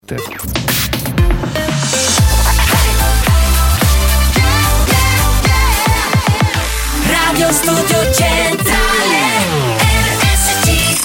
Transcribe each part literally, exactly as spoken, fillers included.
Radio Studio Centrale R S C.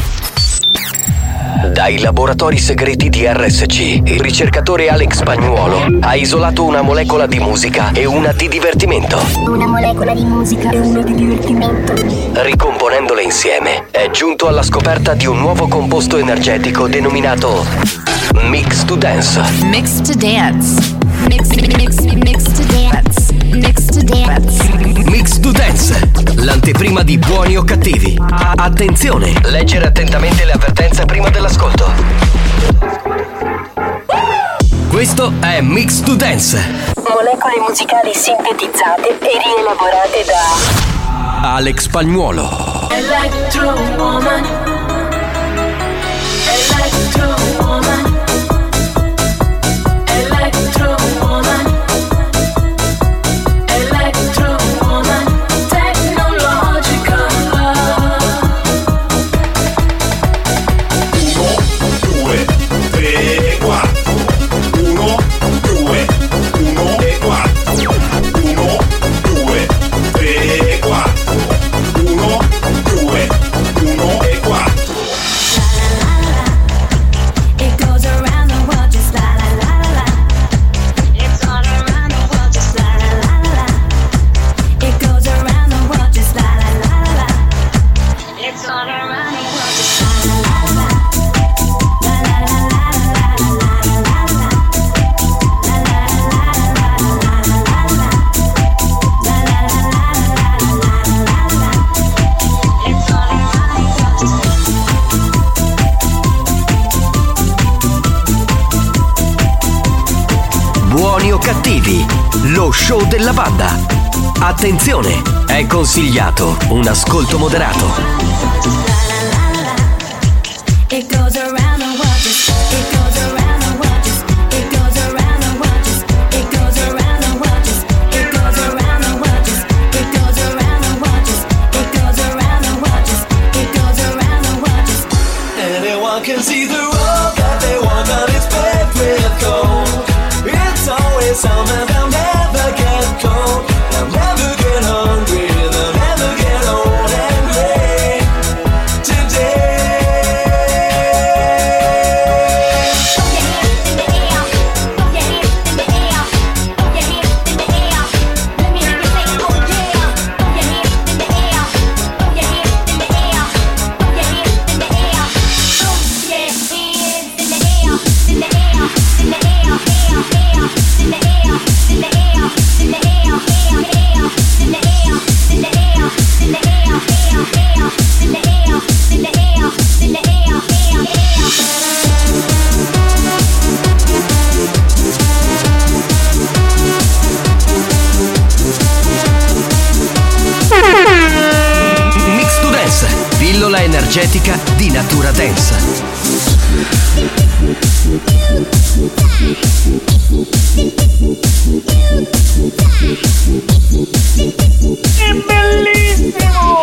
Dai laboratori segreti di R S C, il ricercatore Alex Spagnuolo ha isolato una molecola di musica e una di divertimento. Una molecola di musica e una di divertimento. Ricomponendole insieme, è giunto alla scoperta di un nuovo composto energetico denominato Mix to Dance. Mix to Dance. Mix, mix, mix to Dance. Mix to Dance. Mix to Dance, l'anteprima di Buoni o Cattivi. Attenzione, leggere attentamente le avvertenze prima dell'ascolto. Questo è Mix to Dance. Molecole musicali sintetizzate e rielaborate da Alex Spagnuolo. Electro Woman. Electro Woman. Electro Woman. Electro Woman. Technological love. Uno, due, tre, quattro. Uno, due, uno e quattro. Uno, due, tre, quattro. Uno, due, uno e quattro. It goes around the world just la la la la la. It's all around the world just la la la la la. It goes around the world just la la la la la. It's all around the world just la la la la la. La la la la la la la la la. La la la la la la la la la. La la la la la la la la. It's all around the world just. Buoni o Cattivi, lo show della banda. Attenzione, è consigliato un ascolto moderato. It goes around the world just. It goes around the world just. It goes around the world just. It goes around the world just. It goes around the world just. It goes around the world just. It goes around the world just. It goes around the world just. Anyone can see the road that they walk on, it's paved with gold. It's always something they'll never get cold. They'll never get hungry, they'll never get old and gray. Today Mix to Dance, pillola energetica di natura dance. È bellissimo!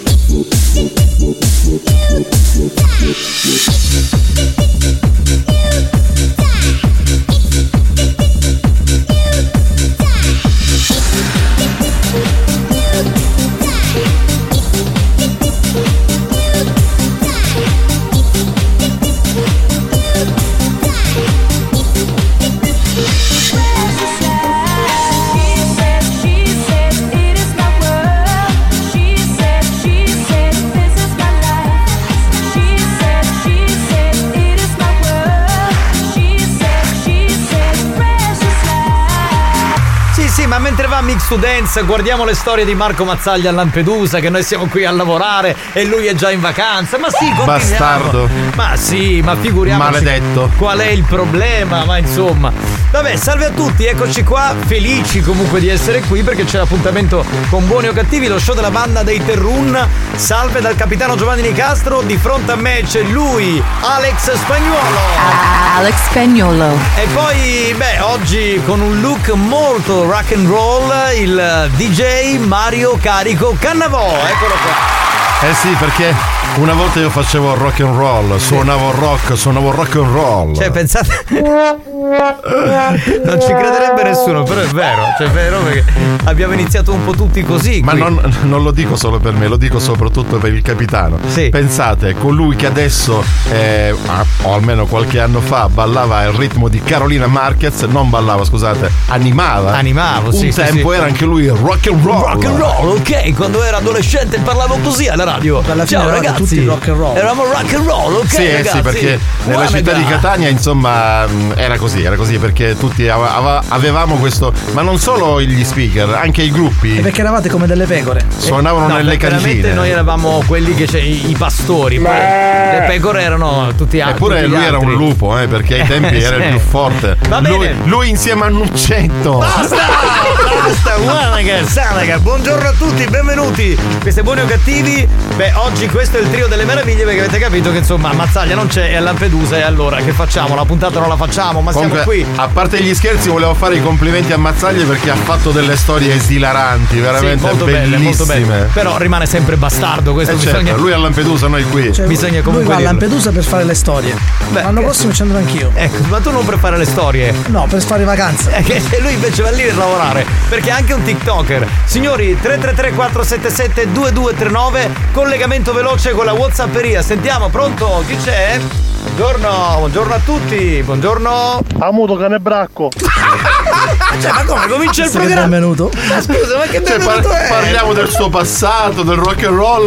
Ma mentre va Mix to Dance guardiamo le storie di Marco Mazzaglia a Lampedusa, che noi siamo qui a lavorare e lui è già in vacanza. Ma sì, continuiamo. Bastardo. Ma sì, ma figuriamoci. Maledetto. Qual è il problema? Ma insomma. Vabbè, salve a tutti, eccoci qua, felici comunque di essere qui perché c'è l'appuntamento con Buoni o Cattivi, lo show della banda dei Terrun. Salve dal capitano Giovanni Nicastro, di fronte a me c'è lui, Alex Spagnuolo. Alex Spagnuolo. E poi, beh, oggi con un look molto rock and roll, il D J Mario Carico Cannavò, eccolo qua. Eh sì, perché Una volta io facevo rock and roll, suonavo rock, suonavo rock and roll. Cioè, pensate. Non ci crederebbe nessuno, però è vero. Cioè, è vero perché abbiamo iniziato un po' tutti così. Ma qui. non, non lo dico solo per me, lo dico soprattutto per il capitano. Sì. Pensate, colui che adesso, eh, o almeno qualche anno fa, ballava al ritmo di Carolina Marquez, non ballava, scusate, animava. Animavo, Un sì. sì, tempo sì. era anche lui rock and roll. Rock and roll, ok, quando ero adolescente parlavo così alla radio. Alla fine Ciao eravate ragazzi, tutti rock and roll. eravamo rock and roll, ok. Sì, ragazzi. sì, perché nella Guarda. città di Catania, insomma, mh, era così, era così, perché tutti ava- ava- avevamo questo, ma non solo gli speaker, anche i gruppi E perché eravate come delle pecore. suonavano No, nelle veramente cantine. noi eravamo quelli che c'è i, i pastori, poi le pecore erano tutti altri. Eppure lui era un lupo, eh, perché ai tempi era il Sì. più forte. Va Lui, bene. lui insieme a Nuccetto. Basta! Basta, Wanaga, Sanaga. Buongiorno a tutti, benvenuti. Questi è Buoni o Cattivi. Beh, oggi questo è il trio delle meraviglie, perché avete capito che insomma Mazzaglia non c'è e a Lampedusa, e allora che facciamo? La puntata non la facciamo, ma Comunque, siamo qui. a parte gli scherzi, volevo fare i complimenti a Mazzaglia perché ha fatto delle storie esilaranti, veramente Sì, molto bellissime. belle, molto belle. Però rimane sempre bastardo, questo Eh certo, bisogna. lui a Lampedusa, noi qui. Cioè, Bisogna comunque lui va a dirlo. Lampedusa per fare le storie. Beh, L'anno che- prossimo ci andrò anch'io. Ecco, ma tu non per fare le storie. No, per fare vacanze. È che lui invece va lì a lavorare, perché è anche un TikToker. Signori, tre tre tre quattro sette sette due due tre nove, collegamento veloce con la WhatsApperia. Sentiamo, pronto? Chi c'è? Buongiorno, buongiorno a tutti, buongiorno. Amuto cane bracco. Cioè, ma come? Comincia il Questo che programma? benvenuto. Ma scusa, ma che Cioè, par- benvenuto è? parliamo del suo passato, del rock and roll.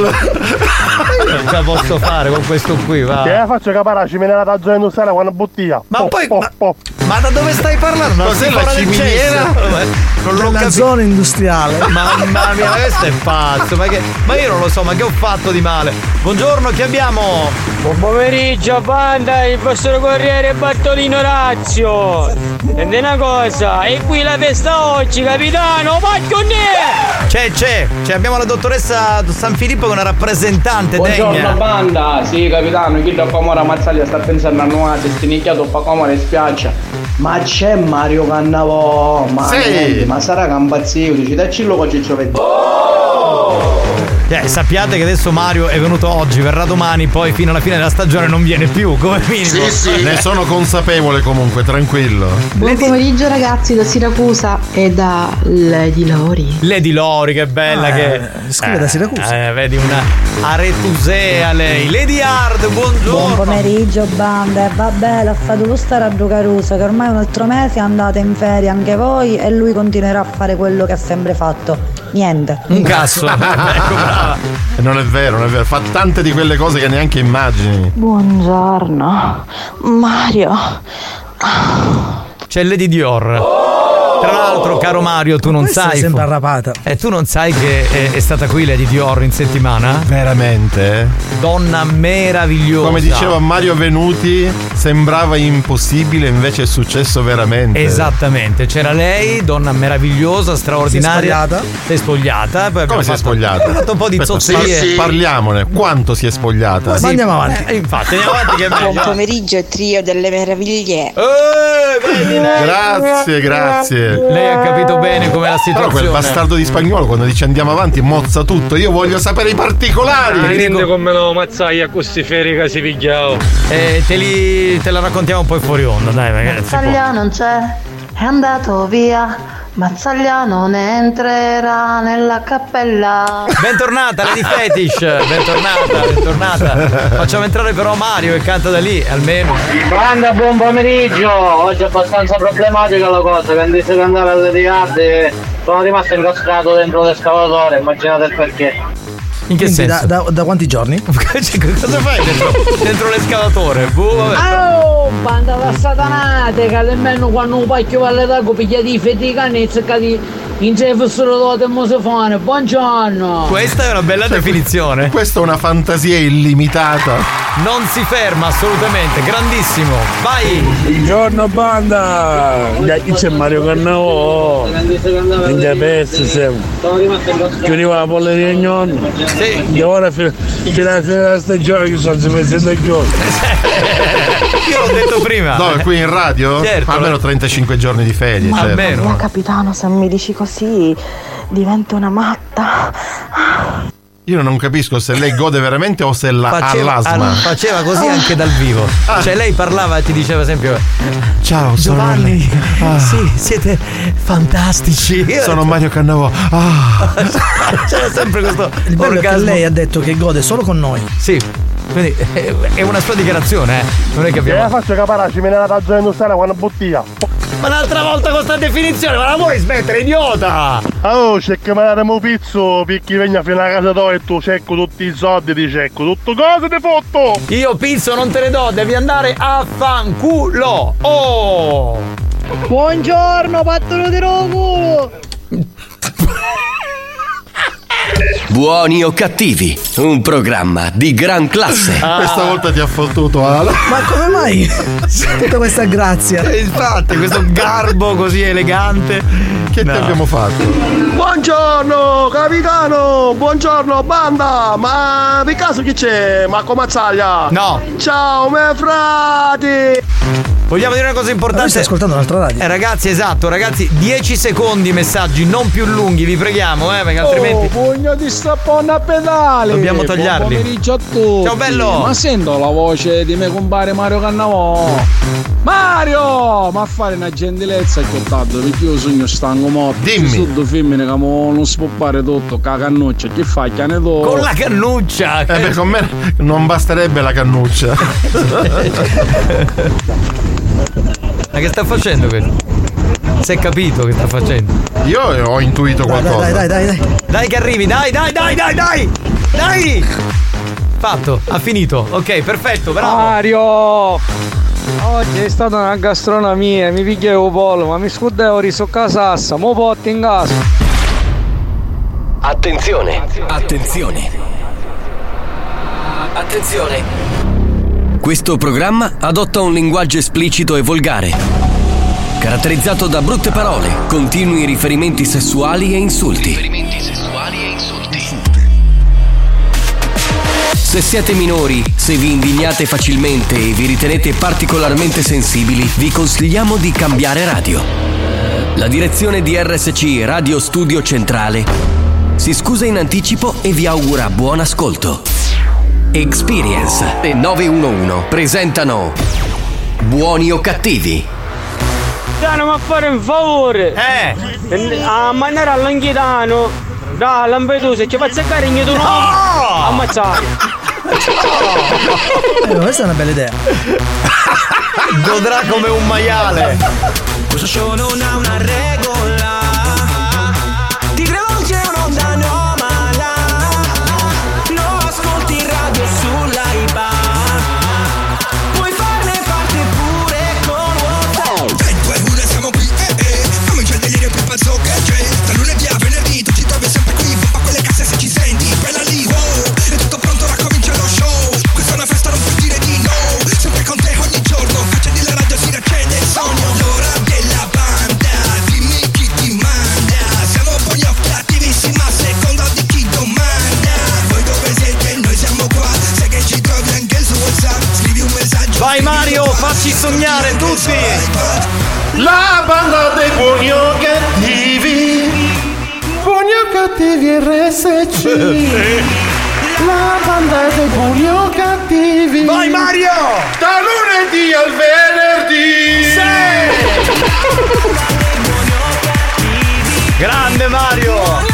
Io non ce la posso fare con questo qui, va. Che la faccio caparaci me nella ragione industriale quando bottiglia. Ma Po, poi. po, Ma, po. ma da dove stai parlando? Non Cos'è si la parla del ciminiera? cesso. Non l'ho Nella capito. zona industriale. Mamma mia, ma questo è pazzo, ma, che, ma io non lo so, ma che ho fatto di male? Buongiorno, chi abbiamo? Buon pomeriggio, banda, il vostro corriere Bartolino Razio. Senti una cosa, e qui la festa oggi, capitano, Pacchionè! C'è, c'è, c'è, abbiamo la dottoressa San Filippo che è una rappresentante Buongiorno degna. banda, sì capitano, chi dopo amore Mazzaglia sta pensando a nuove, sti nicchiato pa' come in spiaggia. Ma c'è Mario Cannavò, ma, Sì. niente, ma sarà che è impazzito, ci dacci il logo Ciccio Vecchio. Eh, sappiate che adesso Mario è venuto oggi, verrà domani, poi fino alla fine della stagione non viene più, come minimo. Ne sono consapevole comunque, tranquillo. Buon pomeriggio ragazzi da Siracusa e da Lady Lori. Lady Lori, che bella Ah, che eh, scrive da Siracusa. Eh, vedi una aretusea lei. Lady Hard, buongiorno. Buon pomeriggio banda, e vabbè lasciatelo stare a Ducaruso che ormai un altro mese andate in ferie anche voi e lui continuerà a fare quello che ha sempre fatto, niente. Un cazzo. Ecco, brava. Non è vero, non è vero, fa tante di quelle cose che neanche immagini. Buongiorno Mario. C'è Lady Dior. Tra l'altro, caro Mario, tu non Questa sai. è sempre arrapata. E tu non sai che è, è stata qui Lady Dior in settimana? Veramente? Donna meravigliosa. Come diceva Mario Venuti, sembrava impossibile, invece è successo veramente. Esattamente, c'era lei, donna meravigliosa, straordinaria. Si è spogliata? Si è spogliata. Poi Come abbiamo si è fatto- spogliata? abbiamo fatto un po' di Aspetta, zozzerie. sì, sì. Parliamone, quanto si è spogliata? Ma andiamo avanti. Eh, infatti, andiamo avanti che è meglio. Buon pomeriggio trio delle meraviglie. Eh, vedi lei? Grazie, grazie. Lei ha capito bene com'è la Però situazione. quel bastardo di spagnolo quando dice andiamo avanti mozza tutto. Io voglio sapere i particolari. Ah, dico- come lo Mazzaglia con sti feri che si pigliavo. Eh, te, li, te la raccontiamo poi fuori onda, dai ragazzi. Mazzaglia non c'è, è andato via. Mazzaglia non entrerà nella cappella. Bentornata Lady Fetish, bentornata, bentornata. Facciamo entrare però Mario e canta da lì, almeno. Banda, buon pomeriggio! Oggi è abbastanza problematica la cosa, che invece che andare alle riarde sono rimasto incastrato dentro l'escavatore, immaginate il perché. In che Quindi da, senso? da, da quanti giorni? Cioè, cosa fai dentro, dentro l'escavatore? Boh, vabbè. Oh, banda da satanate, che almeno quando un pacchio vale da pigliati i feti di canne e cercati in sé fossero doti e mosefone. Buongiorno! Questa è una bella definizione. Questa è una fantasia illimitata. Non si ferma assolutamente, grandissimo. Vai! Buongiorno banda! Da chi c'è Mario Cannavò? In che pezzo siamo? Chiudiva la polleria in nonno. Sì. E ora fino fino alla fine della stagione che sono mesi da giorni. Io l'ho detto prima. Dove? Qui in radio? Certo. Almeno trentacinque giorni di ferie. Ma certo. capitano, se mi dici così divento una matta. Io non capisco se lei gode veramente o se la, Faceva, ha l'asma. ah, faceva così anche dal vivo. Ah. Cioè lei parlava e ti diceva sempre: ciao, sono Giovanni, Ah. sì, siete fantastici. Io Sono ho detto- Mario Cannavò. Ah. C'era sempre questo Il bello è che orgasmo. lei ha detto che gode solo con noi. Sì, quindi è- è una sua dichiarazione, eh. Non è che E la abbiamo. faccio caparaci, me ne la tazzone industriale quando bottiglia. Ma un'altra volta con sta definizione, ma la vuoi smettere, idiota? Oh, c'è che me la demo pizzo, picchi vegna fino a casa tua e tu cecco tutti i soldi, ti cecco tutto cosa ti fotto! Io pizzo non te ne do, devi andare a fanculo. Oh! Buongiorno, pattolo di rovo! Buoni o cattivi, un programma di gran classe. Questa volta ti ha fottuto Ala. Ma come mai? Tutta questa grazia. E infatti, questo garbo così elegante. Che No. ti abbiamo fatto? Buongiorno capitano, buongiorno banda, ma per caso chi c'è? Marco Mazzaglia? No. Ciao me frati! Vogliamo dire una cosa Ma lui sta importante? ascoltando un'altra radio. Eh ragazzi, esatto, ragazzi, dieci secondi messaggi, non più lunghi, vi preghiamo, eh, perché altrimenti. Oh, pugno di strappone a pedali! Dobbiamo tagliarli. Buon pomeriggio a tutti! Ciao, bello! Ma sento la voce di me compare Mario Cannavò! Mario! Ma a fare una gentilezza che ho dato, perché io sogno stanco morto. Dimmi. Sotto femmine che mo non si può fare tutto, con la cannuccia, che fai? Che ne do? Con la cannuccia! Eh beh, con me non basterebbe la cannuccia. Ma che sta facendo questo? Si è capito che sta facendo? Io ho intuito Dai, qualcosa. dai, dai, dai, dai. Dai che arrivi, dai, dai, dai, dai, dai! Dai! Fatto, ha finito. Ok, perfetto, bravo. Mario! Oggi è stata una gastronomia, mi pigliavo pollo, ma mi scudavo riso casassa, mo porti in casa. Attenzione, attenzione. Attenzione. Questo programma adotta un linguaggio esplicito e volgare, caratterizzato da brutte parole, continui riferimenti sessuali e insulti. Riferimenti sessuali e insulti. Se siete minori, se vi indignate facilmente e vi ritenete particolarmente sensibili, vi consigliamo di cambiare radio. La direzione di R S C Radio Studio Centrale si scusa in anticipo e vi augura buon ascolto. Experience e nove uno uno presentano Buoni o cattivi? Dano, ma fare un favore! Eh! A mandare all'Anghitano, da Lampedusa, ci faccia cariño tu no! Ammazzare! Eh, questa è una bella idea. Godrà come un maiale. Questo show non ha una regola. Ti credo c'è un'onda anomala. Lo ascolti in radio sull'Aiba. Puoi farne parte pure con WhatsApp. Dai, due ore siamo qui, eh eh. Fammi c'è il delirio più pazzo che c'è. Da lunedì a venerdì tu ci trovi sempre qui. Pompa quelle casse se ci senti. Bella lì, wow. È tutto pronto, ora comincia lo show. Questa è una festa, non puoi dire di no. Sempre con te ogni giorno. Accendi la radio, si riaccende il sogno. L'ora della banda, dimmi chi ti manda. Siamo buoni o cattivissimi a seconda di chi domanda. Voi dove siete? Noi siamo qua. Sai che ci trovi anche su WhatsApp. Scrivi un messaggio. Vai Mario, facci sognare tutti! La banda dei buoni o cattivi. Buoni o cattivi R S C. La banda dei buoni o cattivi. Vai Mario! Da lunedì al venerdì. Grande Mario!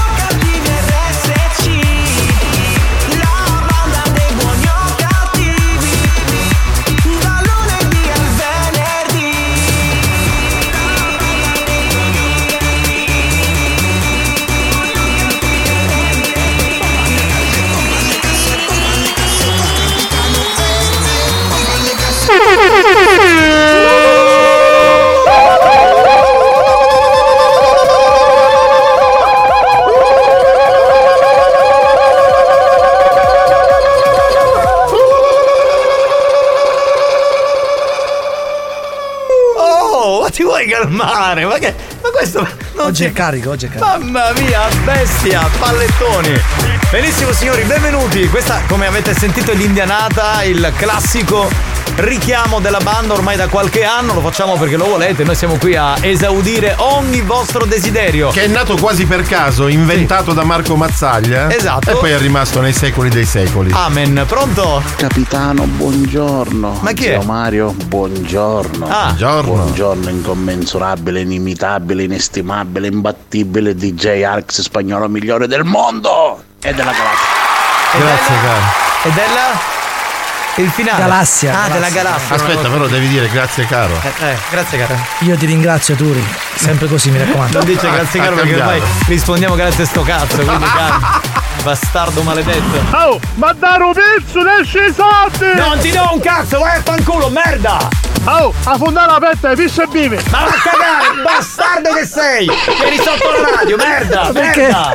Oh, ma ti vuoi calmare? Ma che. Ma questo. Non Oggi si- è carico, oggi è carico. Mamma mia, bestia, pallettoni. Benissimo signori, benvenuti. Questa, come avete sentito, è l'Indianata, il classico richiamo della banda ormai da qualche anno, lo facciamo perché lo volete, noi siamo qui a esaudire ogni vostro desiderio. Che è nato quasi per caso, inventato sì. da Marco Mazzaglia. Esatto. E poi è rimasto nei secoli dei secoli. Amen. Pronto? Capitano, buongiorno. Ma chi è? Zio Mario, buongiorno. Ah. Buongiorno. Buongiorno, incommensurabile, inimitabile, inestimabile, imbattibile D J Arx spagnolo migliore del mondo e della galassia. Grazie, caro. E della? Il finale. Galassia. Ah, Galassia. della galassia. Aspetta, però devi dire grazie, caro. Eh, eh, grazie, caro. Io ti ringrazio, Turi. Sempre così, mi raccomando. Non dice grazie, caro, perché ormai rispondiamo grazie a sto cazzo. Quindi, caro. Bastardo maledetto. Oh, ma dare un pezzo del soldi! Non ti do un cazzo, vai a fanculo, merda! Oh, a fondare aperta e pisce e bive! Ma va a cagare, bastardo che sei! Vieni sotto la radio, merda! Perché? Merda!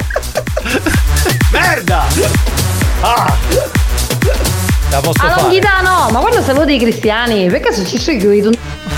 Merda! Ah! La posso A fare? Longhità no, ma quando saluti i cristiani, perché se ci sei chiuso?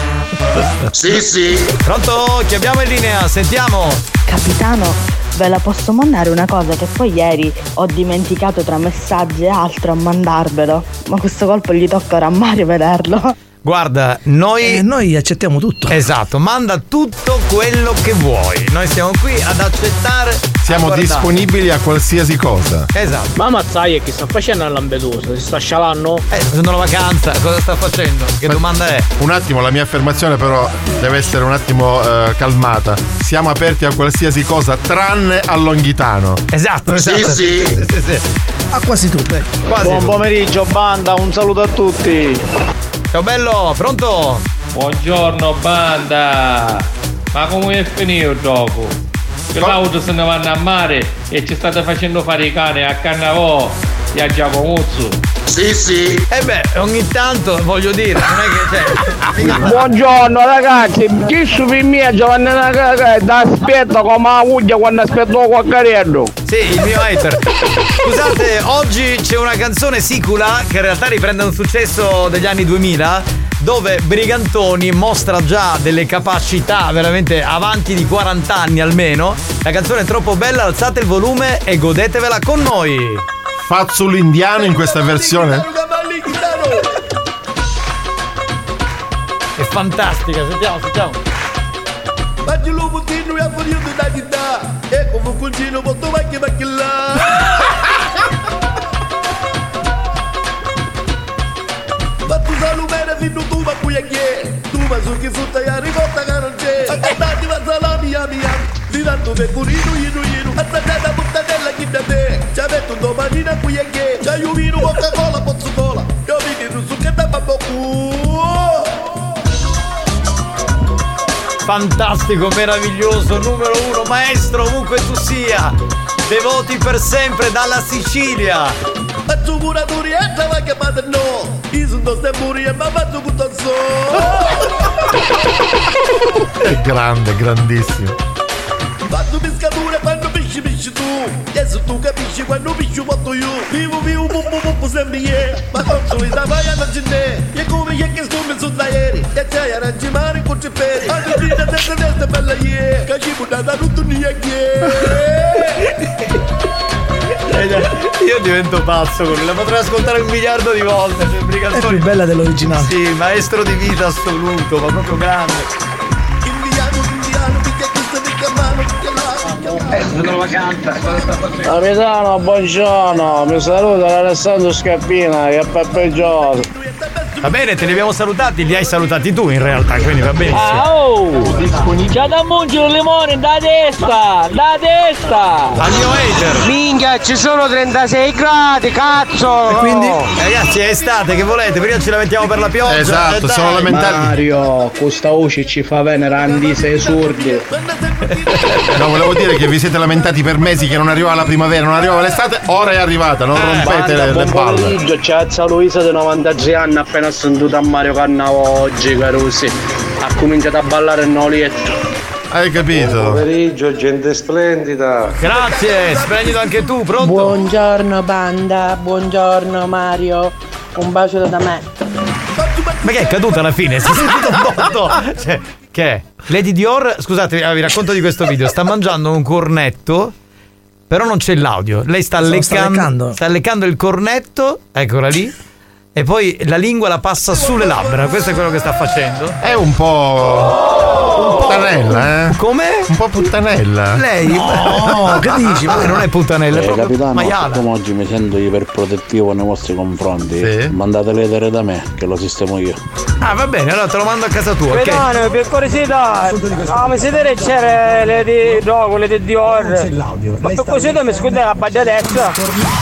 Sì, sì. Pronto? Chi abbiamo in linea? Sentiamo! Capitano, ve la posso mandare una cosa che poi ieri ho dimenticato tra messaggi e altro a mandarvelo, ma questo colpo gli tocca ora a Mario vederlo. Guarda, noi... E noi accettiamo tutto. Esatto, manda tutto quello che vuoi. Noi siamo qui ad accettare. Siamo a disponibili a qualsiasi cosa. Esatto. Ma Mazzai che sta facendo a Lampedusa? Si sta scialando? Eh, facendo la vacanza, cosa sta facendo? Che Ma domanda è? Un attimo, la mia affermazione però deve essere un attimo eh, calmata. Siamo aperti a qualsiasi cosa tranne a Longhitano. Esatto, Sì, esatto. sì. sì, sì, sì. A quasi tutto. eh. Quasi Buon tutto. pomeriggio banda, un saluto a tutti. Ciao bello, pronto? Buongiorno banda. Ma come è finito il gioco? Che l'auto se ne vanno a mare e ci state facendo fare i cani a Cannavò e a Giacomuzzo. Sì, sì. Eh beh, ogni tanto voglio dire, non è che c'è. Buongiorno ragazzi, chi su per me Giovanni da aspetta come la cuglia quando aspetto qualcarello. Sì, il mio hater. Scusate, oggi c'è una canzone sicula che in realtà riprende un successo degli anni duemila, dove Brigantoni mostra già delle capacità veramente avanti di quaranta anni almeno. La canzone è troppo bella, alzate il volume e godetevela con noi. Fazzolo indiano in questa versione? È fantastica, sentiamo, sentiamo. Baggi lo puttino e a fuori da città e come cucino molto macchia macchia ma tu salumere fino tu ma qui è che tu ma su che sutta e ricotta che non c'è andati ma salami mia mia di tanto pecorino ino ino assaggiata buttadella chi da te ci avete un domanina qui è che c'hai un vino Coca Cola pozzo cola io vedi tu su che da babbo. Fantastico, meraviglioso, numero uno, maestro ovunque tu sia. Devoti per sempre dalla Sicilia. Faccio curatori e trava che padre no. Io sono ste muri e ma faccio tutto so. È grande, grandissimo. Quando pescature, quando pesci pesci tu. Adesso tu capisci quando pesci fatto io. Vivo vivo puppo puppo sempre io. Ma non so da vai a non ce n'è. E come è che sto mi sono da ieri. E c'hai arrangi mare con c'è peri. Anche qui da testa testa bella io. Che ci buttata tutto nia Io divento pazzo con lui, la potrei ascoltare un miliardo di volte. Cioè, Brigantoni. È più bella dell'originale. Sì, maestro di vita assoluto, ma proprio grande. Capitano, buongiorno, mi saluta Alessandro Scappina che è peggioso. Va bene, te li abbiamo salutati, li hai salutati tu in realtà, quindi va benissimo. Ah, oh! C'è da mungere un limone da destra, da destra! Al mio hater! Minchia, ci sono trentasei gradi, cazzo! E quindi? Ragazzi, è estate, che volete? Prima ci lamentiamo per la pioggia. Esatto, eh, sono lamentati. Mario, questa voce ci fa venere andi sei sordi. No, volevo dire che vi siete lamentati per mesi che non arrivava la primavera, non arrivava l'estate, ora è arrivata, non rompete le, le balle. C'è Zia Luisa di novantasei anni appena sentito a Mario Cannavò oggi, Carusi. Ha cominciato a ballare il nolietto. Hai capito? Buon pomeriggio, gente splendida. Grazie, splendido anche tu, pronto? Buongiorno banda, buongiorno Mario, un bacio da me. Ma che è caduta alla fine? Si è sentito un botto? Cioè, che è? Lady Dior, scusate, vi racconto di questo video. Sta mangiando un cornetto, però non c'è l'audio. Lei sta, Sta leccando, leccando. sta leccando il cornetto, eccola lì. e poi la lingua la passa sulle labbra. Questo è quello che sta facendo. È un po' puttanella, eh? Come? Un po' puttanella. Lei? No, che dici? Ma non è puttanella, è Eh, proprio capitano, maiala. come oggi mi sento iperprotettivo nei vostri confronti, Sì. mandate l'etere da me che lo sistemo io. Ah, va bene, allora te lo mando a casa tua, ok? Capitano, per curiosità, ah, mi siete c'era le di Dogo, le di Dior. Ma per curiosità mi scusate la baggiatezza.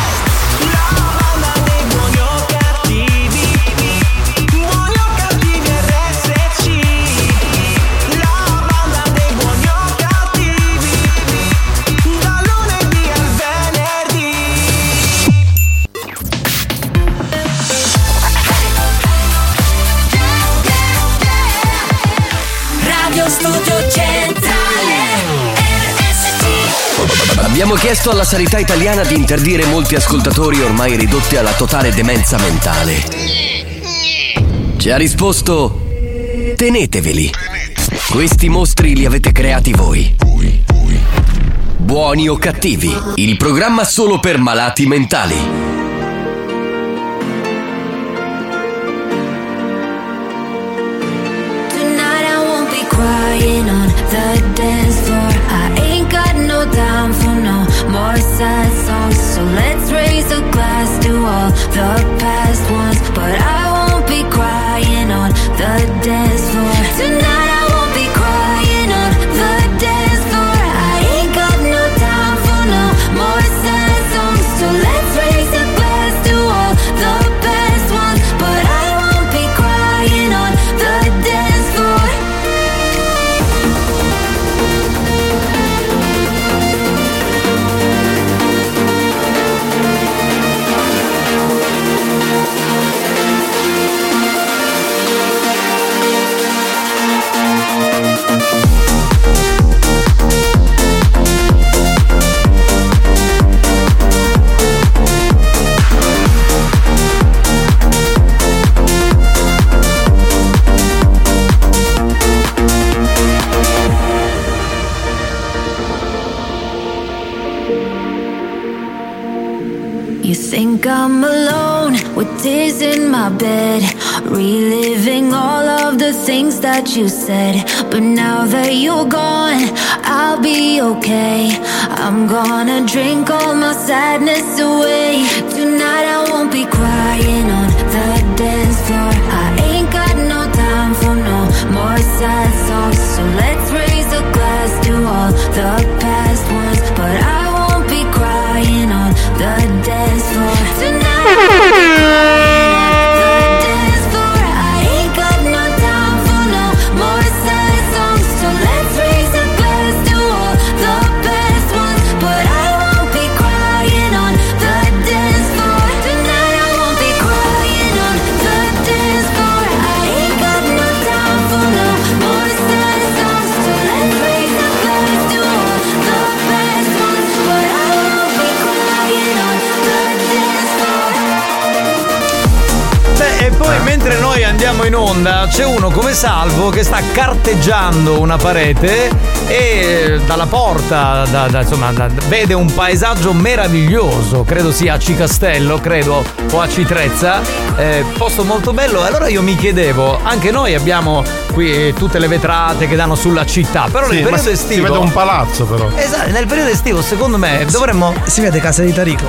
Studio Centrale R S C. Abbiamo chiesto alla sanità italiana di interdire molti ascoltatori ormai ridotti alla totale demenza mentale. Ci ha risposto: teneteveli. Questi mostri li avete creati voi. Buoni o cattivi, il programma solo per malati mentali. Crying on the dance floor. I ain't got no time for no more sad songs. So let's raise a glass to all the past ones. But I won't be crying on the dance floor. Tonight I won't be crying on the dance floor. I ain't got no time for no more sad songs. So let's raise a glass to all the past ones. But I won't be crying on the dance floor. You think I'm alone with tears in my bed, reliving all of the things that you said. But now that you're gone, I'll be okay. I'm gonna drink all my sadness away. Tonight I won't be crying on the dance floor. I ain't got no time for no more sad songs. So let's raise a glass to all the past ones. But I won't be crying on the dance floor tonight. The dance floor. I ain't got no time for no more sad songs. So let's raise a glass to all the best ones. But I won't be crying on the dance floor tonight. I won't be crying on the dance floor. I ain't got no time for no more sad songs. So let's raise a glass to all the best ones. But I won't be crying on the dance floor. Beh, e poi mentre noi andiamo in onda c'è uno come Salvo che sta carteggiando una parete e dalla porta da, da, insomma, da, vede un paesaggio meraviglioso, credo sia a Cicastello, credo, o a Citrezza, eh, posto molto bello. Allora io mi chiedevo, anche noi abbiamo qui tutte le vetrate che danno sulla città, però Sì, nel ma periodo si- estivo si vede un palazzo però. Esatto, nel periodo estivo secondo me dovremmo Si vede casa di Tarico.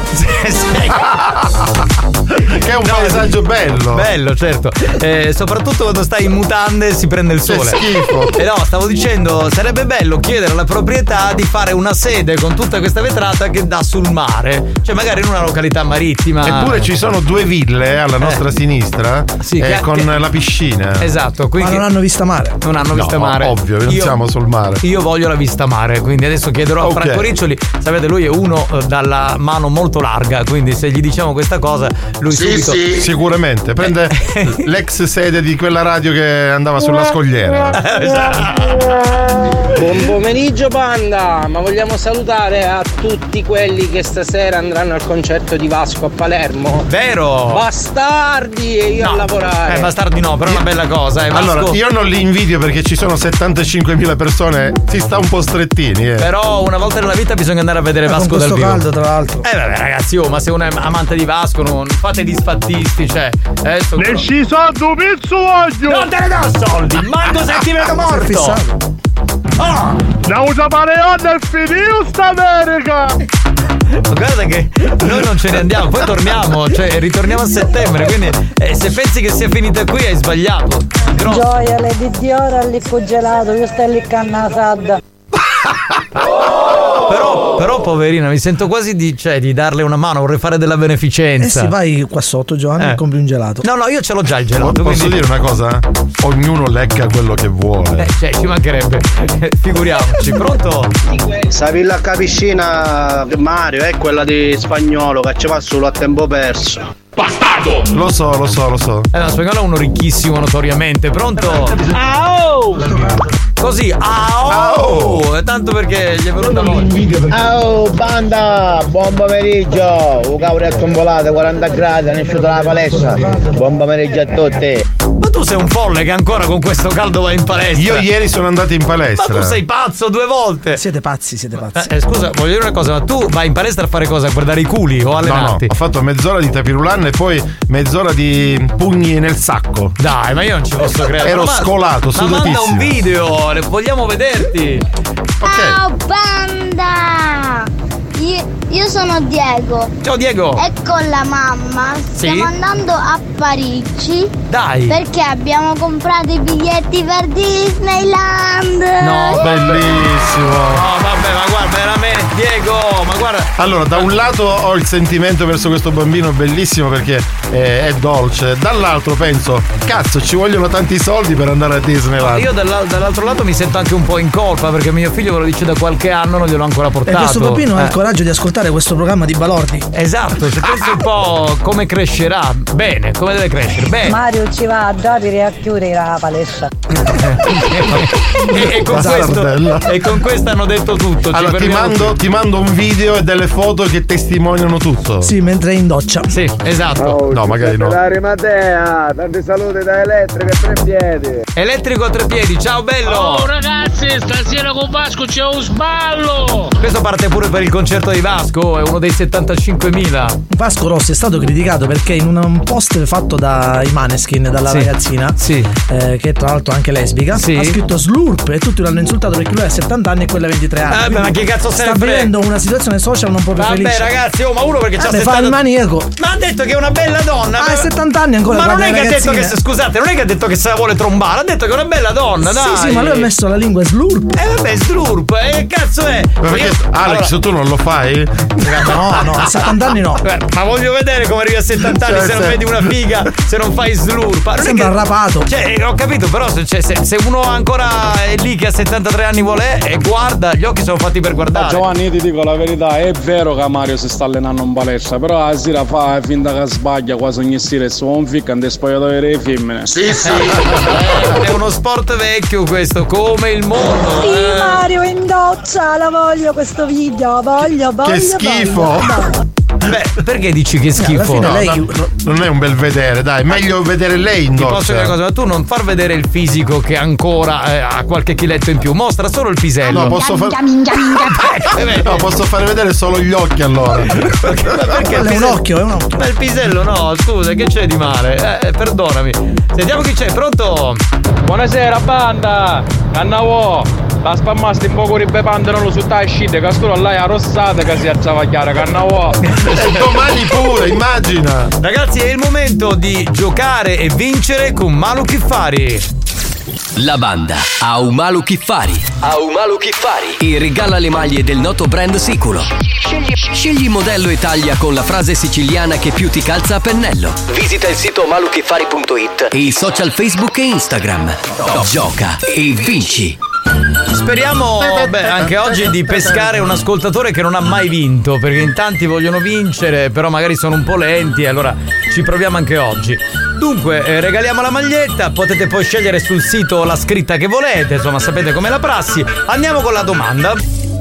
Che è un paesaggio bello. Bello, certo. Eh, soprattutto quando stai in mutande e si prende il sole. Che schifo. E no, stavo dicendo, sarebbe bello chiedere alla proprietà di fare una sede con tutta questa vetrata che dà sul mare. Cioè, magari in una località marittima. Eppure ci sono due ville alla nostra Eh. sinistra Sì, eh, che- con che- la piscina. Esatto, quindi. Ma non hanno vista mare. Non hanno No, vista mare. ovvio, non Io- siamo sul mare. Io voglio la vista mare, quindi adesso chiederò Ok. a Franco Riccioli. Sapete, lui è uno eh, dalla mano molto larga, quindi se gli diciamo questa cosa, lui Sì, subito. sì. Sicuramente. Prende l'ex sede di quella radio che andava sulla scogliera. Buon pomeriggio banda, ma vogliamo salutare a tutti quelli che stasera andranno al concerto di Vasco a Palermo. Vero? Bastardi e io No. a lavorare. Eh, bastardi no, però è una bella cosa. Eh, Vasco. Allora, io non li invidio perché ci sono settantacinquemila persone, si sta un po' strettini. Eh. Però una volta nella vita bisogna andare a vedere Eh, Vasco con dal questo vivo. caldo, tra l'altro. Eh vabbè ragazzi, oh, ma se uno è amante di Vasco non fate disfattisti, cioè. Eh, sto- Ne ci sono due pizzo voglio! Non te ne do soldi, manco se ti vedo morto! Oh! La usa Paleone è finito sta America! Ma guarda che noi non ce ne andiamo, poi torniamo, cioè ritorniamo a settembre, quindi eh, se pensi che sia finita qui hai sbagliato. Gro- Gioia, le di Diora lì congelato, io stai lì canna sadda. Però, però poverina, mi sento quasi di, cioè, di darle una mano, vorrei fare della Eh beneficenza. sì, vai qua sotto Giovanni Eh. e compri un gelato. No, no, io ce l'ho già il gelato. Posso quindi- dire una cosa? Ognuno lecca quello che vuole. Eh, cioè, ci mancherebbe. Eh, Figuriamoci, pronto? Sa villa a piscina Mario è quella di Spagnolo che ci va solo a tempo perso. Bastardo! Lo so, lo so, lo so. Eh, no, Spagnolo è uno ricchissimo notoriamente, pronto? Così, au! E tanto perché gli è venuta voglia. Oh banda, buon pomeriggio. Un cavolo volato, quaranta gradi, hanno uscito dalla palestra. Buon pomeriggio a tutti. Ma tu sei un folle che ancora con questo caldo vai in palestra. Io ieri sono andato in Ma palestra. tu sei pazzo due volte. Siete pazzi, siete pazzi. Eh, eh, scusa, voglio dire una cosa, ma tu vai in palestra a fare cosa? A guardare i culi o No, no, allenarti? ho fatto mezz'ora di tapirulan e poi mezz'ora di pugni nel sacco. Dai, ma io non ci posso credere. Ero Ma- scolato, Ma manda sudatissimo. un video, le- vogliamo vederti. Ciao banda! Io, io sono Diego. Ciao Diego. E con la mamma Sì? stiamo andando a Parigi. Dai. Perché abbiamo comprato i biglietti per Disneyland. No, bellissimo. No, vabbè, ma guarda, veramente, Diego, ma guarda. Allora, da un lato ho il sentimento verso questo bambino bellissimo perché eh, è dolce, dall'altro penso, cazzo, ci vogliono tanti soldi per andare a Disneyland. Io dall'al- dall'altro lato mi sento anche un po' in colpa perché mio figlio ve lo dice da qualche anno, non gliel'ho ancora E portato. questo bambino ha Eh. il coraggio di ascoltare questo programma di Balordi. Esatto, se pensi un po' come crescerà, bene, come deve crescere, bene. Mario ci va già a richiudere la palestra. e, e con Basardella. questo, e con questo hanno detto tutto. ci Allora, ti fermiamo mando, ti mando un video e delle foto che testimoniano tutto. Sì, mentre è in doccia. Sì, esatto. No, magari no. Matteo, tanti saluti da Elettrica a tre piedi. Elettrico a tre piedi, ciao bello! Oh ragazzi, stasera con Vasco c'è un sballo! Questo parte pure per il concerto di Vasco, è uno dei settantacinquemila. Vasco Rossi è stato criticato perché in un post fatto dai Maneskin, dalla Sì. ragazzina, Sì. eh, che è tra l'altro anche lesbica, Sì. ha scritto slurp e tutti l'hanno insultato perché lui ha settanta anni e quella ha ventitré anni. Eh, beh, ma Quindi che cazzo se ne sta frega? vivendo una situazione social non proprio Vabbè felice. ragazzi, oh ma uno perché c'ha Vabbè, fa settanta il maniaco. Ma ha detto che è una bella donna. Ha settanta anni ancora. Ma non guarda è le che ha detto che ragazzine. scusate, non è che ha detto che se la vuole trombare, ha detto che è una bella donna, dai. Sì, sì, ma lui ha messo la lingua slurp. Eh vabbè, slurp, eh cazzo è? Ma perché, Io- Alex, allora- tu non lo fai? No, no, a settanta anni no. Eh, Ma voglio vedere come arrivi a settanta anni Cioè, se non se- vedi una figa, se non fai slurp. Non è Sembra che- rapato. Cioè, ho capito, però se, cioè, se, se uno ancora è lì che a settantatré anni vuole e guarda, gli occhi sono fatti per guardare. Giovanni, io ti dico la verità, è vero che Mario si sta allenando in palestra, però la sera fa finta che sbaglia quasi ogni sera e su un ficcante e spogliatoio delle femmine. Sì, sì. Eh, è uno sport vecchio questo, come il mondo. Sì, eh. Mario in doccia, la voglio questo video, voglio, voglio. Che schifo. voglio. Beh, perché dici che schifo? fine No, lei- no, non è un bel vedere, dai, meglio vedere lei in Ti posso dire una doccia. cosa, ma tu non far vedere il fisico che ancora eh, ha qualche chiletto in più, mostra solo il pisello. No, posso, fa- Eh, no, posso fare vedere solo gli occhi allora. perché il Quello è un pisello- occhio, è un occhio. Ma il pisello no, scusa, che c'è di male? Eh, perdonami. Sentiamo chi c'è, pronto? Buonasera banda, Cannavò, la spammasti un po' con i bepande non lo su ta uscite, che sto là è arrossata che si alzava chiara, Cannavò. E domani pure, immagina. Ragazzi, è il momento di giocare e vincere con Malu Kiffari. La banda Aumalu Kiffari. Aumalu Kiffari. E regala le maglie del noto brand Siculo. Scegli, scegli il modello e taglia con la frase siciliana che più ti calza a pennello. Visita il sito maluchiffari punto it e i social Facebook e Instagram. Gioca e vinci. speriamo beh, anche oggi di pescare un ascoltatore che non ha mai vinto, perché in tanti vogliono vincere, però magari sono un po' lenti, allora ci proviamo anche oggi. Dunque, eh, regaliamo la maglietta, potete poi scegliere sul sito la scritta che volete, insomma sapete com'è la prassi. Andiamo con la domanda.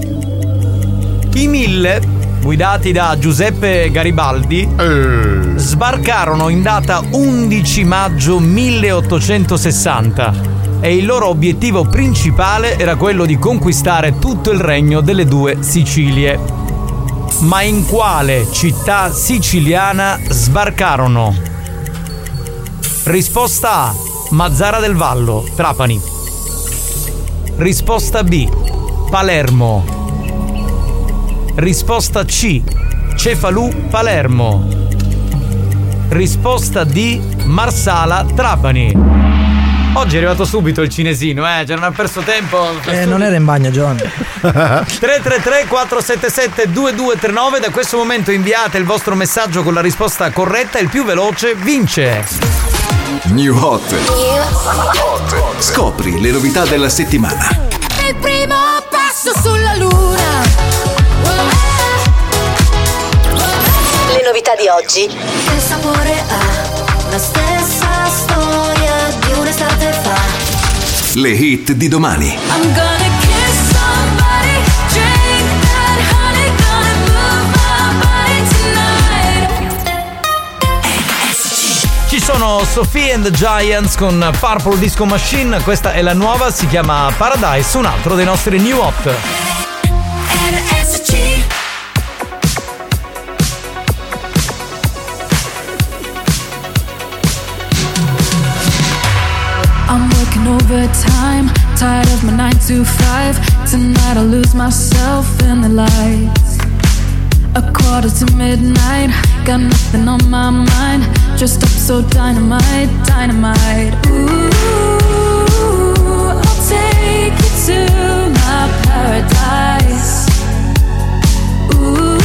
I mille, guidati da Giuseppe Garibaldi, eh. sbarcarono in data undici maggio milleottocentosessanta e il loro obiettivo principale era quello di conquistare tutto il regno delle due Sicilie. Ma in quale città siciliana sbarcarono? Risposta A: Mazara del Vallo, Trapani. Risposta B: Palermo. Risposta C: Cefalù, Palermo. Risposta D: Marsala, Trapani. Oggi è arrivato subito il cinesino, eh, cioè non ha perso tempo. Eh, non era in bagno, Giovanni. tre tre tre quattro sette sette due due tre nove. Da questo momento inviate il vostro messaggio con la risposta corretta, il più veloce vince. New Hot. Scopri le novità della settimana. Il primo passo sulla luna. Le novità di oggi. Che sapore ha la stessa storia di un'estate fa. Le hit di domani. I'm gonna kiss somebody, drink that honey, gonna move my body tonight. Ci sono Sophie and the Giants con Purple Disco Machine. Questa è la nuova, si chiama Paradise, un altro dei nostri New Hot. I'm working overtime, tired of my nine to five. Tonight I'll lose myself in the lights. A quarter to midnight, got nothing on my mind. Dressed up so dynamite, dynamite. Ooh, I'll take you to my paradise. Ooh,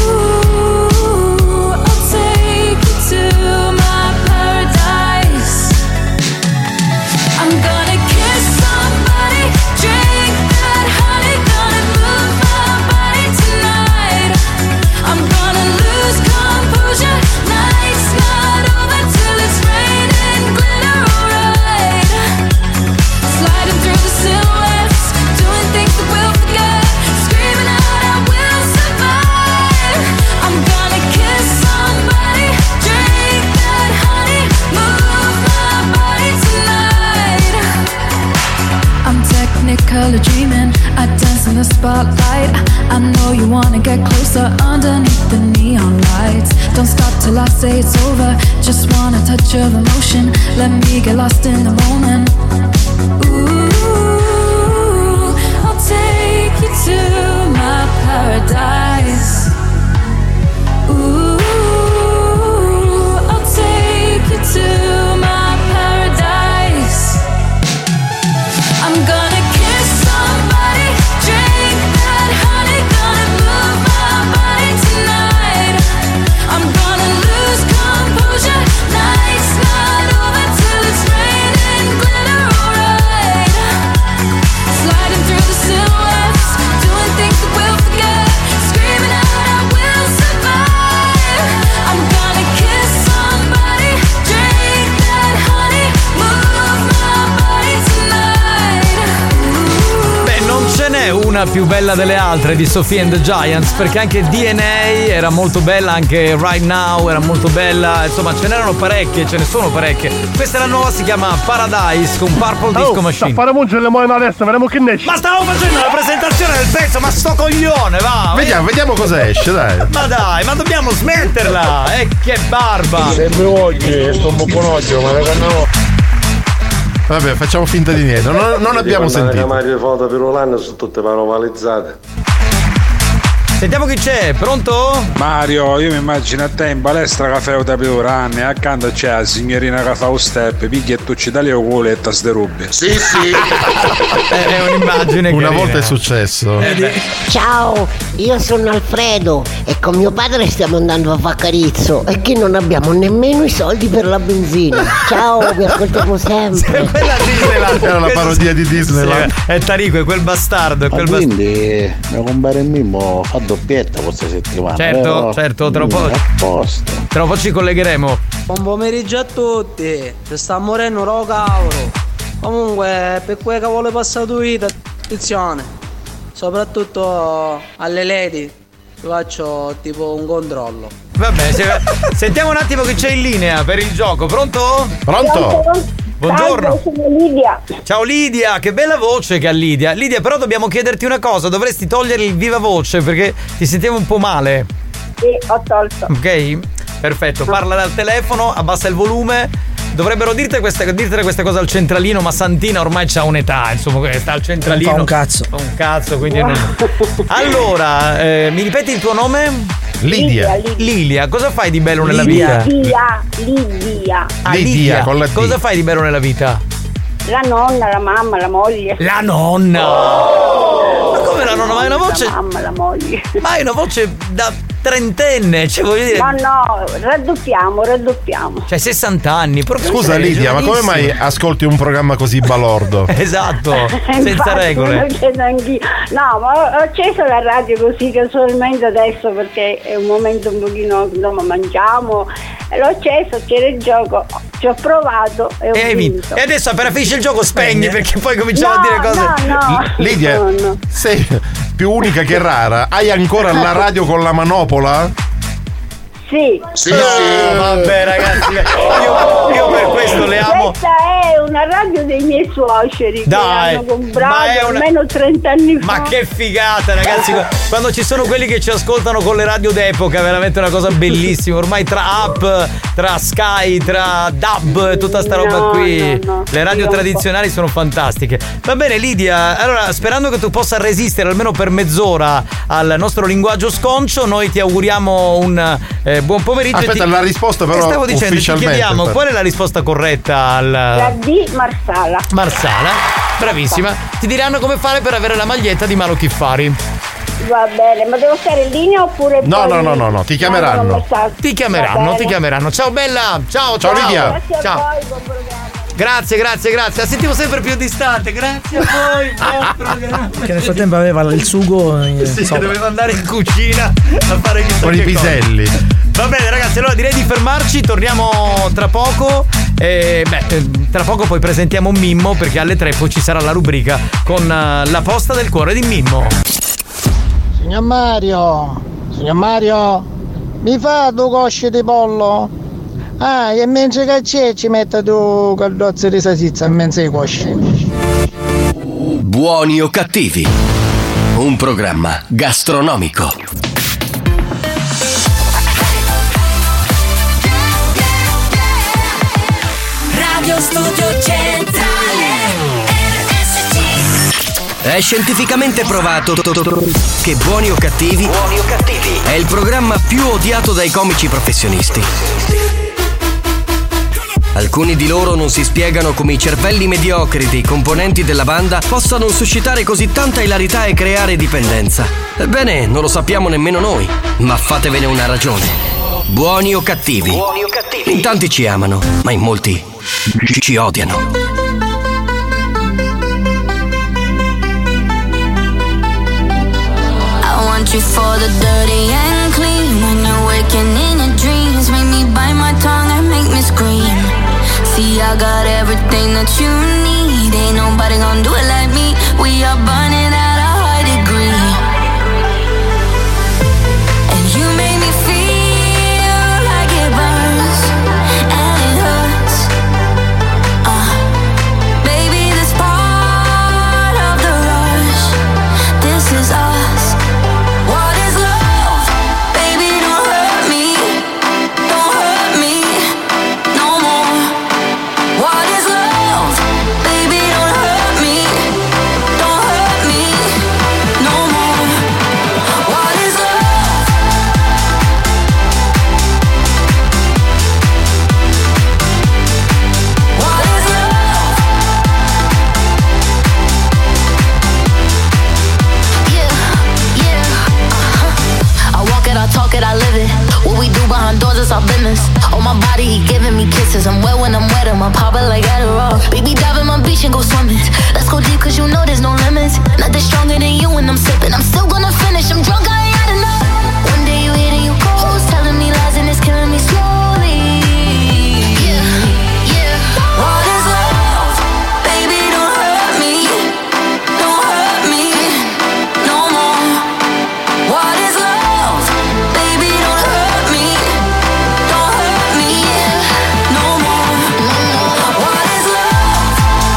I'll take you to my paradise. I'm gonna kiss somebody, drink that honey, gonna move my body tonight. I'm gonna lose composure, night's not over till it's raining glitter, alright. Sliding through the silhouettes, doing things that we'll forget, screaming out I will survive. I'm gonna kiss somebody, drink that honey, move my body tonight. I'm technicolor dreaming, I dance in the spotlight. I know you wanna get closer underneath the neon lights. Don't stop till I say it's over, just want a touch of emotion. Let me get lost in the moment. Ooh, I'll take you to my paradise. Ooh, I'll take you to my paradise. I'm gonna kiss somebody, drink that honey, gonna move my body tonight. I'm gonna lose composure, night's not over till it's raining glitter, alright. Sliding through the silhouettes, doing things that we'll forget, screaming out I will survive. I'm gonna kiss somebody, drink that honey, move my body tonight. Beh, non ce n'è una più bella delle altre di Sophie and the Giants, perché anche D N A era molto bella, anche Right Now era molto bella, insomma ce n'erano parecchie, ce ne sono parecchie. Questa è la nuova, si chiama Paradise con Purple Disco Oh, Machine. sta a fare mungere le mani adesso, vediamo che ne esce. Ma stavo facendo la presentazione del pezzo, ma sto coglione, va! Vediamo, vediamo cosa esce, dai. Ma dai, ma dobbiamo smetterla! Eh, che barba! Sempre oggi, sto un po' con occhio, ma raga no. Vabbè, facciamo finta di niente. Non, non abbiamo sentito. Le foto per l'anno sono tutte manovalizzate. Sentiamo chi c'è, pronto? Mario, io mi immagino a te in palestra che fai da più anni, accanto c'è la signorina che fa un step, picchia e tu ci dai le culo e ti rubi. Sì, sì. È un'immagine Una carina. volta è successo. Eh Ciao, io sono Alfredo e con mio padre stiamo andando a Vaccarizzo e che non abbiamo nemmeno i soldi per la benzina. Ciao, vi ascoltiamo sempre. Quella Disneyland. Era la parodia di Disneyland. Sì, è Tarico, è quel bastardo, è Ma quel bastardo. quindi mio compare Mimmo fa doppietta questa settimana. Certo, vero? certo, tra un po'. Mm, a posto. Tra un po' ci collegheremo. Buon pomeriggio a tutti, si sta morendo ro cavolo. Comunque, per quel che vuole passare tu vita, attenzione, soprattutto alle lady, ti faccio tipo un controllo. Vabbè, se- sentiamo un attimo chi c'è in linea per il gioco. Pronto? Pronto? Buongiorno. Salve, sono Lidia. Ciao Lidia, che bella voce che ha Lidia. Lidia, però dobbiamo chiederti una cosa, dovresti togliere il viva voce perché ti sentiamo un po' male. Sì, ho tolto. Ok? Perfetto, parla dal telefono, abbassa il volume. Dovrebbero dirti queste, dirtele queste cose al centralino, ma Santina ormai c'ha un'età, insomma, che sta al centralino. Non fa un cazzo. Fa un cazzo, quindi non... Allora, eh, mi ripeti il tuo nome? Lidia. Lidia. Lilia, cosa fai di bello nella Lidia. vita? Lidia, Lidia. Ah, Lidia, Lidia, con la D. cosa fai di bello nella vita? La nonna, la mamma, la moglie. La nonna! Ma come la nonna? Ma hai una voce. La mamma, la moglie. Ma hai una voce da trentenne, cioè voglio dire. No, no, raddoppiamo, raddoppiamo. Cioè sessanta anni, proprio. Scusa sei Lidia, ma come giovanissima. mai ascolti un programma così balordo? Esatto, senza Infatti, regole. l'ho acceso anch'io. No, ma ho ho acceso la radio così casualmente adesso perché è un momento un pochino, insomma, mangiamo. E l'ho acceso, c'era il gioco, ci ho provato e ho E hai vinto. vinto. E adesso appena finisce il gioco spegni perché poi cominciamo No, a dire cose. no, no. Lidia, No, no. sei più unica che rara. Hai ancora la radio con la manopola? Sì. Sì, Oh, sì. vabbè ragazzi, io, io per questo le amo. Questa è una radio dei miei suoceri Dai, che hanno comprato ma è una- almeno trenta anni fa. Ma che figata ragazzi, quando ci sono quelli che ci ascoltano con le radio d'epoca, è veramente una cosa bellissima. Ormai tra app, tra Sky, tra D A B, tutta sta roba No, qui, no, no. le radio Io un tradizionali sono fantastiche. Va bene Lidia, allora sperando che tu possa resistere almeno per mezz'ora al nostro linguaggio sconcio, noi ti auguriamo un eh, buon pomeriggio. Aspetta, e ti... la risposta però Eh, stavo dicendo, ti ufficialmente, chiediamo per- qual è la risposta corretta al... La D Marsala. Marsala, bravissima. Ti diranno come fare per avere la maglietta di Malo Chiffari. Va bene, ma devo stare in linea oppure No, poi- no, no, no, no, ti chiameranno. No, no, messaggio. Ti Va chiameranno, bene. ti chiameranno. Ciao bella, ciao, ciao, Ciao, Lidia. Grazie a Ciao. voi, buon programma. Grazie, grazie, grazie. La sentivo sempre più distante. Grazie a voi. buon programma. Che nel frattempo aveva il sugo in Sì, sopra. dovevo andare in cucina a fare chissà Con i che cosa. piselli. Va bene ragazzi, allora direi di fermarci, torniamo tra poco e beh, eh, tra poco poi presentiamo Mimmo perché alle tre poi ci sarà la rubrica con eh, la posta del cuore di Mimmo. Signor Mario, signor Mario, mi fa due cosce di pollo? Ah, e mentre che c'è ci mette due caldozze di salsiccia in mezzo ai cosci. Buoni o cattivi? Un programma gastronomico. Radio Studio Centrale R S C. È scientificamente provato che Buoni o cattivi è il programma più odiato dai comici professionisti. Alcuni di loro non si spiegano come i cervelli mediocri dei componenti della banda possano suscitare così tanta ilarità e creare dipendenza. Ebbene, non lo sappiamo nemmeno noi, ma fatevene una ragione. Buoni o cattivi? Buoni o cattivi? In tanti ci amano, ma in molti ci, ci odiano. I want you for the dirty and clean. When you're waking in your dreams, make me bite my tongue and make me scream. See, I got everything that you need. Ain't nobody gonna do it like me. We are burning at a high degree. And you make me feel like it burns and it hurts. Uh, baby, this part of the rush. This is us. What is love? Baby, don't hurt me. Don't hurt me no more. What is love? Baby, don't hurt me. Don't hurt our business. Oh, my body, he giving me kisses. I'm wet when I'm wet, I'm popping like Adderall. Baby, dive in my beach and go swimming. Let's go deep, cause you know there's no limits. Nothing stronger than you when I'm sipping. I'm still gonna finish, I'm drunk, I ain't had enough. One day you hit and you ghost, telling me lies and it's killing me slowly. Yeah, yeah. What is love? Baby, don't hurt me. Don't hurt me no more. What is love? Baby, don't hurt me. Don't hurt me no more. What is love?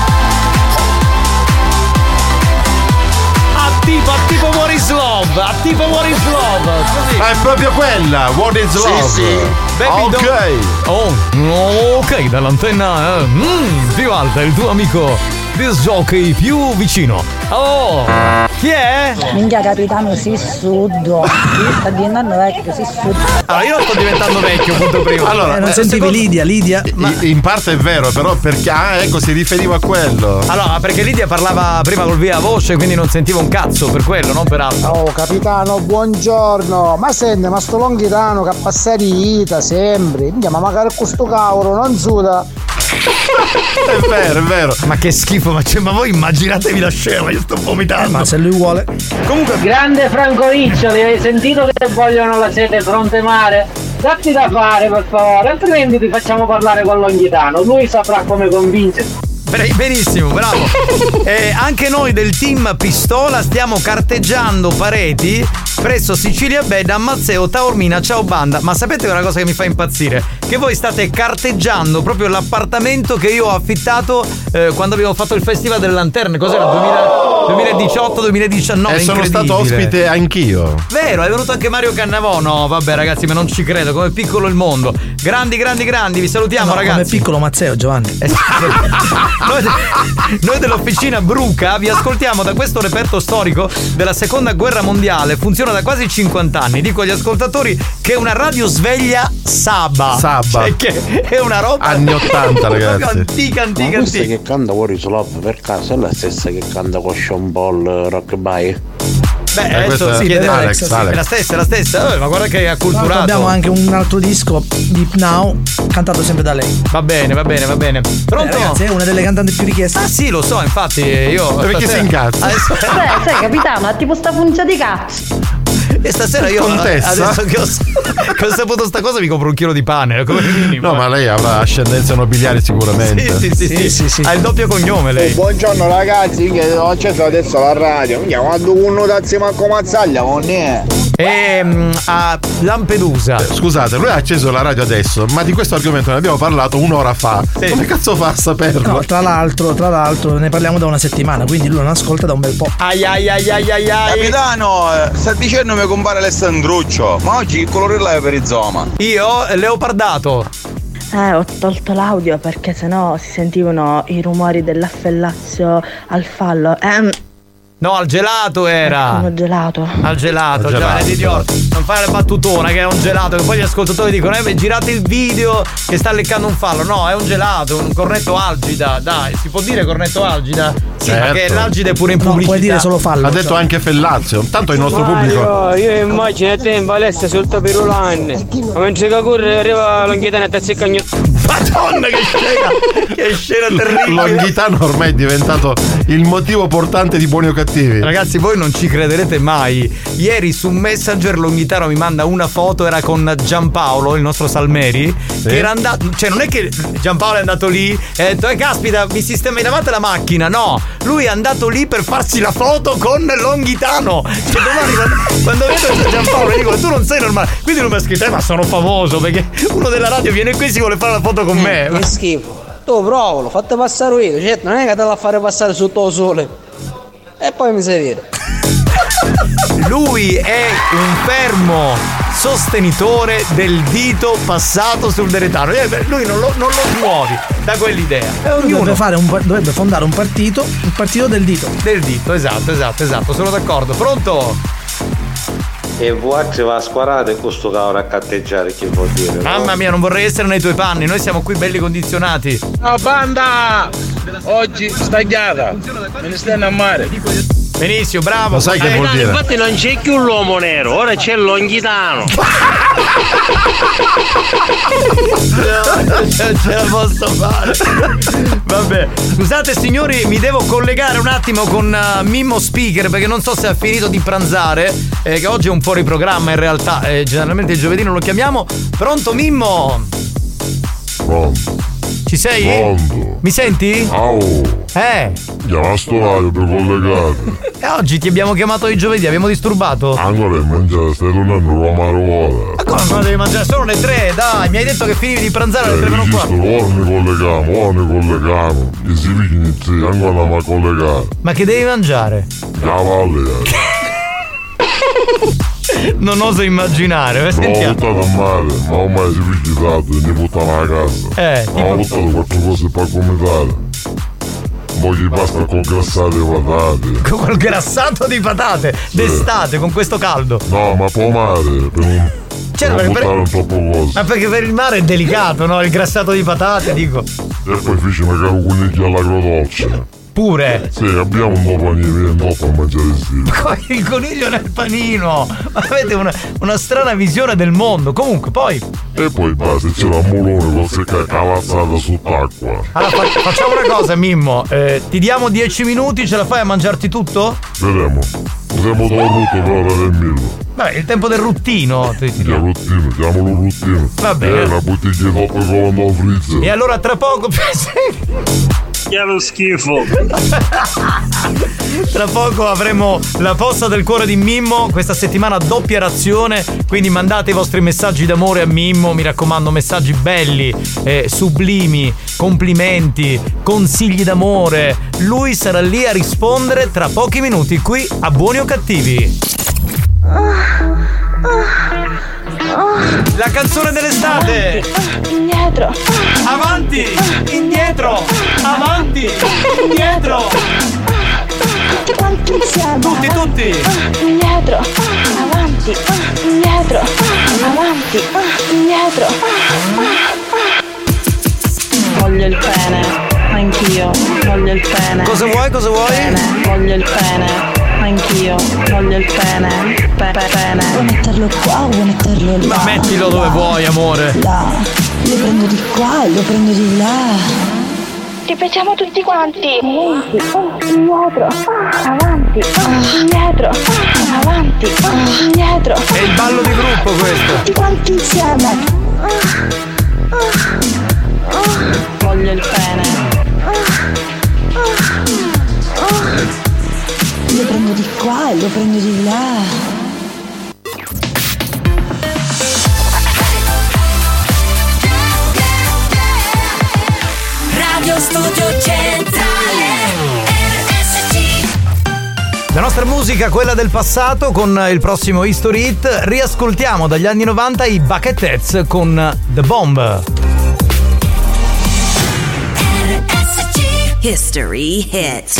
A tipo, a tipo What is Love, a tipo What is Love. Così. Ma è proprio quella, What is Love. Sì, sì. Baby, ok. don't- Oh, ok, dall'antenna eh, mm, più alta, il tuo amico disc jockey più vicino. Oh, chi è? Minchia capitano, si sudo. Sta diventando vecchio, si sudo. Allora, io non sto diventando vecchio, punto primo. Allora, Eh, non eh, sentivi secondo- Lidia, Lidia. Ma in parte è vero, però perché ah, ecco, si riferiva a quello. Allora, perché Lidia parlava prima col via voce, quindi non sentivo un cazzo per quello, non per altro. Oh capitano, buongiorno. Ma senti, ma sto longhitano che passa di vita sempre. Minchia, ma magari questo cavolo non suda. È vero, è vero. Ma che schifo, ma, cioè, ma voi immaginatevi la scena, io sto vomitando. Ma se lui vuole. Comunque, Grande Franco Riccioli, hai sentito che vogliono la sede fronte mare? Datti da fare per favore, altrimenti ti facciamo parlare con Longhitano, lui saprà come convincere. Beh, benissimo, bravo. Eh, anche noi del team Pistola stiamo carteggiando pareti presso Sicilia Bed a Mazzeo, Taormina. Ciao banda. Ma sapete una cosa che mi fa impazzire? Che voi state carteggiando proprio l'appartamento che io ho affittato eh, quando abbiamo fatto il Festival delle Lanterne. Cos'era? duemiladiciotto duemiladiciannove. E sono incredibile. stato ospite anch'io. Vero, è venuto anche Mario Cannavò. No, vabbè ragazzi, ma non ci credo, come piccolo il mondo. Grandi, grandi, grandi, vi salutiamo No, ragazzi. come piccolo Mazzeo, Giovanni. Noi, de- noi dell'officina Bruca vi ascoltiamo da questo reperto storico della seconda guerra mondiale. Funziona da quasi cinquanta anni. Dico agli ascoltatori che è una radio sveglia Saba. Saba. Cioè che è una roba Anni ottanta, proprio ragazzi. antica, Ma antica, questa antica. che canta What is Love per caso è la stessa che canta con Sean Paul Rock Bye? Beh, Eh, adesso questa è si chiede Alex, sì, Alex. è la stessa, è la stessa. Eh, ma guarda che è Tra acculturato. l'altro abbiamo anche un altro disco di Now cantato sempre da lei. Va bene, va bene, va bene. Pronto? Eh, ragazzi, è una delle cantanti più richieste. Ah sì, lo so, infatti io. Perché si incazza? Adesso, Beh, sai capitano, ha tipo sta puncia di cazzo. e stasera io Contessa? adesso che ho, che ho saputo sta cosa mi compro un chilo di pane come minimo. No, ma lei avrà ascendenza nobiliare sicuramente. Sì, sì, sì, sì, sì. Ha il doppio cognome lei. Buongiorno ragazzi, che ho acceso adesso la radio. Minchia, quando uno dazzi manco mazzaglia, non è. E mm, a Lampedusa. Scusate, lui ha acceso la radio adesso, ma di questo argomento ne abbiamo parlato un'ora fa. Sì. Come cazzo fa a saperlo? No, tra l'altro, tra l'altro, ne parliamo da una settimana, quindi lui non ascolta da un bel po'. Ai ai ai ai ai ai. Capitano, eh, sta dicendo mi compare Alessandruccio, ma oggi che colore l'hai per i zoma? Io leopardato. Eh, ho tolto l'audio perché sennò si sentivano i rumori dell'affellazio al fallo. Ehm, No, al gelato era. sono gelato. Al gelato, Al Giovanni gelato. di Dior. Non fare la battutona che è un gelato. Che poi gli ascoltatori dicono: Eh, girate il video che sta leccando un fallo. No, è un gelato, un cornetto algida. Dai, si può dire cornetto algida? Sì, Certo. perché l'algide è pure in No, pubblicità. puoi dire solo fallo. Ha detto cioè. anche Fellazio. Tanto il nostro pubblico. Mario, io immagino a te in palestra sul tapirulan. Ma mentre che corre arriva Longhitano e ti azzecca ogni... Madonna, che scena! Che scena terribile! Longhitano ormai è diventato il motivo portante di Buoni o Cattivi. Ragazzi, voi non ci crederete mai. Ieri su Messenger Longhitano mi manda una foto, era con Giampaolo, il nostro Salmeri, che era andato. Cioè, non è che Giampaolo è andato lì e ha detto: Eh, caspita, mi sistemi davanti la macchina. No, lui è andato lì per farsi la foto con Longhitano. Cioè, domani quando, quando vedo Giampaolo gli dico: Tu non sei normale. Quindi non mi ha scritto: Eh, ma sono famoso perché uno della radio viene qui e si vuole fare la foto con me. Che schifo. Tu provalo, fate passare io. Certo, non è che te la fare passare sotto il sole. E poi mi sai dire. Lui è un fermo sostenitore del dito passato sul deretano. Lui non lo, non lo smuovi da quell'idea. E ognuno Dovrebbe, fare un, dovrebbe fondare un partito, un partito del dito. del dito, esatto, esatto, esatto. Sono d'accordo. Pronto? E voi va a squarare in questo cavolo a catteggiare, che vuol dire? no? Mamma mia, non vorrei essere nei tuoi panni. Noi siamo qui belli condizionati. No, banda! Oggi stagliata, me ne stanno a mare. Benissimo, bravo. Lo sai che vuol dire? Infatti non c'è più l'uomo nero, ora c'è l'onghitano. Non ce la posso fare. Vabbè, scusate signori, mi devo collegare un attimo con uh, Mimmo Speaker perché non so se ha finito di pranzare, eh, che oggi è un fuori programma in realtà, eh, generalmente il giovedì non lo chiamiamo. Pronto Mimmo? Pronto. Ci sei? Pronto. Mi senti? Au. Eh. Chiama sto radio per collegare. E oggi ti abbiamo chiamato di giovedì, abbiamo disturbato? Ancora mangiare, stai tornando Roma Rola. Ma come non devi mangiare? Sono le tre, dai, mi hai detto che finivi di pranzare alle tre meno qua. Ora ne colleghiamo, ora ne colleghiamo. Che si vicini, ancora ma collegare. Ma che devi mangiare? La valle. Non oso immaginare, ma sentiamo. ho buttato a mare, ma ormai si vigitato e ne buttava a casa. Eh, ma ho buttato qualche cosa per commentare. Poi basta col grassato di patate. Col grassato di patate? Sì. D'estate, con questo caldo? No, ma può mare, per un... Cioè, non per, buttare un troppo cose. Ma perché per il mare è delicato, no? Il grassato di patate, dico. E poi fece magari un coniglio all'agrodolce. Pure? Sì, abbiamo un po' panino, un po' a mangiare stile. Ma il coniglio nel panino! Ma avete una, una strana visione del mondo. Comunque, poi. E poi basta, c'era un mulone con secca cavazzata sott'acqua. Allora, fa- facciamo una cosa, Mimmo. Eh, ti diamo dieci minuti, ce la fai a mangiarti tutto? Vedremo. Usiamo tutto rutto per ora del millo. Vabbè, il tempo del ruttino. Ti, ti il ruttino, chiamalo ruttino. Va bene. Eh, una bottiglia dopo che lo andò a freezer. E allora tra poco. Che lo schifo. Tra poco avremo la posta del cuore di Mimmo. Questa settimana doppia razione. Quindi mandate i vostri messaggi d'amore a Mimmo. Mi raccomando, messaggi belli, eh, sublimi, complimenti, consigli d'amore. Lui sarà lì a rispondere tra pochi minuti qui a Buoni o Cattivi. La canzone dell'estate. Indietro. Avanti. Indietro. Avanti. Indietro. Tutti quanti insieme. Tutti, tutti. Indietro. Avanti. Indietro. Avanti. Indietro. Voglio il pene. Anch'io. Voglio il pene. Cosa vuoi? Cosa vuoi? Pene. Voglio il pene. Anch'io voglio il pene, pe- pe- pene. Vuoi metterlo qua o vuoi metterlo là? Ma mettilo dove là, vuoi, amore. Là. Lo prendo di qua e lo prendo di là. Ripetiamo tutti quanti. Indietro, avanti, indietro, avanti, indietro. È il ballo di gruppo questo. Tutti quanti insieme. Voglio il pene. Lo prendo di qua e lo prendo di là. Radio Studio Centrale R S C. La nostra musica, quella del passato, con il prossimo History Hit. Riascoltiamo dagli anni novanta i Bucketheads con The Bomb. R S C History Hit.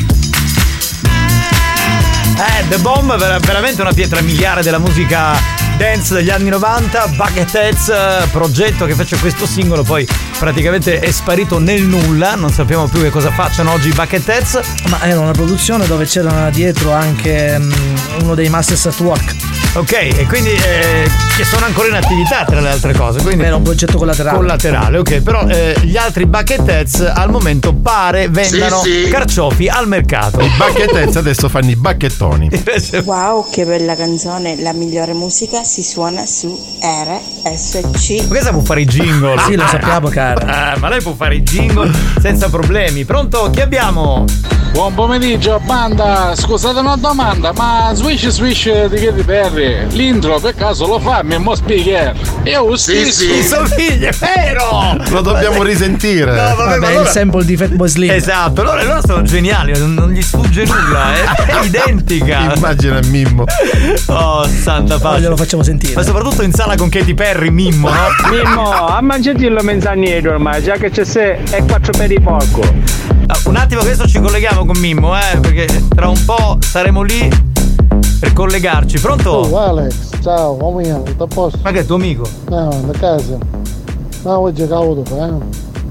The Bomb è veramente una pietra miliare della musica dance degli anni novanta, Bucketheads, progetto che fece questo singolo, poi praticamente è sparito nel nulla, non sappiamo più che cosa facciano oggi i Bucketheads. Ma era una produzione dove c'era dietro anche um, uno dei Masters at Work. Ok, e quindi eh, che sono ancora in attività tra le altre cose, quindi era un progetto collaterale. Collaterale, ok, però eh, gli altri Bucketheads al momento pare vendano Sì, sì. carciofi al mercato. I Bucketheads adesso fanno i bacchettoni. Wow, che bella canzone, la migliore musica si suona su R S C. Ma questa può fare i jingle? Sì, lo sappiamo, cara. Ah, ma lei può fare i jingle senza problemi. Pronto? Chi abbiamo? Buon pomeriggio banda, scusate una domanda, ma Swish Swish di Katy Perry, l'intro per caso lo fa Mimmo Speaker? Io Sì, sì. Suo figlio, è vero! Lo dobbiamo risentire. No, vabbè, Vabbè, ma il allora- sample di Fatboy Slim. Esatto, allora loro sono geniali, non, non gli sfugge nulla, è, è identica. Immagina Mimmo. Oh, santa pace. Glielo facciamo sentire. Ma soprattutto in sala con Katy Perry, Mimmo, no? Mimmo, a mangiarlo mezzaniero ormai, già che c'è sé e quattro per di porco. Ah, un attimo che adesso ci colleghiamo con Mimmo, eh, perché tra un po' saremo lì per collegarci. Pronto? Oh Alex, ciao, come è? Tutto a posto? Ma che è tuo amico? No, da casa. Ma oggi cavolo fa, eh?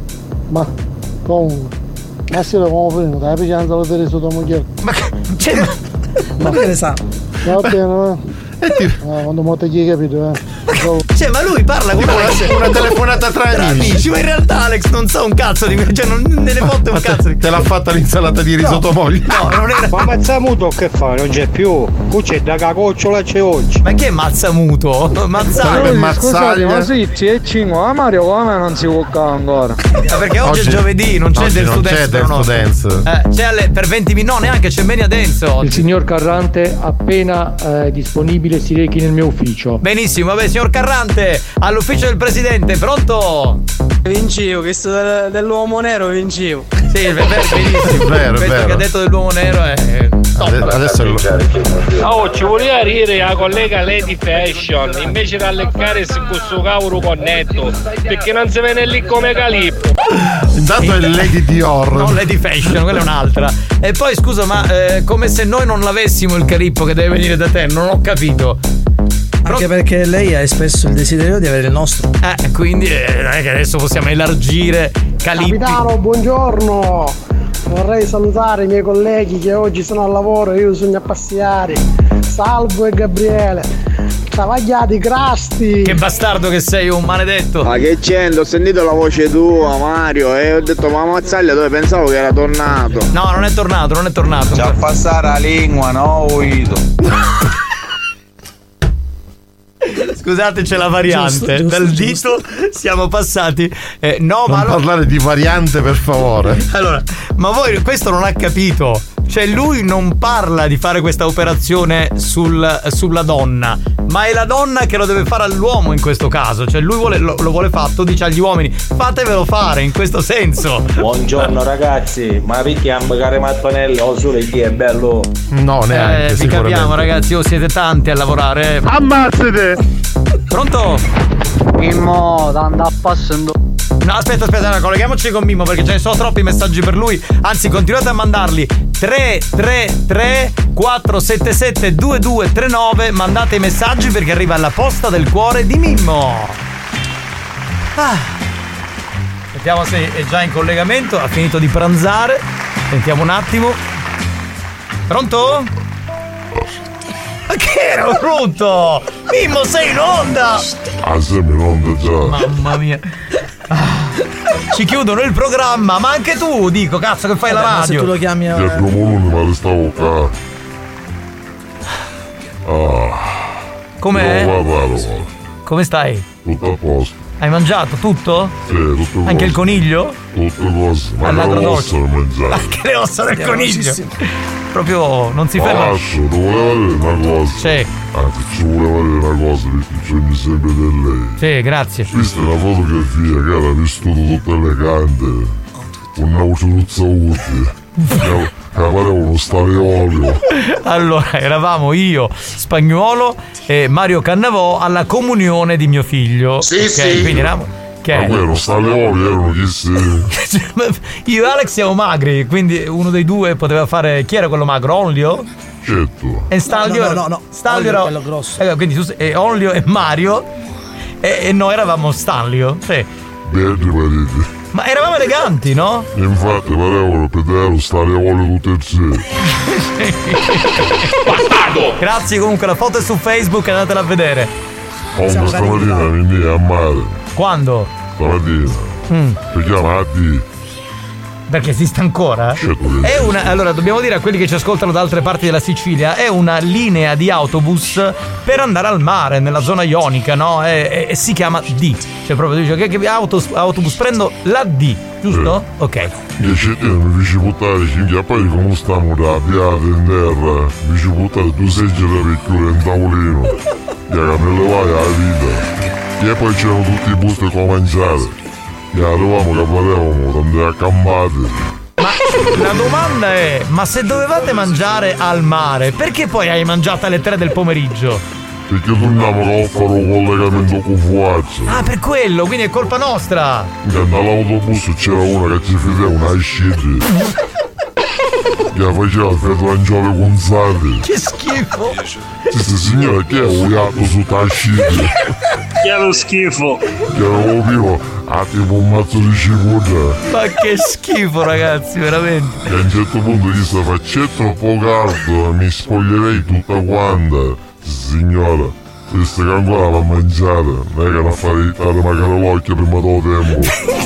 Ma comunque, ma se lo come finito, dai pigliando la tele sotto moglie. Ma che cioè, ma che ne sa? Va bene, eh? Ah, quando mo te chi capito, eh? Cioè, ma lui parla come Tipo una telefonata tra amici. ma in realtà Alex non sa un cazzo di me, cioè non ne fotte un Ma cazzo di te, te l'ha fatta l'insalata di risotto moglie? No, non era. Ma Mazzamuto che fa? Non c'è più. Qui c'è da cacocciola c'è oggi. Ma che è Mazzamuto? Mazzaglia. Sarebbe Mazzaglia. Ma sì, e cinque, ma Mario come non si può ancora? Ma perché oggi, è giovedì, non c'è oggi del non student c'è del students. Eh, c'è alle, per venti minuti, no, neanche c'è Mania Dance oggi. Il signor Carrante appena eh, disponibile si rechi nel mio ufficio. Benissimo, vabbè, signor Carrante, all'ufficio del presidente, pronto? Vincevo, questo del, dell'uomo nero vincevo. Sì, è vero, benissimo. Vero, Questo vero. che ha detto dell'uomo nero è top. Adesso è lo... Oh, ci voleva dire la collega Lady Fashion invece di alleccare su questo cavolo connetto, perché non si vede lì come Calippo. Intanto è Lady Dior. No, Lady Fashion, quella è un'altra. E poi scusa, ma eh, come se noi non l'avessimo il Calippo che deve venire da te, non ho capito. Anche perché lei ha espresso il desiderio di avere il nostro. Eh, quindi eh, non è che adesso possiamo elargire Calippi. Capitano, buongiorno. Vorrei salutare i miei colleghi che oggi sono al lavoro e io sogno a passeare. Salvo e Gabriele. Travagliati, crasti. Che bastardo che sei, un maledetto. Ma che c'è? Ho sentito la voce tua, Mario, e ho detto ma Mazzaglia dove pensavo che era tornato. No, non è tornato, non è tornato. C'ha passare la lingua, no, ho udito. Scusate, c'è la variante. Giusto, giusto, Dal giusto. dito siamo passati. Eh, no, Non ma allora, parlare di variante, per favore. allora, ma voi questo non ha capito. Cioè, lui non parla di fare questa operazione sul, sulla donna, ma è la donna che lo deve fare all'uomo in questo caso. Cioè, lui vuole, lo, lo vuole fatto, dice agli uomini: fatevelo fare in questo senso. Buongiorno ragazzi, ma picchiamo care mattonelle o solo chi è bello? No, neanche. Eh, vi sicuramente. capiamo, ragazzi. Oh, siete tanti a lavorare. eh. Ammazzate! Pronto? Mimmo, tanta passando. No, aspetta, aspetta, no, colleghiamoci con Mimmo perché ce ne sono troppi messaggi per lui. Anzi, continuate a mandarli. tre tre tre quattro sette sette due due tre nove. Mandate i messaggi perché arriva alla posta del cuore di Mimmo. Ah. Vediamo se è già in collegamento. Ha finito di pranzare. Sentiamo un attimo. Pronto? Ma che era brutto! Mimmo, sei in onda! Ah, sembra in onda già. Mamma mia. Ah. Ci chiudono il programma, ma anche tu, dico, cazzo che fai Vabbè, la ma radio. se tu lo chiami Ti è promolone, ma restavo qua. Ah. Com'è? No, guarda, guarda. Come stai? Tutto a posto. Hai mangiato tutto? Sì, tutto a Anche posto. il coniglio? Tutte cose, ma le All'agrodolce. ossa da mangiare. Anche le ossa del Andiamo, coniglio. sì, sì. Proprio non si ferma. Lascio, ti voleva dire una cosa. Sì. Anche ci voleva dire una cosa perché sogni sempre di lei. Sì, grazie. Viste la fotografia che era vestito tutto elegante, con una voce tuzza utile, che pareva uno staleolio. Allora, eravamo io, Spagnuolo e Mario Cannavò alla comunione di mio figlio. Sì, Ok, sì. quindi eravamo. Che Ma è? quello staleolio erano chi si... Io e Alex siamo magri, quindi uno dei due poteva fare. Chi era quello magro? Onlio? Certo. E Stanlio. No, no, no, no. Stanlio Olio, era quello grosso. Eh, quindi tu sei e Olio e Mario. E, e noi eravamo Stanlio. Sì. Belli pariti. Ma eravamo eleganti, no? Infatti parevano pedero stare a olio tutte e tre. Bastardo! Grazie comunque, la foto è su Facebook, andatela a vedere. Oh, ma stamattina venì a mare. Quando? Stamattina. Mm. Si chiama A D. Perché esiste ancora? Certo che È una, allora dobbiamo dire a quelli che ci ascoltano da altre parti della Sicilia, è una linea di autobus per andare al mare nella zona ionica, no? E, e- e si chiama D. Cioè proprio dice che, che autos- autobus prendo la D, giusto? Ok. Che c'è te, mi feci buttare cinque, poi come stiamo da piate in terra, mi feci buttare due seggiole per chiudere un tavolino. Che me le vai alla vita. E poi c'erano tutti i busti con mangiare. E arrivavamo che parlavamo, tante accampate. Ma la domanda è, ma se dovevate mangiare al mare, perché poi hai mangiato alle tre del pomeriggio? Perché torniamo che ho fatto un collegamento con Fuazza. Ah, per quello, quindi è colpa nostra. Nell'autobus c'era una che ci faceva una scegli. Che faceva il fettuanciale con sale. Che schifo. Questa signora che è un gatto su tascite. Che è lo schifo. Che avevo vivo ha tipo un mazzo di cipolla. Ma che schifo, ragazzi, veramente. E a un certo punto gli sta facendo troppo caldo, mi spoglierei tutta quanta. Signora, questa che ancora va a mangiare, non è che non fare ittare magari l'occhio prima del tempo.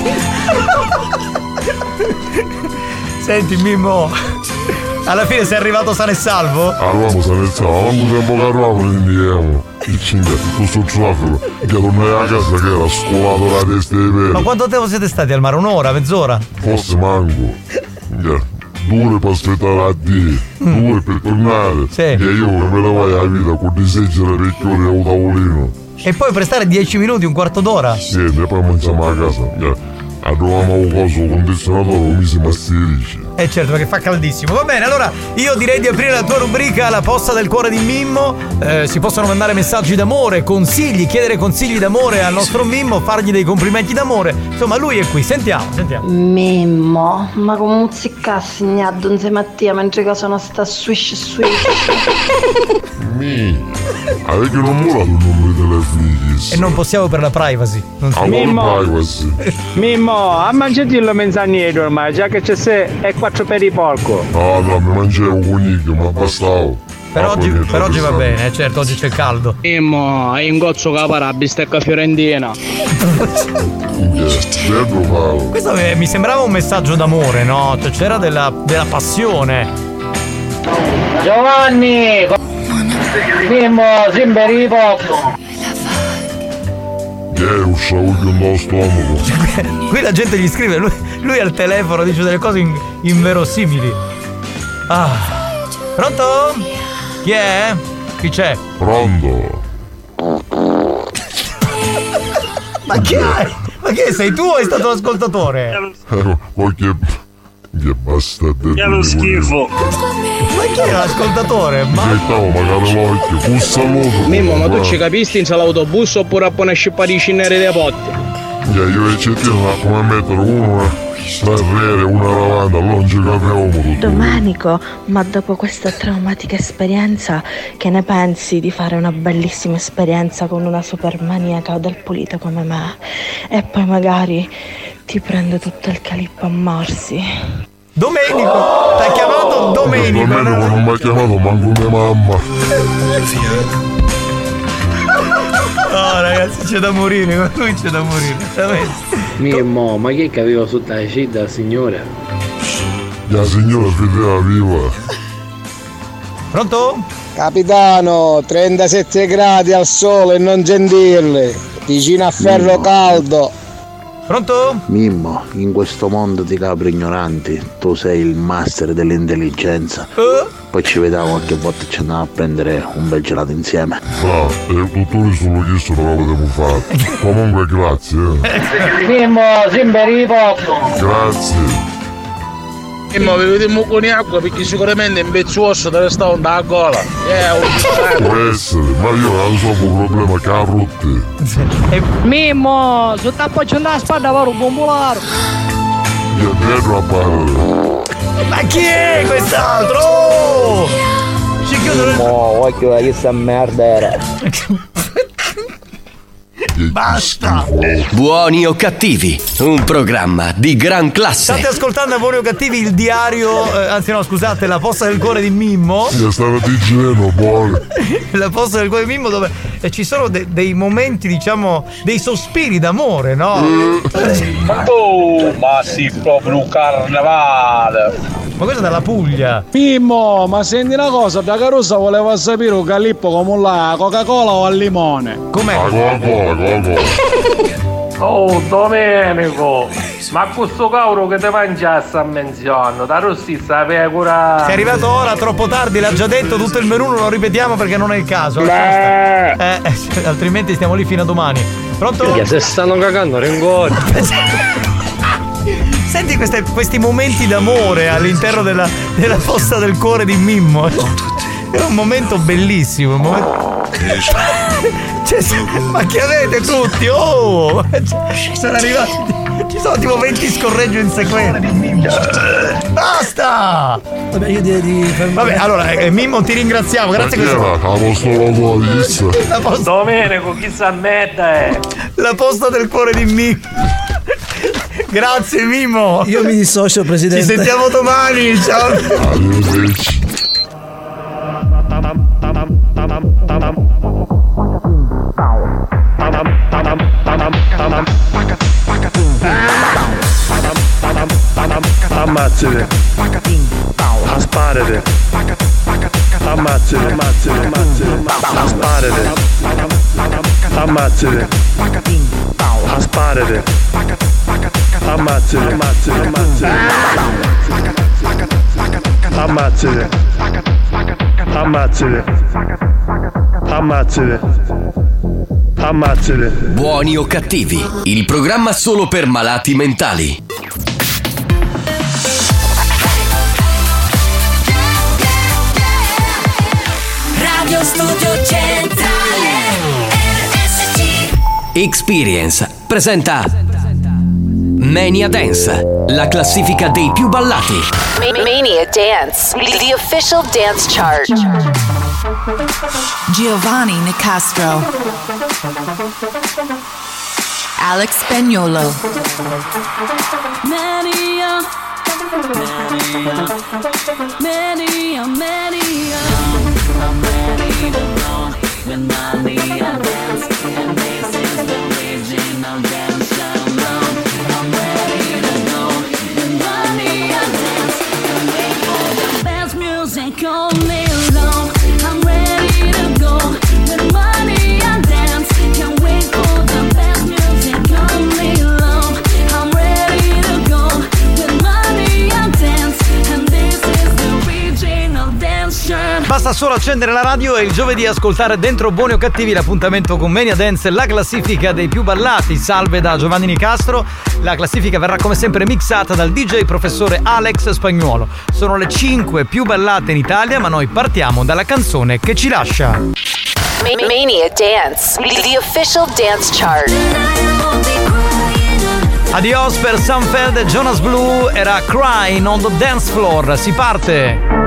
Senti Mimmo, alla fine sei arrivato sano e salvo? Arriviamo sano e salvo, ma quanto tempo che arriviamo ne andiamo. Il cinghia, tutto sul traffico, che tornai a casa che era scolato la testa di pelo. Ma quanto tempo siete stati al mare? Un'ora, mezz'ora? Forse manco. Yeah. Due ore per aspettare a D, due ore per tornare. Sì. E io che me la vai alla vita con di seggiole per chiudere un tavolino. E poi per stare dieci minuti, un quarto d'ora? Niente, e poi mangiamo a casa. Yeah. Arriviamo a un coso, un condizionatore, un mese masterici. Eh certo, perché fa caldissimo. Va bene, allora io direi di aprire la tua rubrica, la posta del cuore di Mimmo. Eh, si possono mandare messaggi d'amore, consigli, chiedere consigli d'amore al nostro Mimmo, fargli dei complimenti d'amore. Insomma, lui è qui. Sentiamo, sentiamo. Mimmo, ma come un ziccassi gnaddo insieme a te mentre che sono sta swish swish. Mi, avete non murato il numero di telefono? E non possiamo per la privacy. Non si Ah, Mimmo. privacy. Mimmo, a mangiarlo mezzaniero ormai, già che c'è sé e quattro per di porco. No, no, mi mangiavo coniglio, ma bastava. Per Ah, oggi, poi per oggi va niente, bene, eh, certo, oggi c'è caldo. Mimmo, hai un gozzo capara, bistecca fiorentina. Bello Paolo. Questo mi, mi sembrava un messaggio d'amore, no? Cioè c'era della, della passione. Giovanni! Mimmo, simberi poco. Che è un sciaglio nello stomaco. Qui la gente gli scrive, lui, lui al telefono dice delle cose in- inverosimili. Ah. Pronto? Chi è? Chi c'è? Pronto? Ma chi è? Ma che sei tu o è stato l'ascoltatore? Eh, poi che... Che bastardo. Che è lo schifo. Ma chi è l'ascoltatore? Ma... Aspettavo magari l'occhio, un saluto. Mimmo, ma tu ci capisti in l'autobus oppure a pone scippare i cinneri dei potti? Yeah, io e Cettino non come mettere uno strarriere, una lavanda, non ci capiamo tutto. Domenico, ma dopo questa traumatica esperienza, che ne pensi di fare una bellissima esperienza con una super maniaca del pulito come me? E poi magari ti prende tutto il calippo a morsi. Domenico! T'ha chiamato Domenico! Domenico non mi ha chiamato manco mia mamma. Oh ragazzi, c'è da morire, con lui c'è da morire, veramente. Mimmo, ma che aveva sotto la città, signora? La signora Fidea viva. Pronto? Capitano, trentasette gradi al sole e non sentirli. Vicino a ferro caldo. Pronto? Mimmo, in questo mondo di capri ignoranti, tu sei il master dell'intelligenza. Poi ci vediamo qualche volta e ci andiamo a prendere un bel gelato insieme. Ah, e il dottore solo chiesto non l'avevamo fatto. Comunque grazie. Eh. Mimmo, simberi poco. Grazie. Mimmo, beviamo con acqua perché sicuramente in bezzuoso deve stare un da gola. Eh, Può essere, ma io non so un problema che ha rotte. Mimmo, su tappaggio la spada va un bombolaro. Io dietro a parlare. Ma chi è quest'altro? Oh! ci chiudono il... Oh, occhio, che sta merda era. Basta! Buoni o cattivi, un programma di gran classe. State ascoltando a Buoni o Cattivi il diario, eh, anzi no scusate, la posta del cuore di Mimmo. Io stavo dicendo, buono. La posta del cuore di Mimmo dove eh, ci sono de- dei momenti, diciamo, dei sospiri d'amore, no? Mm. Oh, ma sì, proprio un carnevale. Ma questa è dalla Puglia. Mimmo, ma senti una cosa, da Caruso voleva sapere un Calippo come la Coca-Cola o al limone. Com'è? La Coca-Cola, Coca-Cola. Oh, Domenico, ma questo cavolo che ti mangia sta menzione, da rossi sapeva cura. Sei arrivato ora, troppo tardi, l'ha già detto, tutto il menù non lo ripetiamo perché non è il caso. Beh. Eh, eh, altrimenti stiamo lì fino a domani. Pronto? Perché se stanno cagando ringoni. Senti queste, questi momenti d'amore all'interno della, della posta del cuore di Mimmo. È un momento bellissimo. Un momento... Cioè, ma che avete tutti? Oh! Sono arrivati. Ci sono tipo venti scorreggio in sequenza. Basta! Vabbè, io direi di fermare. Vabbè, allora, eh, Mimmo, ti ringraziamo. Grazie che la posta La posta. Domenico, chi sa merda è? La posta del cuore di Mimmo. Grazie Mimmo. Io mi dissocio, presidente. Ci sentiamo domani. Ciao. Arrivederci. Ammazzate. Asparate. Ammazzate, ammazzate, ammazzate. Asparate. Ammazzate. Asparate. Ammazzate, ammazzate, ammazzate. Ammazzate. Ammazzate. Ammazzate. Ammazzate. Buoni o cattivi, il programma solo per malati mentali. Radio Studio Centrale R S C. Experience presenta Mania Dance, la classifica dei più ballati. Mania Dance, the official dance chart. Giovanni Nicastro, Alex Spagnolo, Mania, Mania, Mania, Mania. I'm ready to go with Mania Dance, and this is the original dance sound. I'm ready to go with Mania Dance, and wait for the best music all day long. I'm ready to go with Mania Dance, can't wait for the best music all day long. I'm ready to go with Mania Dance, and this is the original dance shirt. Basta solo accendere la radio e il giovedì ascoltare Dentro Buoni o Cattivi l'appuntamento con Mania Dance, la classifica dei più ballati. Salve da Giovanni Nicastro. La classifica verrà come sempre mixata dal D J professore Alex Spagnolo. Sono le cinque più ballate in Italia, ma noi partiamo dalla canzone che ci lascia. Mania Dance, the official dance chart. Adios per Sunfeld e Jonas Blue, era Crying on the Dance Floor. Si parte.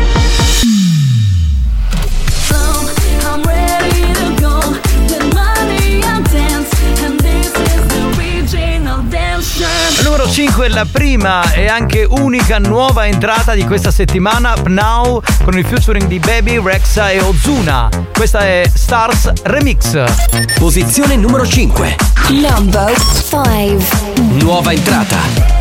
I'm ready to go with Mania Dance, and this is the original dance shirt. Numero cinque, la prima e anche unica nuova entrata di questa settimana, Pnau con il featuring di Baby, Rexa e Ozuna. Questa è Stars Remix. Posizione numero cinque. Number five. Nuova entrata.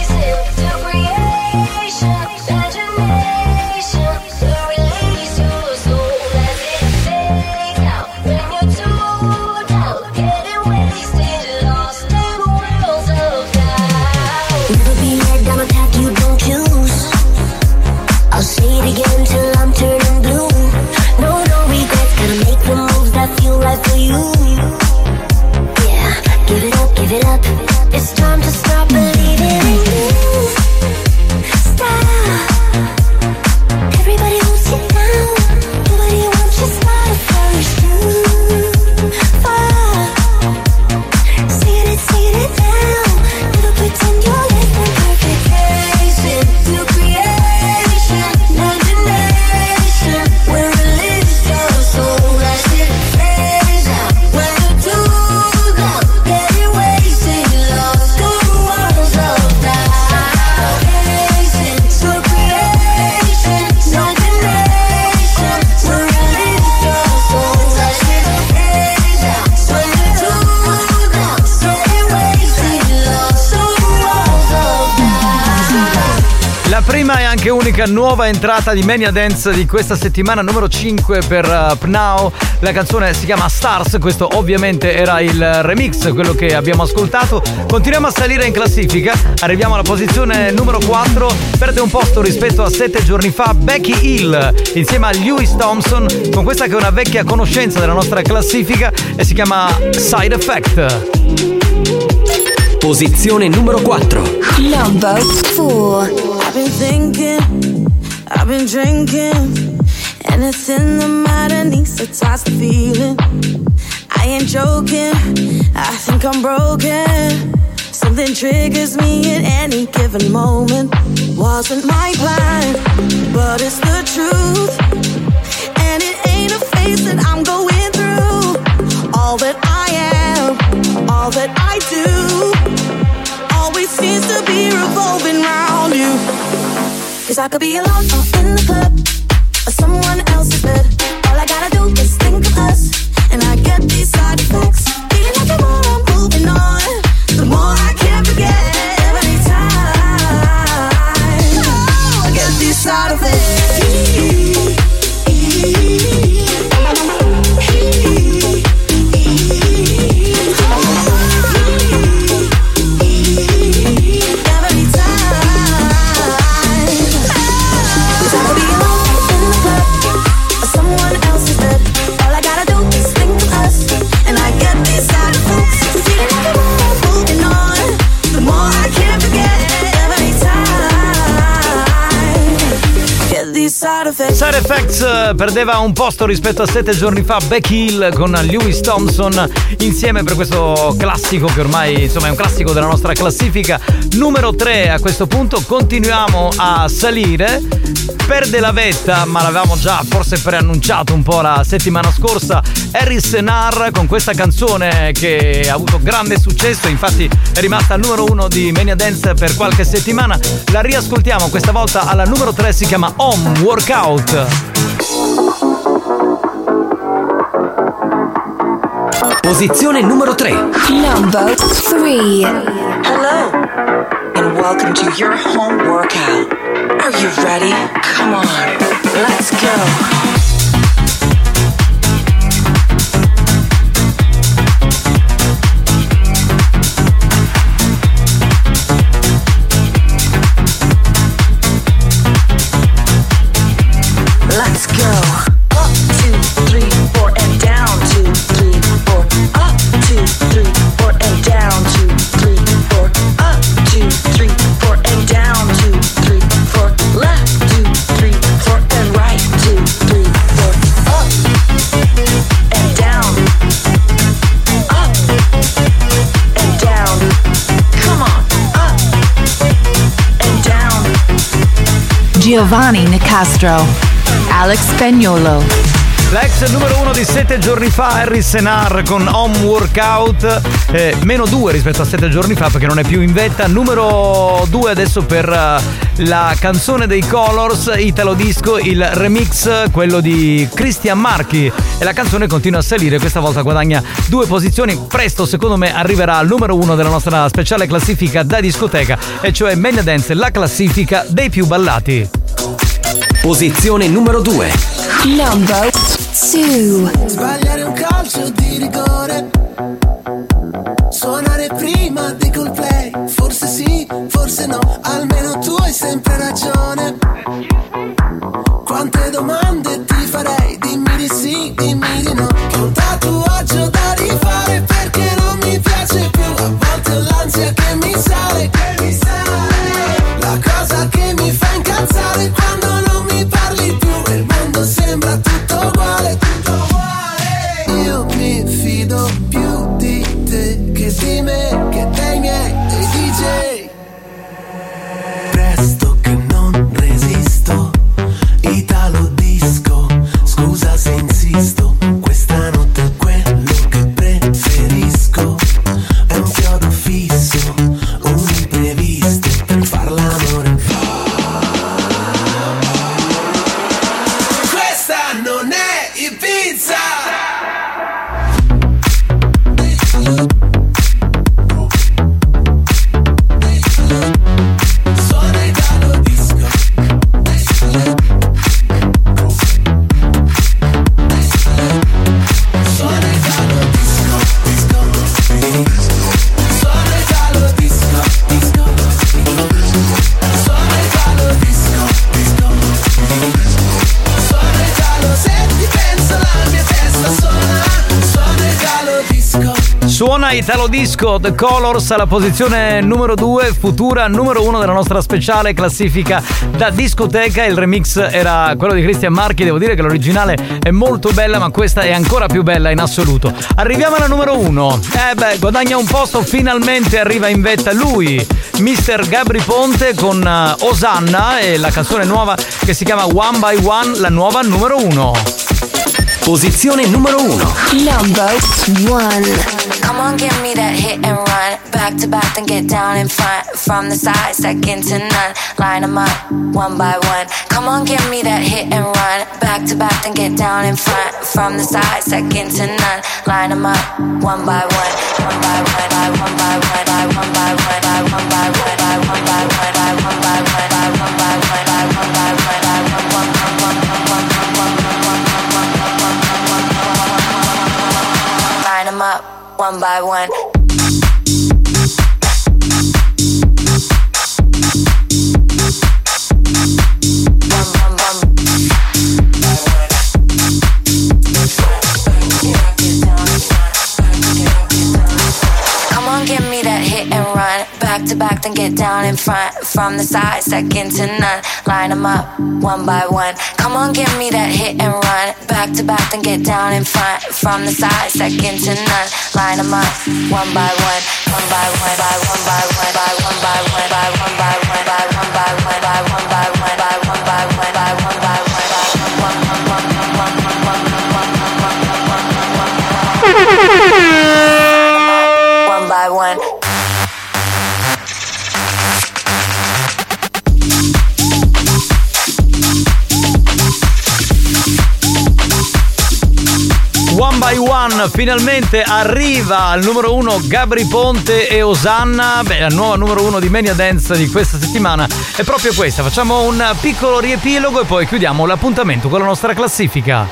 I'll say it again till I'm turning blue. No, no regrets, gotta make the moves that feel right for you. Yeah, give it up, give it up. It's time to start believing in you. Stop. Everybody wants you now. Nobody wants you smile first. You fall. Saying it, saying it now. Never pretend you're less than perfect. New creation, imagination. La prima e anche unica nuova entrata di Mania Dance di questa settimana, numero cinque per uh, Pnau. La canzone si chiama Stars, questo ovviamente era il remix, quello che abbiamo ascoltato. Continuiamo a salire in classifica, arriviamo alla posizione numero quattro, perde un posto rispetto a sette giorni fa Becky Hill insieme a Lewis Thompson con questa che è una vecchia conoscenza della nostra classifica e si chiama Side Effect. Posizione numero quattro. Number four. I've been thinking, I've been drinking, anything that matter needs to touch the feeling. I ain't joking, I think I'm broken. Something triggers me at any given moment. Wasn't my plan, but it's the truth. And it ain't a phase that I'm going through. All that I am, all that I do, always seems to be revolving around you. Cause I could be alone or in the club, or someone else's bed. All I gotta do is think of us, and I get these side effects. Feeling like the more I'm moving on, the more I can't forget. Every time oh, I get these side effects. Side Effects perdeva un posto rispetto a sette giorni fa Becky Hill con Lewis Thompson insieme per questo classico che ormai insomma è un classico della nostra classifica. Numero tre a questo punto, continuiamo a salire. Perde la vetta, ma l'avevamo già forse preannunciato un po' la settimana scorsa, Harry Senar con questa canzone che ha avuto grande successo, infatti è rimasta al numero uno di Mania Dance per qualche settimana. La riascoltiamo questa volta alla numero tre, si chiama Home Workout. Posizione numero tre. Number three. Hello, and welcome to your home workout. Are you ready? Come on, let's go. Let's go. Up, two, three, four, and down, two, three, four. Up, two, three, four, and down, two, three, four. Up, two, three, four, and down, two, three, four. Left, two, three, four, and right, two, three, four. Up and down. Up and down. Come on. Up and down. Giovanni Nicastro. Alex Spagnuolo. L'ex numero uno di sette giorni fa, Harry Senar con Home Workout, eh, meno due rispetto a sette giorni fa perché non è più in vetta. Numero due adesso per uh, la canzone dei Colors, Italo Disco, il remix, quello di Christian Marchi, e la canzone continua a salire, questa volta guadagna due posizioni. Presto secondo me arriverà al numero uno della nostra speciale classifica da discoteca, e cioè Mania Dance, la classifica dei più ballati. Posizione numero due. Number two. Sbagliare un calcio di rigore, suonare prima dei Coldplay, forse sì, forse no, almeno tu hai sempre ragione. Quante domande ti farei, dimmi di sì, dimmi di no. Che un tatuaggio da rifare perché non mi piace più, a volte ho l'ansia che mi sale, che mi sale. La cosa che mi fa incazzare quando non mi parli più e il mondo sembra tutto uguale, tutto uguale. Io mi fido più di te che di me, che dei miei, dei D J. Presto che non resisto, Italo Disco, scusa settimana Italo Disco The Colors alla posizione numero due, Futura numero uno della nostra speciale classifica da discoteca. Il remix era quello di Christian Marchi, devo dire che l'originale è molto bella, ma questa è ancora più bella in assoluto. Arriviamo alla numero uno. Eh beh, guadagna un posto, finalmente arriva in vetta lui, mister Gabri Ponte con uh, Osanna e la canzone nuova che si chiama One by One, la nuova numero uno. Posizione numero uno. Number one. Come on, give me that hit and run. Back to back, then get down in front. From the side, second to none. Line them up, one by one. Come on, give me that hit and run. Back to back, then get down in front. From the side, second to none. Line them up, one by one. One by one, by one by one, by one by one, by one by one, by one by one, by one by one, by one by one, by one by one, by one one one one one one one one. Line them up, one by one. Give me that hit and run. Back to back, then get down in front. From the side, second to none. Line them up, one by one. Come on, give me that hit and run. Back to back, then get down in front. From the side, second to none. Line them up, one by one. One by one, by one by one, by one by one, by one by one, by one by one, by one by one, by one by one, by one by one, by one one one one one one by one. One by One, finalmente arriva al numero uno Gabri Ponte e Osanna. Beh, la nuova numero uno di Mania Dance di questa settimana è proprio questa. Facciamo un piccolo riepilogo e poi chiudiamo l'appuntamento con la nostra classifica.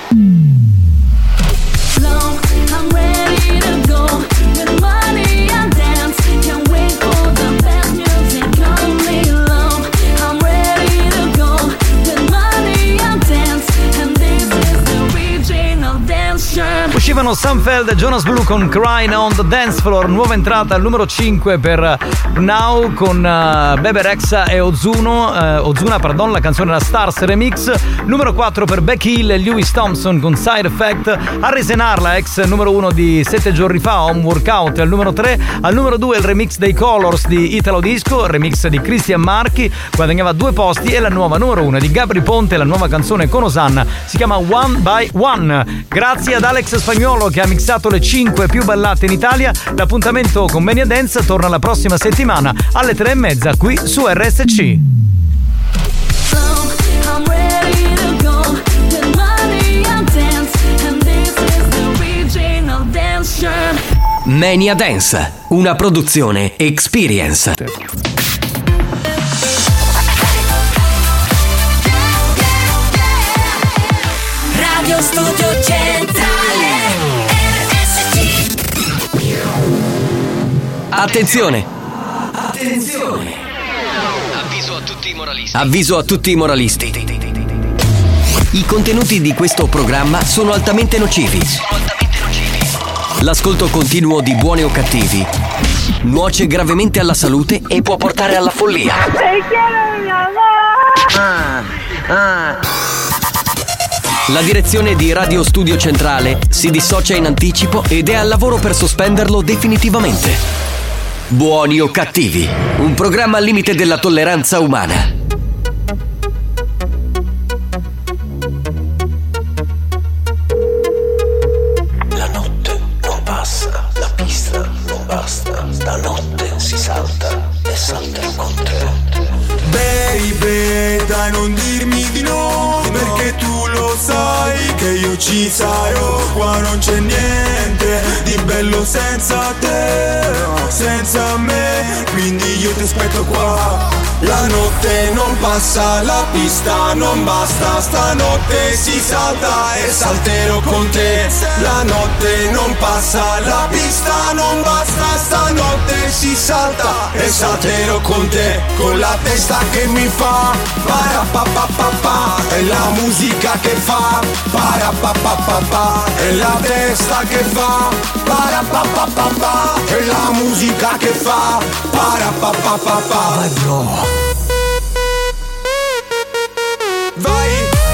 Uscivano Sunfeld e Jonas Blue con Crying on the Dance Floor, nuova entrata al numero cinque per Now con uh, Bebe Rexha e Ozuno, uh, Ozuna, pardon, la canzone era Stars Remix. Numero quattro per Becky Hill e Lewis Thompson con Side Effect. Harris and Harla, ex numero uno di sette giorni fa, Home Workout al numero tre. Al numero due il remix dei Colors di Italo Disco, remix di Christian Marchi, guadagnava due posti. E la nuova numero uno di Gabri Ponte, la nuova canzone con Osanna, si chiama One by One. Grazie ad Alex Spagnuolo che ha mixato le cinque più ballate in Italia. L'appuntamento con Mania Dance torna la prossima settimana alle tre e mezza qui su R S C. Mania Dance, una produzione Experience. Radio Studio Centrale R S C. Attenzione! Attenzione! Avviso a tutti i moralisti. Avviso a tutti i moralisti. I contenuti di questo programma sono altamente nocivi. L'ascolto continuo di buoni o cattivi nuoce gravemente alla salute e può portare alla follia. Ah, ah. La direzione di Radio Studio Centrale si dissocia in anticipo ed è al lavoro per sospenderlo definitivamente. Buoni o cattivi, un programma al limite della tolleranza umana. La notte non passa, la pista non basta, stanotte si salta e salterò con te. Baby, dai non dirmi di no, perché tu lo sai che io ci sarò. Qua non c'è niente di bello senza te, senza me, quindi io ti aspetto qua. La notte non passa, la pista non basta, stanotte si salta e salterò con te. La notte non passa, la pista non basta, stanotte si salta e salterò con te, con la testa che mi fa parapapapapa, è la musica che fa parapapapapa, è la testa che fa parapapapapa, è la musica che fa parapapapapa. Vai bro, vai.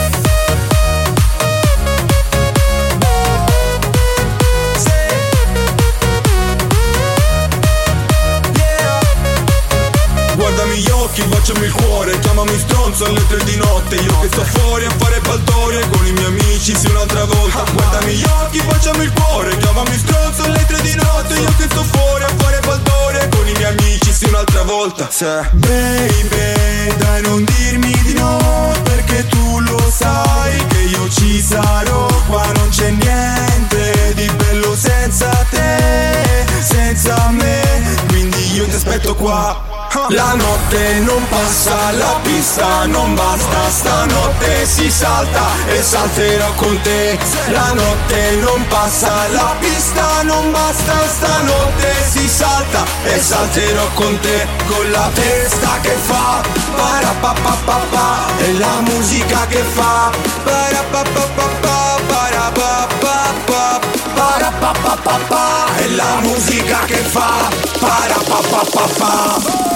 Guardami gli occhi, baciami il cuore, chiamami stronzo alle tre di notte. Io che sto fuori a fare baldoria con i miei amici, sì un'altra volta. Guardami gli occhi, baciami il cuore, chiamami stronzo alle tre di notte. Io che sto fuori a fare baldoria con i miei amici, sì un'altra volta. Baby, dai non dirmi di no, perché tu lo sai che io ci sarò. Qua non c'è niente di bello senza te, senza me, quindi io ti aspetto qua. La notte non passa, la pista non basta, stanotte si salta e salterò con te. La notte non passa, la pista non basta, stanotte si salta e salterò con te, con la testa che fa parapapapapa, e la musica che fa parapapapapa, parapapapa, parapapapapa, e la musica che fa parapapapapa.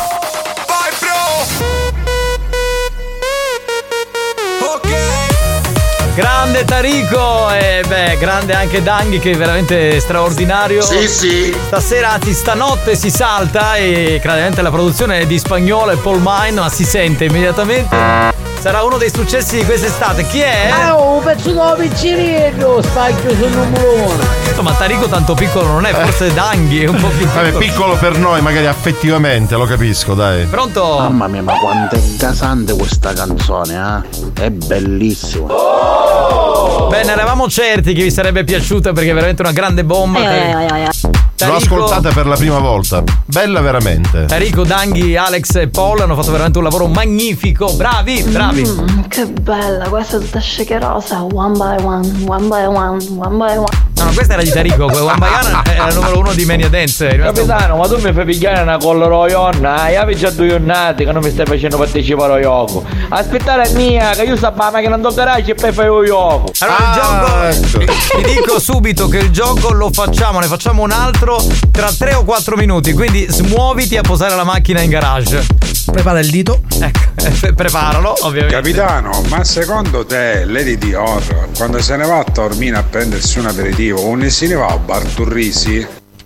Grande Tarico e beh, grande anche Danghi, che è veramente straordinario. Sì, sì. Stasera, anzi stanotte si salta e chiaramente la produzione è di Spagnolo e Paul Mine, ma si sente immediatamente. Sarà uno dei successi di quest'estate. Chi è? Ah, un pezzo da piccerino, spacchio sul numero uno. Ma Tarico tanto piccolo non è, forse Danghi è un po' più piccolo. Vabbè, piccolo per noi, magari affettivamente, lo capisco, dai. Pronto? Mamma mia, ma quanto è gasante questa canzone, eh? È bellissima. Oh! Beh, ne eravamo certi che vi sarebbe piaciuta perché è veramente una grande bomba. Eh, eh, eh, L'ho ascoltata per la prima volta. Bella veramente. Tarico, Danghi, Alex e Paul hanno fatto veramente un lavoro magnifico. Bravi, bravi. Mm, che bella, questa è tutta shakerosa. One by one, one by one, one by one. No, no, questa era di Tarico. One by one era il numero uno di Mania Dance. Capitano, ma tu mi fai pigliare una collera ionna? Io avevo già due giornate che non mi stai facendo partecipare a gioco. Aspettare mia, che io sto a macchina in garage e poi fai lo gioco. Allora il gioco, ecco. Ti dico subito che il gioco lo facciamo, ne facciamo un altro tra tre o quattro minuti, quindi smuoviti a posare la macchina in garage. Prepara il dito. Ecco, preparalo, ovviamente. Capitano, ma secondo te Lady Dior, quando se ne va a Taormina a prendersi un aperitivo, non se ne va a Barturrisi?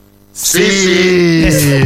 Sì.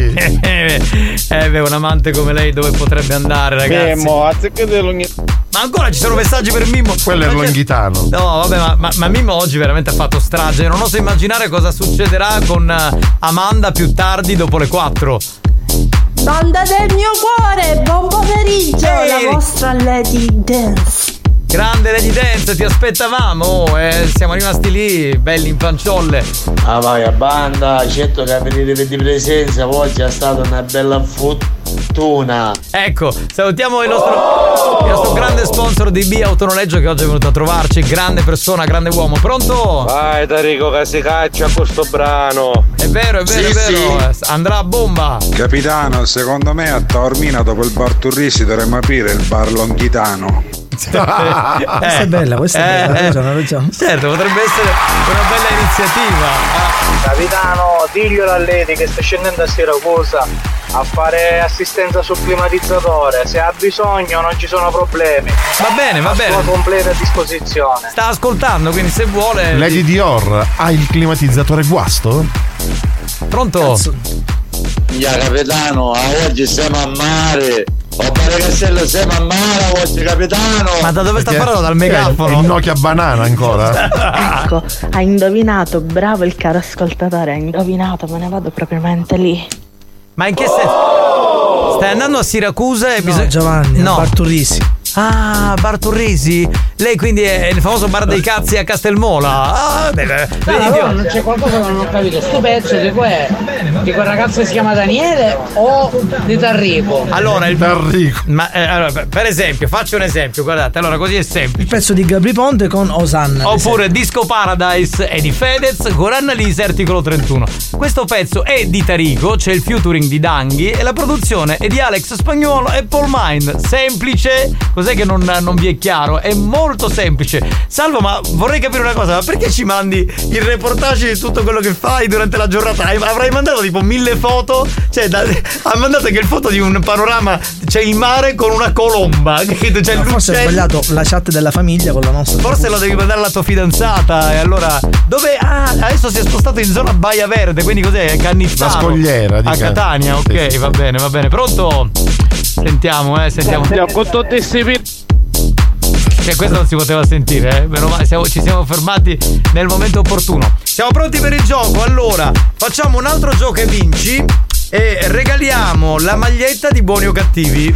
Eh beh, un amante come lei dove potrebbe andare, ragazzi? Mimmo, azzeccate l'ogni... Ma ancora ci sono messaggi per Mimmo? Quello è il Longhitano. No, vabbè, ma, ma, ma Mimmo oggi veramente ha fatto strage. Non oso immaginare cosa succederà con Amanda più tardi dopo le quattro. Banda del mio cuore, buon pomeriggio, Ehi. la vostra Lady Dance. Grande Lady Dance, ti aspettavamo, eh, siamo rimasti lì, belli in panciolle. Ah vai a banda, certo che a venire di presenza oggi è stata una bella fortuna. Ecco, salutiamo il nostro, oh! il nostro grande sponsor di B Autonoleggio che oggi è venuto a trovarci, grande persona, grande uomo. Pronto? Vai Tarico che si caccia questo brano. È vero, è vero, Sì, è vero, andrà a bomba. Capitano, secondo me a Taormina dopo il bar Turrisi dovremmo aprire il bar Longhitano. Questa è bella, questa è Eh, bella, eh. ha ragione, ha ragione. Certo, potrebbe essere una bella iniziativa. Capitano, diglielo a Lady che sta scendendo a Siracusa a fare assistenza sul climatizzatore. Se ha bisogno non ci sono problemi. Va bene, va a bene. sua completa disposizione. Sta ascoltando, quindi se vuole. Lady Dior ha il climatizzatore guasto? Pronto? Ya capitano, oggi siamo a mare. Ho pare che siamo a mare oggi, capitano. Ma da dove sta Perché parlando? Dal è megafono? il Nokia banana ancora? Ecco, ha indovinato, bravo il caro ascoltatore, ha indovinato, me ne vado propriamente lì. Ma in che senso? Stai andando a Siracusa e No, bisogna. Giovanni, No. Barturrisi. Ah, Barturrisi. Lei quindi è il famoso bar dei cazzi a Castelmola. Ah, beh, beh, No, vedi, allora non c'è qualcosa che non ho capito. Sto pezzo di quel, di quel ragazzo che si chiama Daniele o di Tarrico? Allora, il Tarrico. Ma eh, allora, per esempio, faccio un esempio, guardate, allora così è semplice. Il pezzo di Gabri Ponte con Osanna. Oppure Disco Paradise è di Fedez con Annalisa e Articolo trentuno. Questo pezzo è di Tarico, c'è il featuring di Danghi e la produzione è di Alex Spagnuolo e Paul Mine. Semplice, cos'è che non, non vi è chiaro? È molto semplice. Salvo, ma vorrei capire una cosa, ma perché ci mandi il reportage di tutto quello che fai durante la giornata? Avrai mandato tipo mille foto, cioè da, ha mandato anche il foto di un panorama, c'è il mare con una colomba, capito? C'è No, forse hai sbagliato la chat della famiglia con la nostra. Forse lo devi mandare alla tua fidanzata. E allora dove? Ah, adesso si è spostato in zona Baia Verde, quindi cos'è? Cannizzaro. La Scogliera, a dica. Catania, ok, Sì. va bene, va bene. Pronto? Sentiamo, eh, sentiamo. Con tutti questi Cioè, questo non si poteva sentire, eh? Meno male, siamo, ci siamo fermati nel momento opportuno. Siamo pronti per il gioco, allora facciamo un altro gioco e vinci e regaliamo la maglietta di Buoni o Cattivi.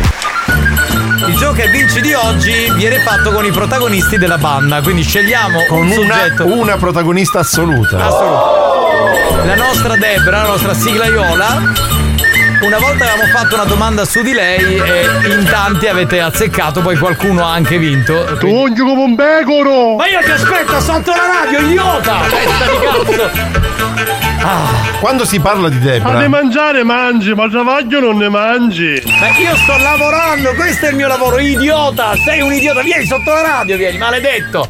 Il gioco e vinci di oggi viene fatto con i protagonisti della banda, quindi scegliamo Con un una, soggetto. una protagonista assoluta. Assoluto. La nostra Debra, la nostra siglaiola. Una volta avevamo fatto una domanda su di lei e in tanti avete azzeccato, poi qualcuno ha anche vinto. Tu oggi come un pecoro! Ma io ti aspetto sotto la radio, idiota! Testa di cazzo! Ah, quando si parla di Ma Debra, di mangiare mangi, ma travaglio non ne mangi! Ma io sto lavorando, questo è il mio lavoro, idiota! Sei un idiota, vieni sotto la radio, vieni, maledetto!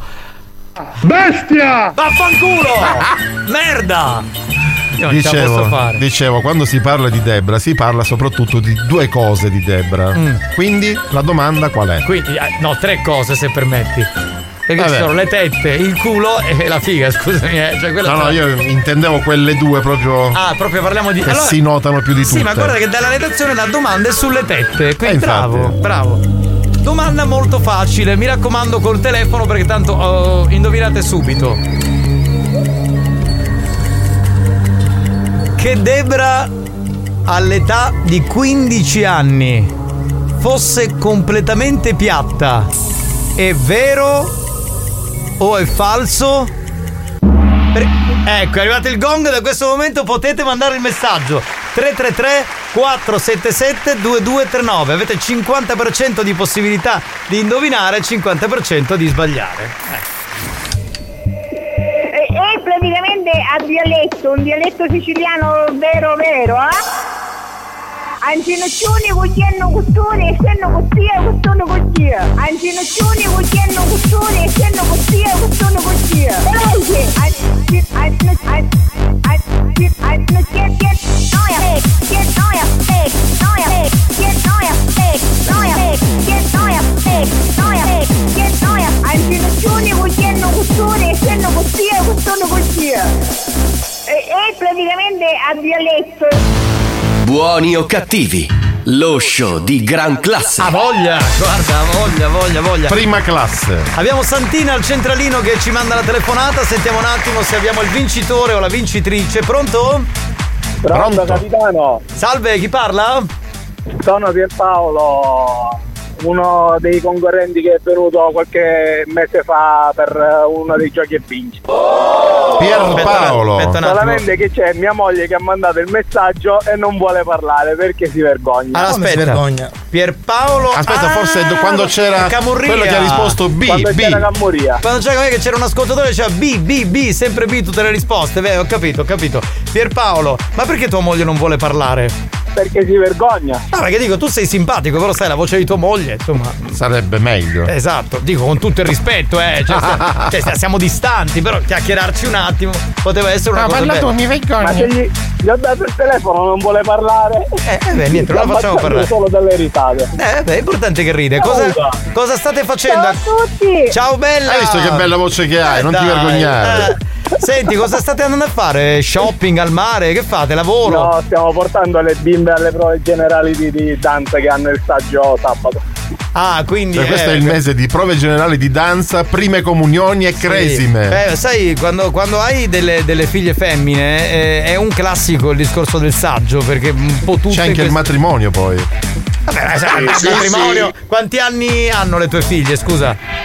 Bestia! Vaffanculo! Merda! Io non ce la posso dicevo, fare. dicevo, quando si parla di Debra si parla soprattutto di due cose di Debra. Mm. Quindi la domanda qual è? Quindi, eh, no, tre cose se permetti. Perché Vabbè. ci sono le tette, il culo e la figa, scusami. Eh. Cioè, quella No, no, io intendevo quelle due proprio. Ah, proprio parliamo di. Che Allora, si notano più di tutte. sì, ma guarda che dalla redazione la domanda è sulle tette. Quindi Eh, infatti. bravo, bravo. Domanda molto facile, mi raccomando col telefono perché tanto oh, indovinate subito. Che Debra all'età di quindici anni fosse completamente piatta. È vero o è falso? Per- Ecco, è arrivato il gong, da questo momento potete mandare il messaggio tre tre tre quattro sette sette due due tre nove. Avete cinquanta per cento di possibilità di indovinare e cinquanta per cento di sbagliare. Eh. È praticamente a dialetto, un dialetto siciliano vero vero, eh? Ancinoccioni cugliano costone e senno costia e costone costia. Ancinoccioni cugliano costone e senno costia e costone costia. Veloce! Ancinoccioni cugliano costone e senno costia e costone costia. È praticamente a dialetto. Buoni o cattivi, lo show di gran classe. Ah, voglia, guarda, voglia, voglia, voglia. Prima classe. Abbiamo Santina al centralino che ci manda la telefonata. Sentiamo un attimo se abbiamo il vincitore o la vincitrice. Pronto? Pronto, capitano? Salve, chi parla? Sono Pierpaolo, uno dei concorrenti che è venuto qualche mese fa per uno dei giochi e vinci. Pierpaolo. Aspetta un attimo. Solamente che c'è mia moglie che ha mandato il messaggio e non vuole parlare perché si vergogna. Allora, Come si aspetta. vergogna? Pierpaolo. Aspetta, ah, forse do- quando c'era Camurria. quello che ha risposto B, Quando B. c'era Camurria. Quando c'era, com'è che c'era un ascoltatore che diceva B, B, B, sempre B tutte le risposte. Beh, ho capito, ho capito. Pierpaolo, ma perché tua moglie non vuole parlare? Perché si vergogna. No, perché dico, tu sei simpatico, però sai la voce di tua moglie, insomma. Sarebbe meglio. Esatto, dico con tutto il rispetto, eh. Cioè, sta- cioè, sta- siamo distanti, però chiacchierarci un attimo poteva essere una No, cosa parla tu, bella. mi vergogno. Ma se gli, gli ho dato il telefono non vuole parlare. Eh, eh beh, niente, non la facciamo parlare. Solo delle risate. Eh, beh, è importante che ride. Cosa, cosa state facendo? Ciao a tutti! Ciao bella! Hai visto che bella voce che hai? Eh, non ti dai, vergognare. eh. Senti, cosa state andando a fare? Shopping al mare? Che fate? Lavoro? No, stiamo portando le bimbe alle prove generali di, di danza che hanno il saggio sabato. Ah, quindi Cioè, questo eh, è il mese di prove generali di danza, prime comunioni e sì. cresime. Beh, sai, quando, quando hai delle, delle figlie femmine eh, è un classico il discorso del saggio, perché un po' tutte C'è anche queste- il matrimonio poi. Vabbè, sai, il Sì, matrimonio. sì. Quanti anni hanno le tue figlie, scusa?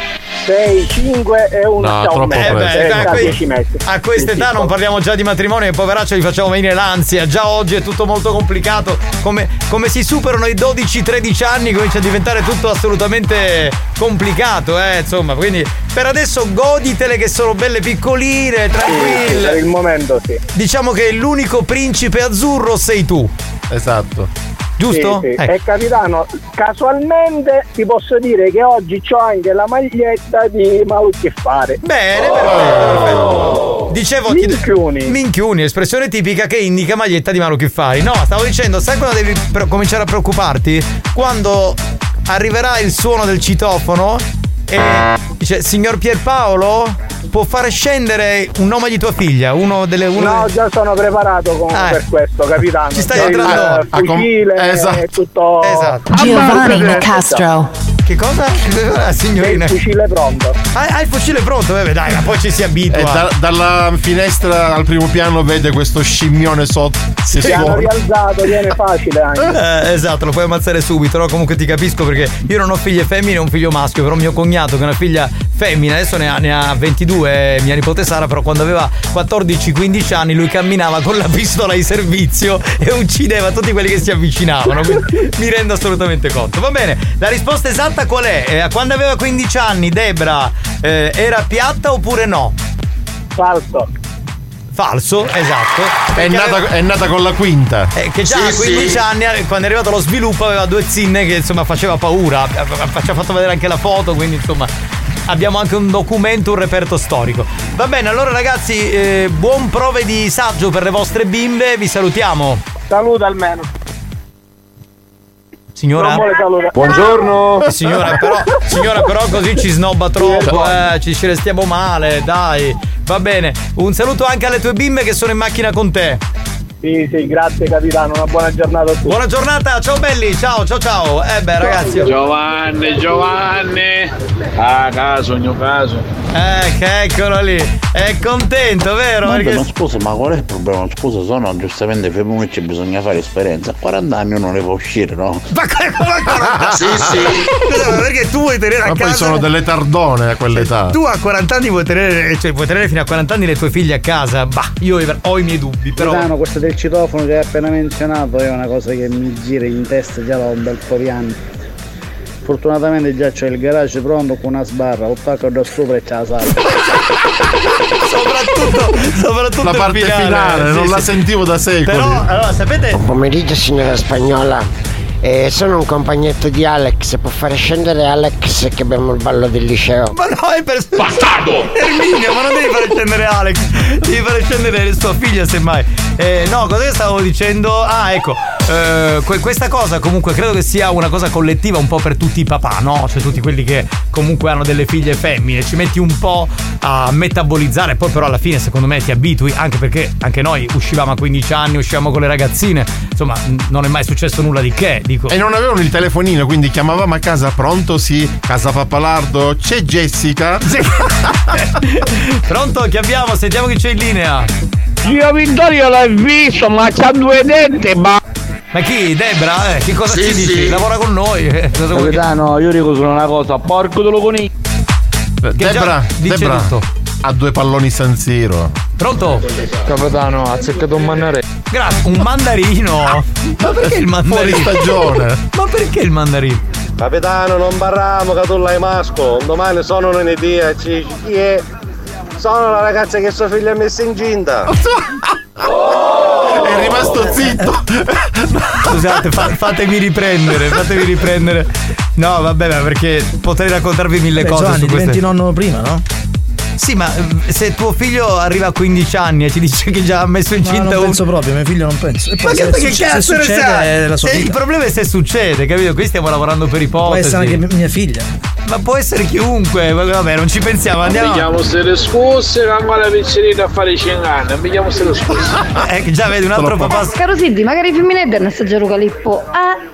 sei, cinque e uno No, c'ha un troppo mese, presto. e Eh, beh, sta a que- dieci mesi. A questa età non parliamo già di matrimonio, e poveraccio gli facciamo venire l'ansia. Già oggi è tutto molto complicato. Come, come si superano i dodici tredici anni comincia a diventare tutto assolutamente complicato, eh, insomma. Quindi per adesso goditele che sono belle piccoline, tranquille. Sì, sì, per il momento sì. Diciamo che l'unico principe azzurro sei tu. Esatto. Giusto? Sì, sì. Ecco. E capitano, casualmente ti posso dire che oggi c'ho anche la maglietta di Malucchi Fare. Bene, perfetto, perfetto. Dicevo, ti- Minchiuni. minchiuni, espressione tipica che indica maglietta di Malucchi Fari. No, stavo dicendo, sai quando devi pre- cominciare a preoccuparti? Quando arriverà il suono del citofono e dice: signor Pierpaolo, può fare scendere un nome di tua figlia? Uno delle una No, delle- già sono preparato con- Ah, per questo, capitano. Ci stai C'è entrando? il fucile, Ah, com- esatto. è tutto. Esatto. Giovanni Nicastro. Che cosa? La signorina. Il fucile pronto. Ah, hai il fucile pronto? Beh, dai, ma poi ci si abitua. E da- dalla finestra al primo piano vede questo scimmione sotto. Si Piano suona. rialzato, viene facile anche. Eh, esatto, lo puoi ammazzare subito, no? Comunque ti capisco, perché io non ho figlie femmine e un figlio maschio, però mio cognato che è una figlia femmina, adesso ne ha, ne ha ventidue, mia nipote Sara, però quando aveva quattordici quindici anni lui camminava con la pistola di servizio e uccideva tutti quelli che si avvicinavano, quindi mi rendo assolutamente conto. Va bene, la risposta esatta qual è? Eh, quando aveva quindici anni Debra eh, era piatta oppure no? Falso. Falso, esatto. È Perché nata, aveva- è nata con la quinta. Eh, che già Sì, a quindici sì. anni, quando è arrivato lo sviluppo, aveva due zinne che insomma faceva paura. Ci ha fatto vedere anche la foto, quindi insomma abbiamo anche un documento, un reperto storico. Va bene, allora ragazzi, eh, buon prove di saggio per le vostre bimbe, vi salutiamo. Saluta almeno. Signora? Non vuole salutare. Buongiorno. Signora però, signora però così ci snobba troppo, eh, ci, ci restiamo male, dai. Va bene, un saluto anche alle tue bimbe che sono in macchina con te. Sì, sì, grazie capitano, una buona giornata a tutti. Buona giornata, ciao belli, ciao ciao ciao. Eh beh ragazzi. Giovanni, Giovanni. Ah, caso, ogni caso. Eh, che eccolo lì. È contento, vero? Ma Perché no, scusa, ma qual è il problema? Scusa, sono giustamente femminucci, bisogna fare esperienza. A quaranta anni uno ne fa uscire, no? Ma come quaranta? Sì, sì. Scusa, ma perché tu vuoi tenere a Ma casa? poi sono delle tardone a quell'età. Tu a quaranta anni vuoi tenere, cioè puoi tenere fino a quaranta anni le tue figlie a casa? Bah, io ho i miei dubbi, però. Capitano, questo del citofono che hai appena menzionato è una cosa che mi gira in testa già da un bel po' di anni. Fortunatamente già c'è il garage pronto con una sbarra, lo attacco da sopra e ce la salvo. soprattutto, soprattutto la il parte finale, finale, non sì, la sì. sentivo da secoli. Però, allora, sapete. Buon pomeriggio signora Spagnola. Eh, sono un compagnetto di Alex, può fare scendere Alex che abbiamo il ballo del liceo. Ma no, è per. Bastardo! Erminio, ma non devi fare scendere Alex, devi fare scendere sua figlia semmai. Eh, no, cosa che stavo dicendo? Ah, ecco. Eh, que- questa cosa comunque credo che sia una cosa collettiva un po' per tutti i papà, no? Cioè tutti quelli che comunque hanno delle figlie femmine, ci metti un po' a metabolizzare, poi però alla fine secondo me ti abitui, anche perché anche noi uscivamo a quindici anni, uscivamo con le ragazzine, insomma n- non è mai successo nulla di che, dico. E non avevano il telefonino, quindi chiamavamo a casa, pronto? Sì, casa Pappalardo, c'è Jessica. Pronto, che abbiamo? Sentiamo chi c'è in linea. Io Vittorio l'ho visto, ma c'ha due denti, ma. Ma chi? Debra? Eh, che cosa Sì, ci dici? sì. Lavora con noi. Eh, cosa vuoi che- Capitano, io dico solo una cosa, porco te lo coniglio. Debra, dice Debra tutto. ha due palloni San Siro. Pronto? Capitano, ha azzeccato un mandarino. Grazie, un mandarino. Ma perché il mandarino? Fuori stagione. Ma perché il mandarino? Capitano, non barriamo che tu l'hai masco. Domani sono lunedì e ci chi è? Sono la ragazza che sua figlia ha messo incinta. È rimasto zitto. Scusate, fa- fatemi riprendere, fatemi riprendere. No, vabbè, ma perché potrei raccontarvi mille Beh, cose Giovanni, su queste. diventi nonno prima, no? Sì, ma eh, se tuo figlio arriva a quindici anni e ti dice che già ha messo No, incinta non un... penso proprio, mio figlio non penso. E Ma poi che, se, che succe- cazzo se ne succede sai? è la sua Eh, il vita. problema è se succede, capito? Qui stiamo lavorando per Può ipotesi. essere anche mia figlia. Ma può essere chiunque, ma vabbè, non ci pensiamo, andiamo. Vediamo se le scusse, che ancora la pizzeria a fare cinque anni. Vediamo se le scusse. Eh, che già vedi un altro papà. Caro Siddi, magari femminile hanno assaggiato Calippo. Ah,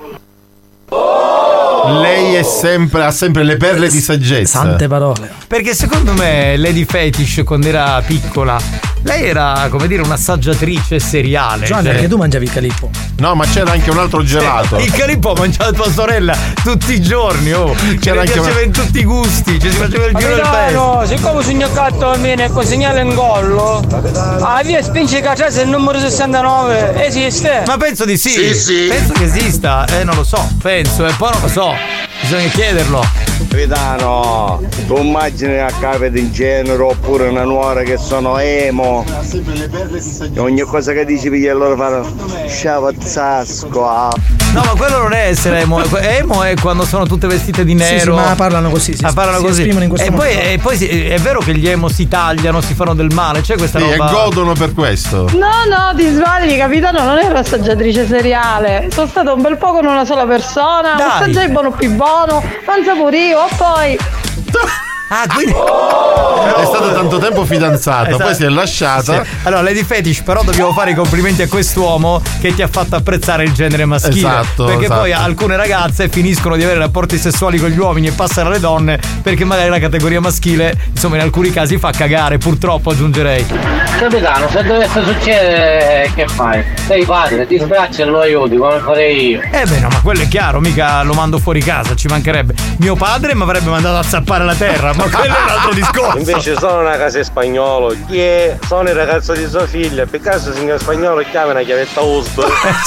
Lei è sempre, ha sempre le perle di saggezza. Sante parole. Perché secondo me Lady Fetish quando era piccola Lei era, come dire, un'assaggiatrice seriale. Giovanni, cioè- perché tu mangiavi il calippo? No, ma c'era anche un altro gelato. Il calippo mangiava tua sorella tutti i giorni, oh. C'era C'era anche anche piaceva in tutti i gusti, ci si faceva il giro del paese. No, siccome sogno gatto a me con segnale in collo, a via spinge Catrese il numero sessantanove esiste? Ma penso di sì. Sì, sì. Penso che esista, eh non lo so, penso, e poi non lo so. Bisogna chiederlo. Capitano, tu immagini a capo di genere oppure una nuora che sono emo. E ogni cosa che dici perché loro fanno sciavazzasco. No, ma quello non è essere emo. Emo è quando sono tutte vestite di nero. Sì, sì, ma parlano così, si- ah, parlano si così. esprimono in questo e modo. poi, e poi si- è vero che gli emo si tagliano, si fanno del male, c'è questa Sì, roba. e godono per questo. No, no, ti sbagli, capitano, non ero assaggiatrice seriale. Sono stata un bel po' con una sola persona, Dai. assaggiai buono più buono, mangia pure io, e poi... Ah, quindi È stata tanto tempo fidanzata, Esatto. poi si è lasciata. Sì. Allora, Lady Fetish, però dobbiamo fare i complimenti a quest'uomo che ti ha fatto apprezzare il genere maschile. Esatto, Perché esatto. poi alcune ragazze finiscono di avere rapporti sessuali con gli uomini e passano alle donne perché magari la categoria maschile, insomma, in alcuni casi fa cagare, purtroppo aggiungerei. Capitano, se dovesse succedere, che fai? Sei padre, ti sbracci e lo aiuti, come farei io. Eh beh no, ma quello è chiaro, mica lo mando fuori casa, ci mancherebbe. Mio padre mi avrebbe mandato a zappare la terra, ma quello è un altro discorso. Invece sono una casa in spagnolo, chi è? Sono il ragazzo di sua figlia, per caso signor spagnolo chiama una chiavetta U S B.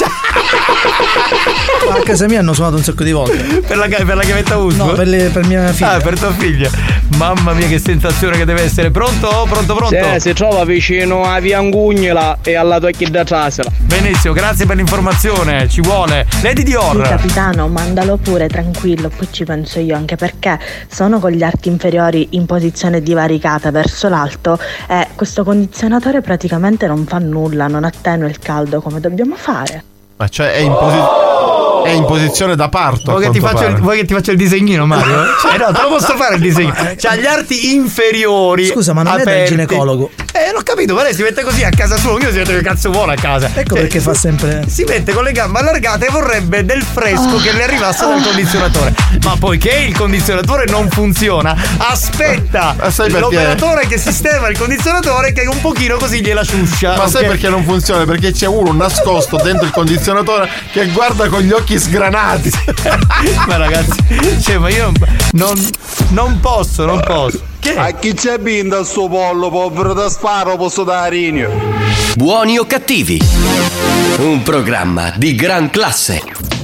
A casa mia hanno suonato un sacco di volte. Per la, per la chiavetta U S B? No, per, le- per mia figlia. Ah, per tua figlia. Mamma mia, che sensazione che deve essere. Pronto? Pronto, pronto? Sì, si trova vicino a via Angugnela e alla Tocchi da Trasera. Benissimo, grazie per l'informazione, ci vuole. Lady Sì, Dior. capitano, mandalo pure tranquillo, poi ci penso io, anche perché sono con gli arti inferiori in posizione divaricata verso l'alto e questo condizionatore praticamente non fa nulla, non attenua il caldo come dobbiamo fare. Ma cioè è in, posi- è in posizione da parto. Vuoi a che, ti quanto faccia il, pare. vuoi che ti faccia il disegnino, Mario? Cioè, no, te lo posso fare il disegno. C'ha gli arti inferiori. Scusa, ma non è aperti. del ginecologo. Eh, l'ho capito, ma lei si mette così a casa sua, ognuno si mette che cazzo vuole a casa. Ecco Cioè, perché fa sempre. Si mette con le gambe allargate e vorrebbe del fresco che le arrivasse dal condizionatore. Ma poiché il condizionatore non funziona, aspetta Ma sai perché? l'operatore che sistema il condizionatore che un pochino così gliela sciuscia. Ma sai ok? perché non funziona? Perché c'è uno nascosto dentro il condizionatore che guarda con gli occhi sgranati. Ma ragazzi, cioè, ma io non, non posso, non posso. Che? A chi c'è binda il suo pollo, povero da sparo, posso dare rinio. Buoni o cattivi? Un programma di gran classe.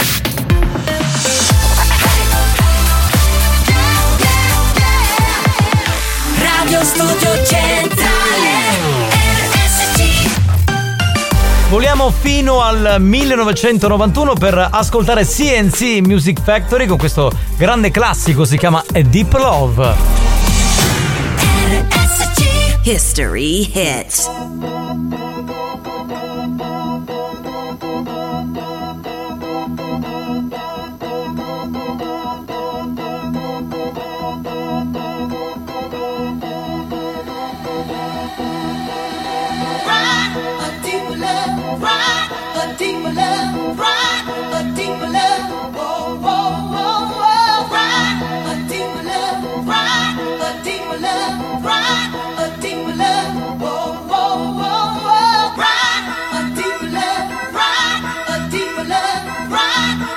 Radio Studio Centrale R S C. Voliamo fino al millenovecentonovantuno per ascoltare C and C Music Factory con questo grande classico, si chiama A Deep Love. R S C. History hits. Right.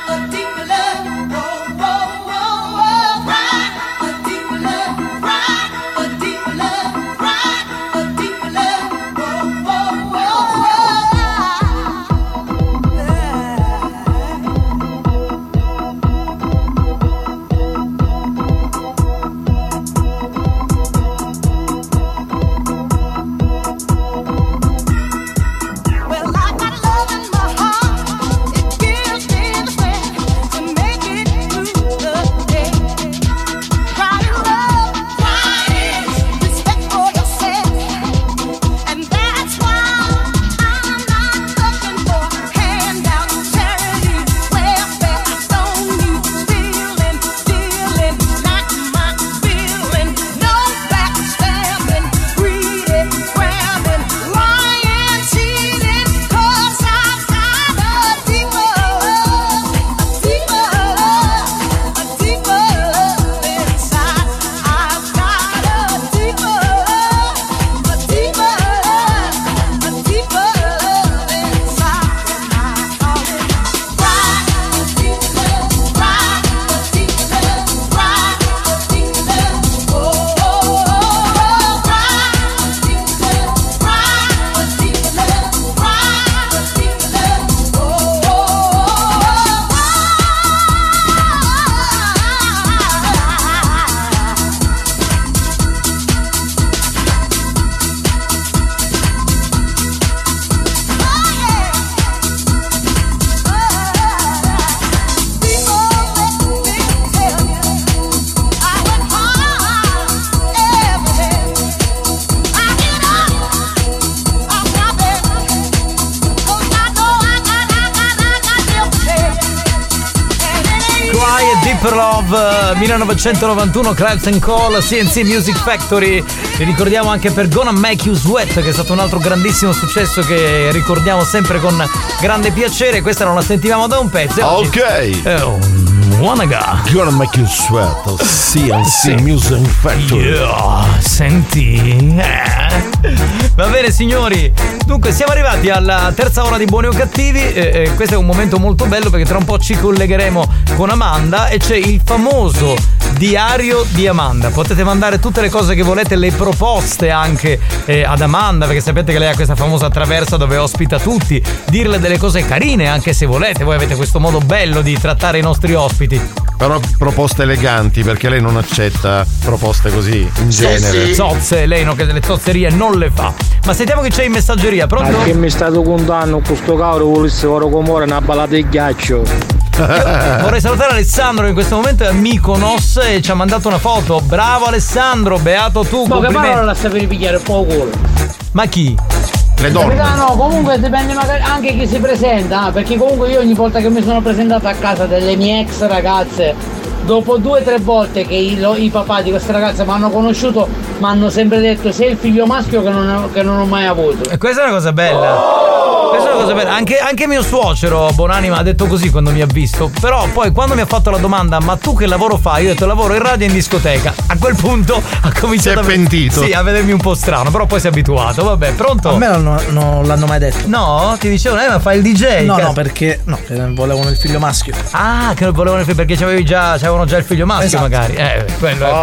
for Love, millenovecentonovantuno, Clives and Cole, C N C Music Factory. Vi ricordiamo anche per Gonna Make You Sweat, che è stato un altro grandissimo successo che ricordiamo sempre con grande piacere. Questa non la sentivamo da un pezzo. Ok. Eh, oh, Wanaga. Gonna Make You Sweat, C N C Music Factory. Yeah, senti. Eh. Va bene signori, dunque siamo arrivati alla terza ora di Buoni o Cattivi. eh, eh, Questo è un momento molto bello perché tra un po' ci collegheremo con Amanda e c'è il famoso diario di Amanda. Potete mandare tutte le cose che volete, le proposte anche eh, ad Amanda, perché sapete che lei ha questa famosa traversa dove ospita tutti, dirle delle cose carine anche se volete. Voi avete questo modo bello di trattare i nostri ospiti. Però proposte eleganti, perché lei non accetta proposte così in genere. Zozze, lei no, che delle zozzerie non le fa. Ma sentiamo che c'è in messaggeria, pronto? Perché mi state contando questo cavolo volesse ora come una ballata di ghiaccio. Io vorrei salutare Alessandro che in questo momento è a Mykonos e ci ha mandato una foto. Bravo Alessandro, beato tu. Poche complimenti. parole la sapevi pigliare poco culo. Ma chi? Le donne. No, comunque dipende magari anche chi si presenta, perché comunque io ogni volta che mi sono presentato a casa delle mie ex ragazze, dopo due o tre volte che i, lo, i papà di queste ragazze mi hanno conosciuto, mi hanno sempre detto sei il figlio maschio che non, ho, che non ho mai avuto. E questa è una cosa bella. Oh! Questa è una cosa bella. Anche, anche mio suocero, Bonanima, ha detto così quando mi ha visto. Però poi quando mi ha fatto la domanda ma tu che lavoro fai? Io ho detto lavoro in radio e in discoteca. A quel punto ha cominciato si è a pentito. Sì, a vedermi un po' strano, però poi si è abituato. Vabbè, pronto? A me non, non l'hanno mai detto. No? Ti dicevano, eh ma fai il D J? No, Cazzo. no, perché no, volevano il figlio maschio. Ah, che non volevano il figlio, perché c'avevi già, c'avevano già il figlio maschio, esatto. magari. Eh, quello è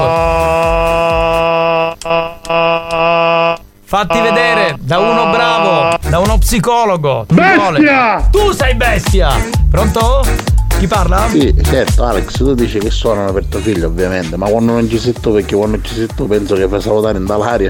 quello. Fatti vedere da uno bravo, da uno psicologo. Bestia! Tu sei bestia! Pronto? Chi parla? Sì, certo, Alex, tu dici che suonano per tuo figlio, ovviamente, ma quando non ci sei tu, perché quando ci sei tu penso che fai salutare in dall'aria.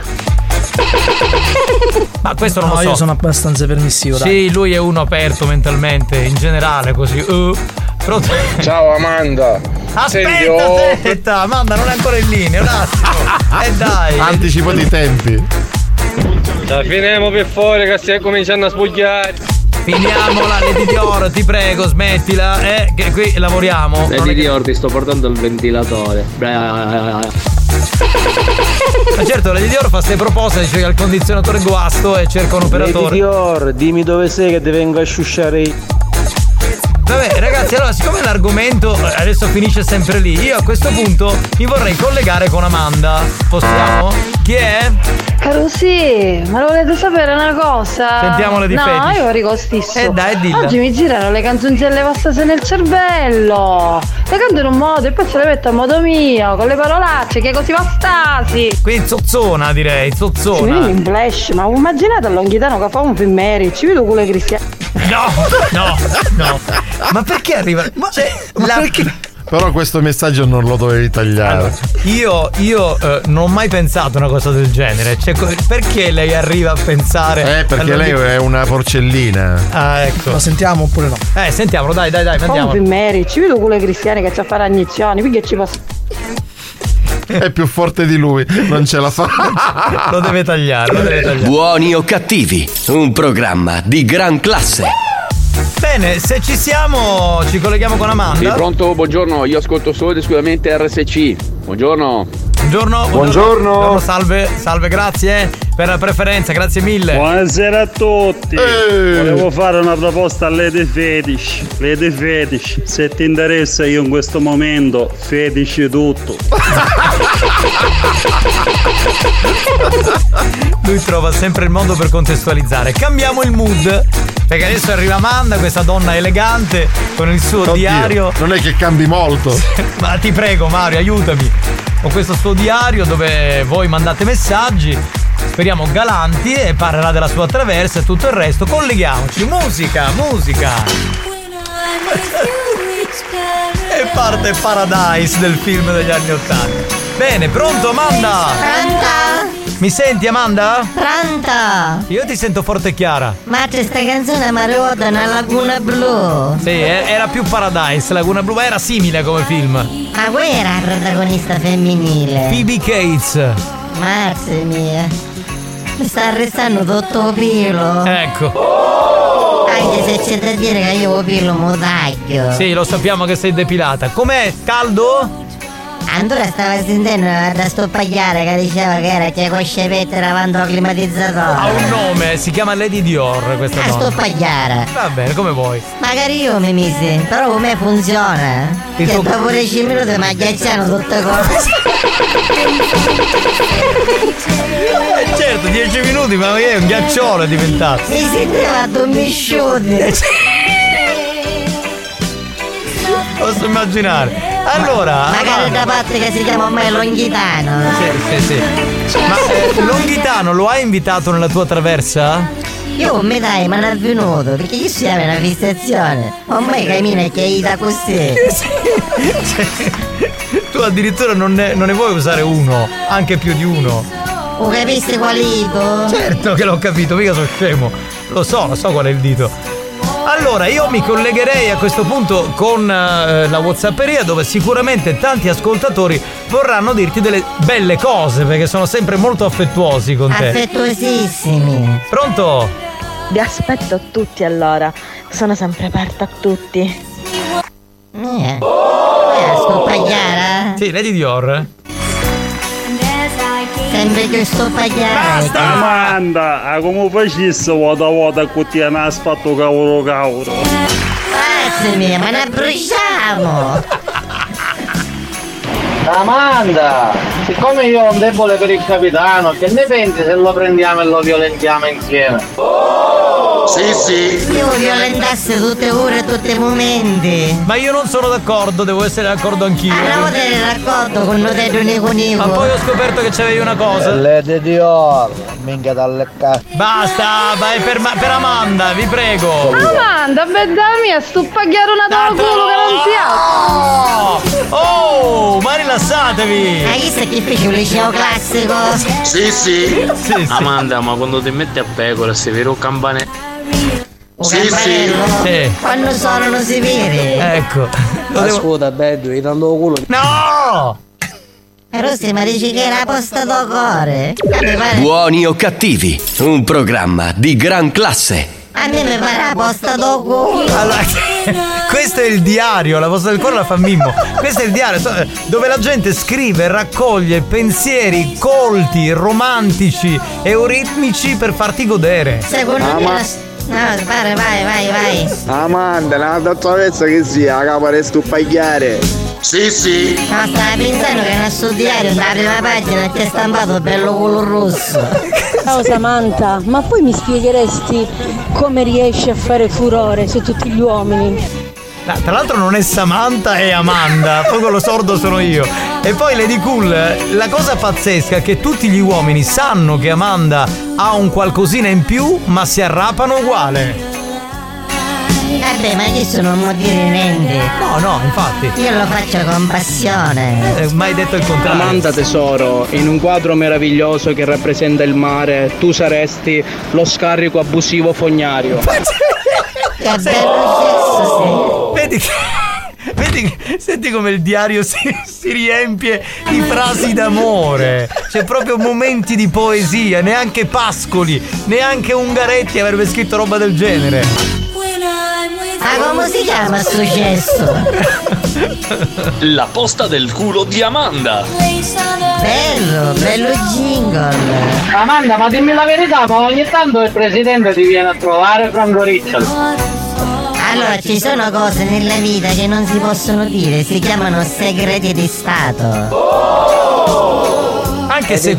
Ma questo non no, lo so. Io sono abbastanza permissivo, dai. Sì, lui è uno aperto mentalmente, in generale, così. Uh. Pronto? Ciao Amanda. Aspetta, Senti, oh. aspetta, Amanda non è ancora in linea, un attimo. Eh dai. Anticipo di tempi. La finiamo per fuori che stai cominciando a spogliare. Finiamola, Lady Dior, ti prego, smettila, eh, che qui lavoriamo. Lady Dior, ti sto portando il ventilatore. Ma certo, Lady Dior fa queste proposte, dice che ha il condizionatore guasto e cerca un operatore. Lady Dior, dimmi dove sei che ti vengo a sciusciare. Vabbè ragazzi, allora siccome l'argomento adesso finisce sempre lì, io a questo punto mi vorrei collegare con Amanda. Possiamo? Chi è? Caro sì, ma lo volete sapere una cosa? Sentiamo le No, difetti. io rico stisso. Eh dai, dilla. Oggi mi girano le canzoncelle passate nel cervello. Le canto in un modo e poi ce le metto a modo mio, con le parolacce, che così va stasi. Quindi zozzona direi, Ci zozzona. vedi in flash, ma immaginate a Longhitano che fa un film Mary, ci vedo culo cristiano. No, no, no. Ma perché arriva? Ma, cioè, la... perché? Però questo messaggio non lo dovevi tagliare. Allora, io io eh, non ho mai pensato una cosa del genere. Cioè, co- perché lei arriva a pensare? Eh, perché lei è una porcellina. Ah, ecco. Lo sentiamo oppure no? Eh, sentiamolo, dai, dai, dai, Fa un andiamo. film Mary, ci vedo culo cristiani che c'ha fare agnizioni, perché ci passa. È più forte di lui, non ce la fa. Lo deve tagliare, lo deve tagliare. Buoni o cattivi, un programma di gran classe. Bene, se ci siamo, ci colleghiamo con Amanda. Sì, pronto, buongiorno, io ascolto solo ed esclusivamente R S C. Buongiorno. Buongiorno, buongiorno. Buongiorno, salve, salve, grazie per la preferenza, grazie mille. Buonasera a tutti. Ehi. Volevo fare una proposta a Lady Fetish. Lady Fetish, se ti interessa io in questo momento fetish tutto. Lui trova sempre il modo per contestualizzare. Cambiamo il mood, perché adesso arriva Amanda, questa donna elegante con il suo Oddio, diario. non è che cambi molto. Ma ti prego Mario, aiutami. Con questo suo diario dove voi mandate messaggi, speriamo galanti, e parlerà della sua traversa e tutto il resto. Colleghiamoci. Musica, musica. E parte Paradise del film degli anni ottanta. Bene, pronto Amanda? Pronta? Mi senti Amanda? Pronta? Io ti sento forte e chiara. Ma c'è sta canzone mi ricorda una Laguna Blu. Sì, era più Paradise, Laguna Blu, era simile come film. Ma quella era la protagonista femminile? Phoebe Cates. Mazza mia, mi sta arrestando tutto pilo. Ecco. Anche se c'è da dire che io pillo un taglio. Sì, lo sappiamo che sei depilata. Com'è? Caldo? Allora stava sentendo da stoppagliare che diceva che era che con scepette lavando il climatizzatore. Ha un nome, si chiama Lady Dior questa Ah, donna. stoppagliare. Va bene, come vuoi. Magari io mi misi, però come funziona? Il Che tuo- dopo dieci minuti mi agghiacciano tutte cose. Eh, certo, dieci minuti, ma che è un ghiacciolo è diventato. Mi sentiva a dommisciuti. Posso immaginare. Allora. Magari Amanda. da parte che si chiama ormai Longhitano. Sì, sì, sì. Ma eh, Longhitano lo hai invitato nella tua traversa? Io mi dai, ma non è venuto, perché io si aveva una fissazione. Ormai cammina che è da così. Tu addirittura non ne, non ne vuoi usare uno, anche più di uno. O capisci qual dito? Certo che l'ho capito, mica sono scemo. Lo so, lo so qual è il dito. Allora, io mi collegherei a questo punto con uh, la WhatsApperia, dove sicuramente tanti ascoltatori vorranno dirti delle belle cose, perché sono sempre molto affettuosi con te. Affettuosissimi. Pronto? Vi aspetto tutti allora. Sono sempre aperta a tutti. Eh, eh stoppagliare? Sì, Lady Dior. Sempre che stoppagliare. Amanda, a come facessi vuota vuota con ti hanno fatto cavolo cavolo. Grazie mia, ma ne bruciamo. Amanda, siccome io ho un debole per il capitano, che ne pensi se lo prendiamo e lo violentiamo insieme? Sì, sì. Io violentassi tutte ore e tutti i momenti. Ma io non sono d'accordo, devo essere d'accordo anch'io. Allora te d'accordo con Notello Nico Nico. Ma poi ho scoperto che c'avevi una cosa. Lady Dior, minchia dalle cazzo. Basta, vai per, ma- per Amanda, vi prego. Amanda, bella mia, stuppagliare una tua culo che non si alza. Oh, ma rilassatevi. Hai visto che fece un liceo classico? Sì, sì. Sì, Amanda, ma quando ti metti a pecora sei vero campane? Un campanello? Sì. Quando sono non si vede. Ecco. Ascolta, bello, gli dando culo. No! Però se mi dici che era posta do cuore. A me pare, Buoni o cattivi, un programma di gran classe. a me mi pare la posta do cuore. Allora, questo è il diario, la posta del cuore la fa Mimmo. Questo è il diario so- dove la gente scrive e raccoglie pensieri colti, romantici, euritmici per farti godere. Secondo Ah, me ma- la... No, vai, vai, vai, vai. Amanda, una dottoressa che sia, a capo di stuppagliare. Sì, sì. No, stava pensando che nel suo diario, nella prima pagina, c'è stampato bello culo rosso. Ciao Samantha, ma poi mi spiegheresti come riesci a fare furore su tutti gli uomini? No, tra l'altro non è Samantha, è Amanda. Poi quello sordo sono io. E poi Lady Cool, la cosa pazzesca è che tutti gli uomini sanno che Amanda ha un qualcosina in più, ma si arrapano uguale. Vabbè, ma io sono un motivo niente. No, no, infatti. Io lo faccio con passione. Eh, mai detto il contrario. Amanda tesoro, in un quadro meraviglioso che rappresenta il mare, tu saresti lo scarico abusivo fognario. Che bello gesto, Vedi che. Vedi che. Senti come il diario si, si riempie di frasi d'amore. C'è proprio momenti di poesia. Neanche Pascoli, neanche Ungaretti avrebbe scritto roba del genere. Ma come si chiama sto gesto? La posta del culo di Amanda. Bello, bello jingle. Amanda, ma dimmi la verità, ma ogni tanto il presidente ti viene a trovare Franco Ricciardo. Allora, ci sono cose nella vita che non si possono dire, si chiamano segreti di Stato. Anche se.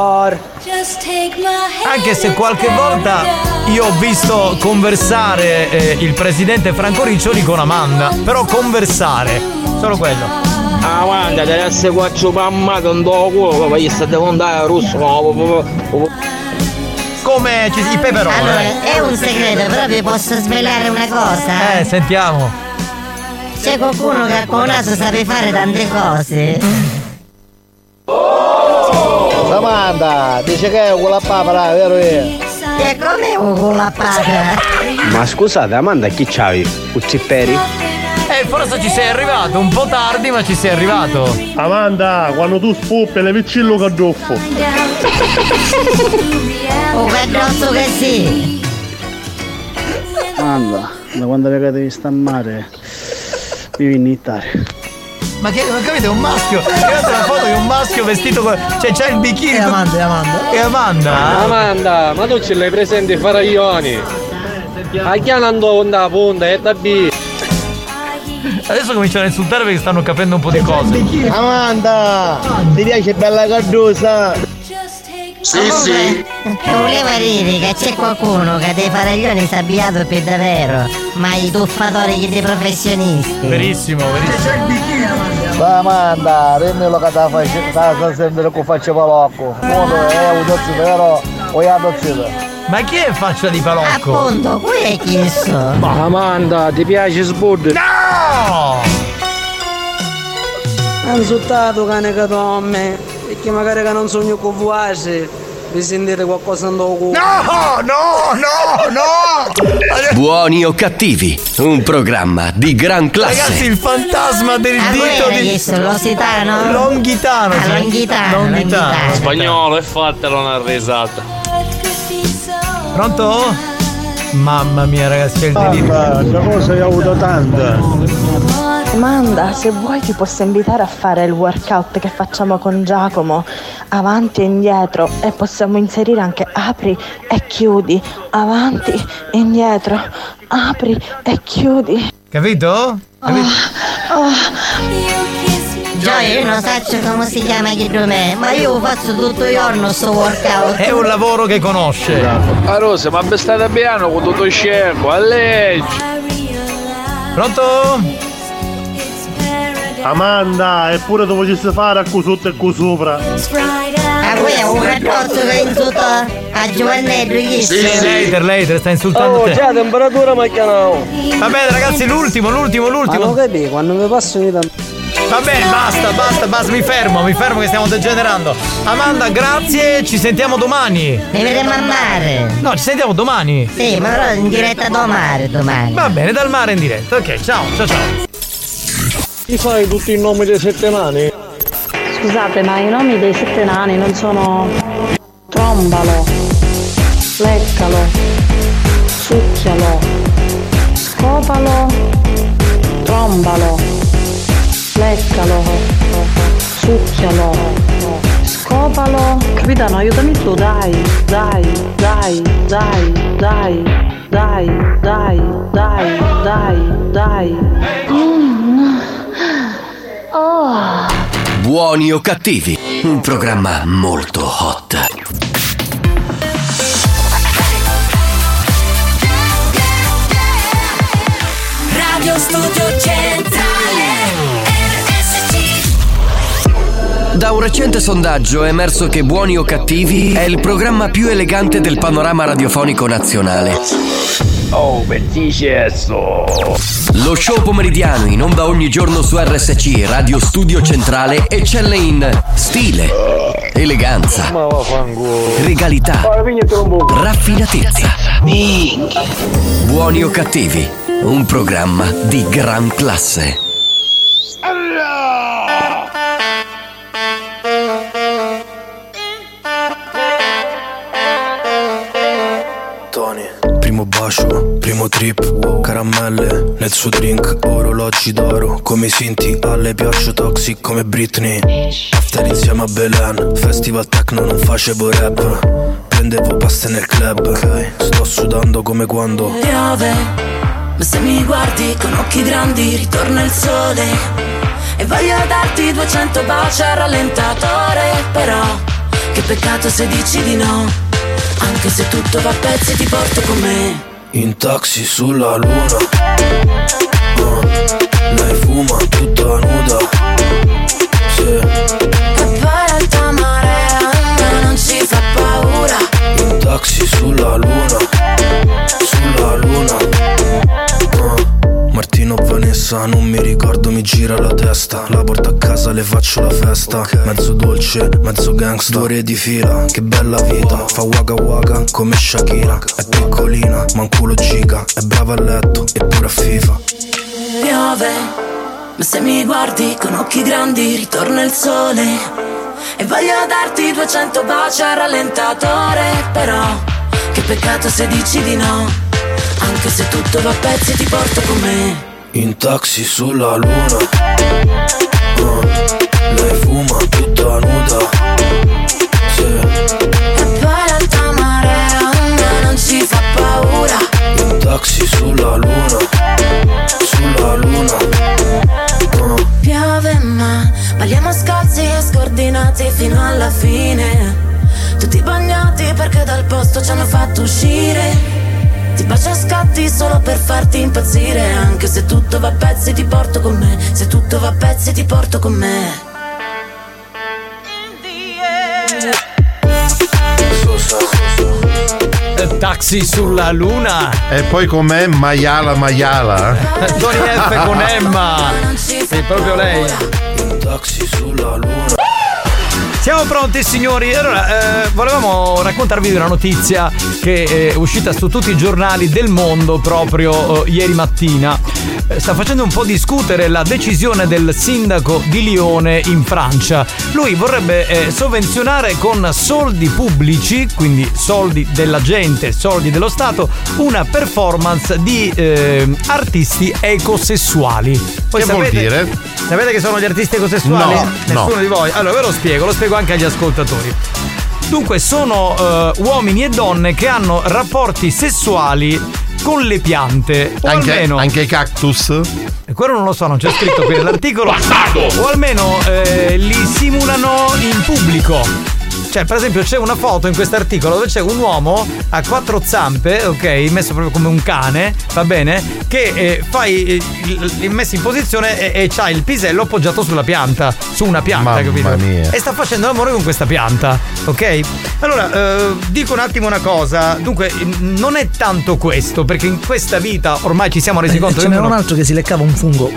Anche se qualche volta io ho visto conversare eh, il presidente Franco Riccioli con Amanda. Però conversare, solo quello. Amanda, deve essere quattro mamma con do culo, ma gli sta devo andare a russo. Come ci, i peperoni. Allora, è un segreto, però vi posso svelare una cosa. Eh, sentiamo. C'è qualcuno che con naso sape fare tante cose. Amanda, dice che è quella papera, vero io? E come con la papera? Ma scusate, Amanda, chi c'avi? Un zipperi? Eh, forse ci sei arrivato, un po' tardi, ma ci sei arrivato. Amanda, quando tu spuppi le piccillo caduffo. Oh, che grosso che sì. Amanda, da quando avete visto a mare vivi in Italia. Ma che non capite, è un maschio. È una foto di un maschio vestito con. Cioè c'è il bikini. E Amanda, e Amanda. E Amanda. Amanda, ma tu ce l'hai presente i faraglioni? A chi andò onda punta e da B. Adesso cominciano a insultare perché stanno capendo un po' di cose. Amanda, ti piace bella cardosa? Sì, sì. Volevo dire che c'è qualcuno che dei faraglioni si è abbiato per davvero, ma i tuffatori che dei professionisti. Verissimo, verissimo. Va Amanda, rendilo che ta faccia, sta sempre con faccia palocco. Modo è un dozzo vero, o è adozzito. Ma chi è faccia di palocco? Appunto, qui è chiesto. Ma Amanda, ti piace Spud? No! Ha insultato cane che tomme, perché magari che non sogno con voi, vi sentite qualcosa in dopo. No, no, no, no! Buoni o cattivi, un programma di gran classe. Ragazzi, il fantasma del Ah, dito quello di chiesto, l'ositano? Longhitano. Ah, sì. Longhitano, Longhitano. Spagnolo, e fatelo una risata. Pronto? Mamma mia ragazzi, è il delirio. Questa cosa io ho avuto tanta. Amanda, se vuoi ti posso invitare a fare il workout che facciamo con Giacomo, avanti e indietro, e possiamo inserire anche apri e chiudi, avanti e indietro, apri e chiudi. Capito? Capito? Oh, oh. Gioia, io non so come si chiama chi me, ma io faccio tutto il giorno sto workout. È un lavoro che conosce. A Rosa, ma state a piano con tutto il scempo, a legge. Pronto? Amanda, eppure tu volessi fare a cu sotto e cu sopra. Ah, qui è un ragazzo che insulta a Giovannello, chi Sì, later, later, sta insultando Oh, te. già la temperatura ma chiamavo. Va bene ragazzi, l'ultimo, l'ultimo, l'ultimo. Ma non capi, quando mi passo io da... Va bene, basta, basta, basta, mi fermo, mi fermo che stiamo degenerando. Amanda, grazie, ci sentiamo domani. Mi vedremo al mare. No, ci sentiamo domani. Sì, ma però in diretta dal mare domani. Va bene, dal mare in diretta. Ok, ciao, ciao, ciao. Ti fai tutti i nomi dei sette nani? Scusate, ma i nomi dei sette nani non sono trombalo, leccalo, succhialo, scopalo, trombalo, leccalo, succhialo, scopalo. Capitano, aiutami tu, dai, dai, dai, dai, dai, dai, dai, dai, dai, dai. Mm. Oh. Buoni o cattivi, un programma molto hot. Radio Studio Centrale R S C. Da un recente sondaggio è emerso che Buoni o cattivi è il programma più elegante del panorama radiofonico nazionale. Oh, bellissimo. Lo show pomeridiano in onda ogni giorno su R S C Radio Studio Centrale eccelle in stile, eleganza, regalità, raffinatezza. Buoni o cattivi, un programma di gran classe. Tony, primo bacio, primo trip, caramelle nel suo drink, orologi d'oro, come Sinti, alle piaccio toxic come Britney. After insieme a Belen, festival techno non facevo rap, prendevo paste nel club, okay. Sto sudando come quando Piove, ma se mi guardi con occhi grandi ritorna il sole. E voglio darti duecento baci al rallentatore. Però, che peccato se dici di no. Anche se tutto va a pezzi ti porto con me. in taxi sulla luna. uh, Lei fuma tutta nuda. Sì. E poi l'alta marea non ci fa paura. In taxi sulla luna. Sulla luna. uh, Martino Vanessa, non mi ricordo, mi gira la testa. La porto a casa, le faccio la festa, okay. Mezzo dolce, mezzo gangsta, due ore di fila, che bella vita. Fa waka waka come Shakira. È piccolina, ma un culo giga. È brava a letto, eppure a FIFA. Piove, ma se mi guardi con occhi grandi ritorna il sole. E voglio darti duecento baci al rallentatore. Però, che peccato se dici di no. Anche se tutto va a pezzi ti porto con me. In taxi sulla luna, uh, lei fuma tutta nuda, sì. E poi l'alta marea a me non ci fa paura. In taxi sulla luna, sulla luna, uh. Piove ma balliamo scalzi e scordinati fino alla fine. Tutti bagnati perché dal posto ci hanno fatto uscire. Ti bacio a scatti solo per farti impazzire. Anche se tutto va a pezzi ti porto con me. Se tutto va a pezzi ti porto con me. Taxi sulla luna. E poi com'è Maiala Maiala? Tony F con Emma. Sì, proprio lei. Taxi sulla luna. Siamo pronti signori? Allora, eh, volevamo raccontarvi di una notizia che è uscita su tutti i giornali del mondo proprio eh, ieri mattina. Eh, sta facendo un po' discutere la decisione del sindaco di Lione in Francia. Lui vorrebbe eh, sovvenzionare con soldi pubblici, quindi soldi della gente, soldi dello Stato, una performance di eh, artisti ecosessuali. Poi che sapete, vuol dire? Sapete che sono gli artisti ecosessuali? No, Nessuno no. di voi? Allora ve lo spiego, lo spiego anche agli ascoltatori. Dunque sono uh, uomini e donne che hanno rapporti sessuali con le piante o anche, almeno anche i cactus? E quello non lo so, non c'è scritto qui nell'articolo. Bastardo! O almeno eh, li simulano in pubblico. Cioè, per esempio, c'è una foto in quest'articolo dove c'è un uomo a quattro zampe, ok, messo proprio come un cane, va bene, che eh, fai eh, messo in posizione e, e c'ha il pisello appoggiato sulla pianta, su una pianta, Mamma capito? mia. E sta facendo l'amore con questa pianta, ok? Allora, eh, dico un attimo una cosa, dunque, non è tanto questo, perché in questa vita ormai ci siamo resi Eh, conto ce che n'era uno- un altro che si leccava un fungo.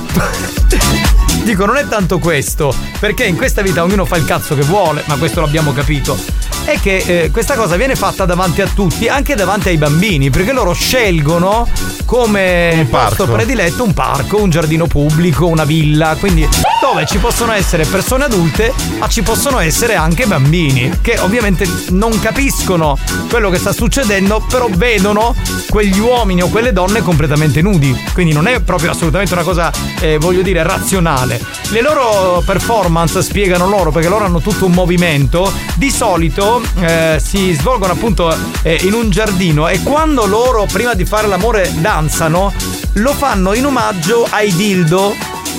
Dico, non è tanto questo, perché in questa vita ognuno fa il cazzo che vuole, ma questo l'abbiamo capito. È che eh, questa cosa viene fatta davanti a tutti, anche davanti ai bambini, perché loro scelgono come posto prediletto un parco, un giardino pubblico, una villa, quindi dove ci possono essere persone adulte, ma ci possono essere anche bambini, che ovviamente non capiscono quello che sta succedendo, però vedono quegli uomini o quelle donne completamente nudi. Quindi non è proprio assolutamente una cosa, eh, voglio dire, razionale. Le loro performance spiegano loro, perché loro hanno tutto un movimento. Di solito eh, si svolgono appunto eh, in un giardino, e quando loro prima di fare l'amore danzano, lo fanno in omaggio ai dildo.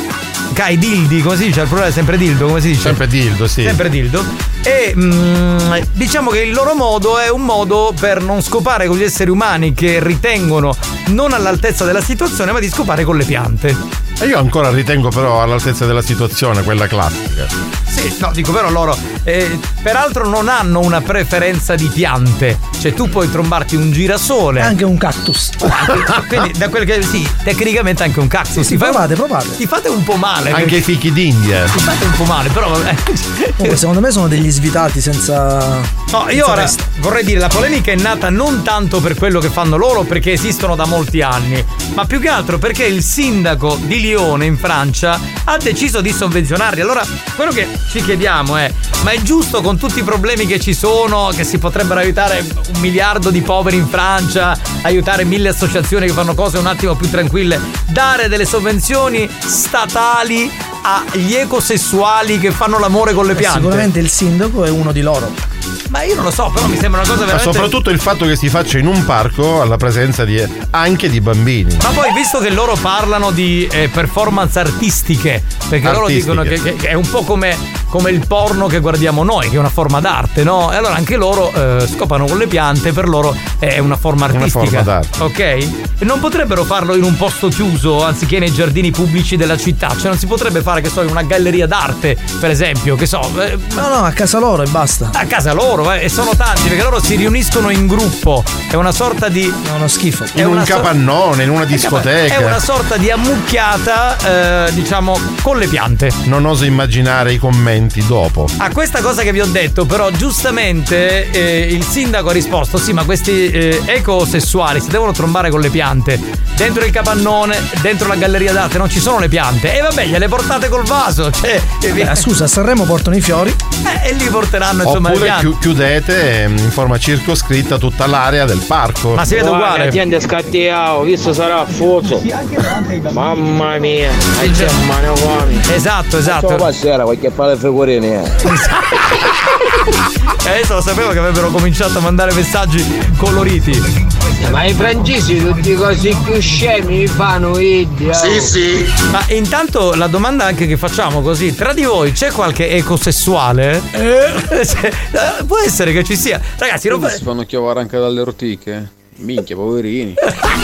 Ai dildi, come si dice? Il plurale è sempre dildo, come si dice? Sempre dildo, sì. Sempre dildo. E mm, diciamo che il loro modo è un modo per non scopare con gli esseri umani che ritengono non all'altezza della situazione, ma di scopare con le piante. E io ancora ritengo però all'altezza della situazione, quella classica. Sì, no, dico però loro eh, peraltro non hanno una preferenza di piante. Cioè tu puoi trombarti un girasole, anche un cactus. Quindi da quel che sì, tecnicamente anche un cactus. Sì, sì, Ti fai- provate, provate. Ti fate un po' male. Anche perché- i fichi d'India. Ti fate un po' male, però vabbè. Comunque, secondo me sono degli svitati senza. No, io senza ora testa. vorrei dire, la polemica è nata non tanto per quello che fanno loro, perché esistono da molti anni, ma più che altro perché il sindaco di Lione in Francia ha deciso di sovvenzionarli. Allora, quello che ci chiediamo è: ma è giusto, con tutti i problemi che ci sono, che si potrebbero aiutare un miliardo di poveri in Francia, aiutare mille associazioni che fanno cose un attimo più tranquille, dare delle sovvenzioni statali agli ecosessuali che fanno l'amore con le Eh, piante? Sicuramente il sindaco è uno di loro. Ma io non lo so, però mi sembra una cosa Ma veramente. soprattutto il fatto che si faccia in un parco alla presenza di, anche di bambini. Ma poi, visto che loro parlano di eh, performance artistiche, perché loro Artistiche. dicono che, che- che è un po' come, come il porno che guardiamo noi, che è una forma d'arte, no? E allora anche loro eh, scopano con le piante, per loro è una forma Una artistica. forma d'arte. Ok? E non potrebbero farlo in un posto chiuso, anziché nei giardini pubblici della città? Cioè non si potrebbe fare, che so, in una galleria d'arte, per esempio, che so. eh, No, no, a casa loro e basta. a casa loro, eh, e sono tanti, perché loro si riuniscono in gruppo. È una sorta di. È uno schifo. In un capannone, in una discoteca. È una sorta di ammucchiata, eh, diciamo, con le piante. Non oso immaginare i commenti dopo. A questa cosa che vi ho detto, però, giustamente eh, il sindaco ha risposto: sì, ma questi eh, ecosessuali si devono trombare con le piante. Dentro il capannone, dentro la galleria d'arte non ci sono le piante. E vabbè, gliele portate col vaso. Cioè, Beh, scusa, a Sanremo portano i fiori. eh, e li porteranno insomma le Oppure piante. chiu- chiudete in forma circoscritta tutta l'area del parco. Ma si vede uguale. La gente scattiamo, visto sarà affoso. Mamma mia, hai c'è un manovami. Esatto, esatto. Ma sera qualche palle figurini eh. E adesso lo sapevo che avrebbero cominciato a mandare messaggi coloriti. Ma i francesi tutti così più scemi mi fanno idea. Sì, sì. Ma intanto la domanda anche che facciamo così, tra di voi c'è qualche ecosessuale? Eh? Può essere che ci sia. Ragazzi, non si fanno chiavare anche dalle ortiche? Minchia, poverini.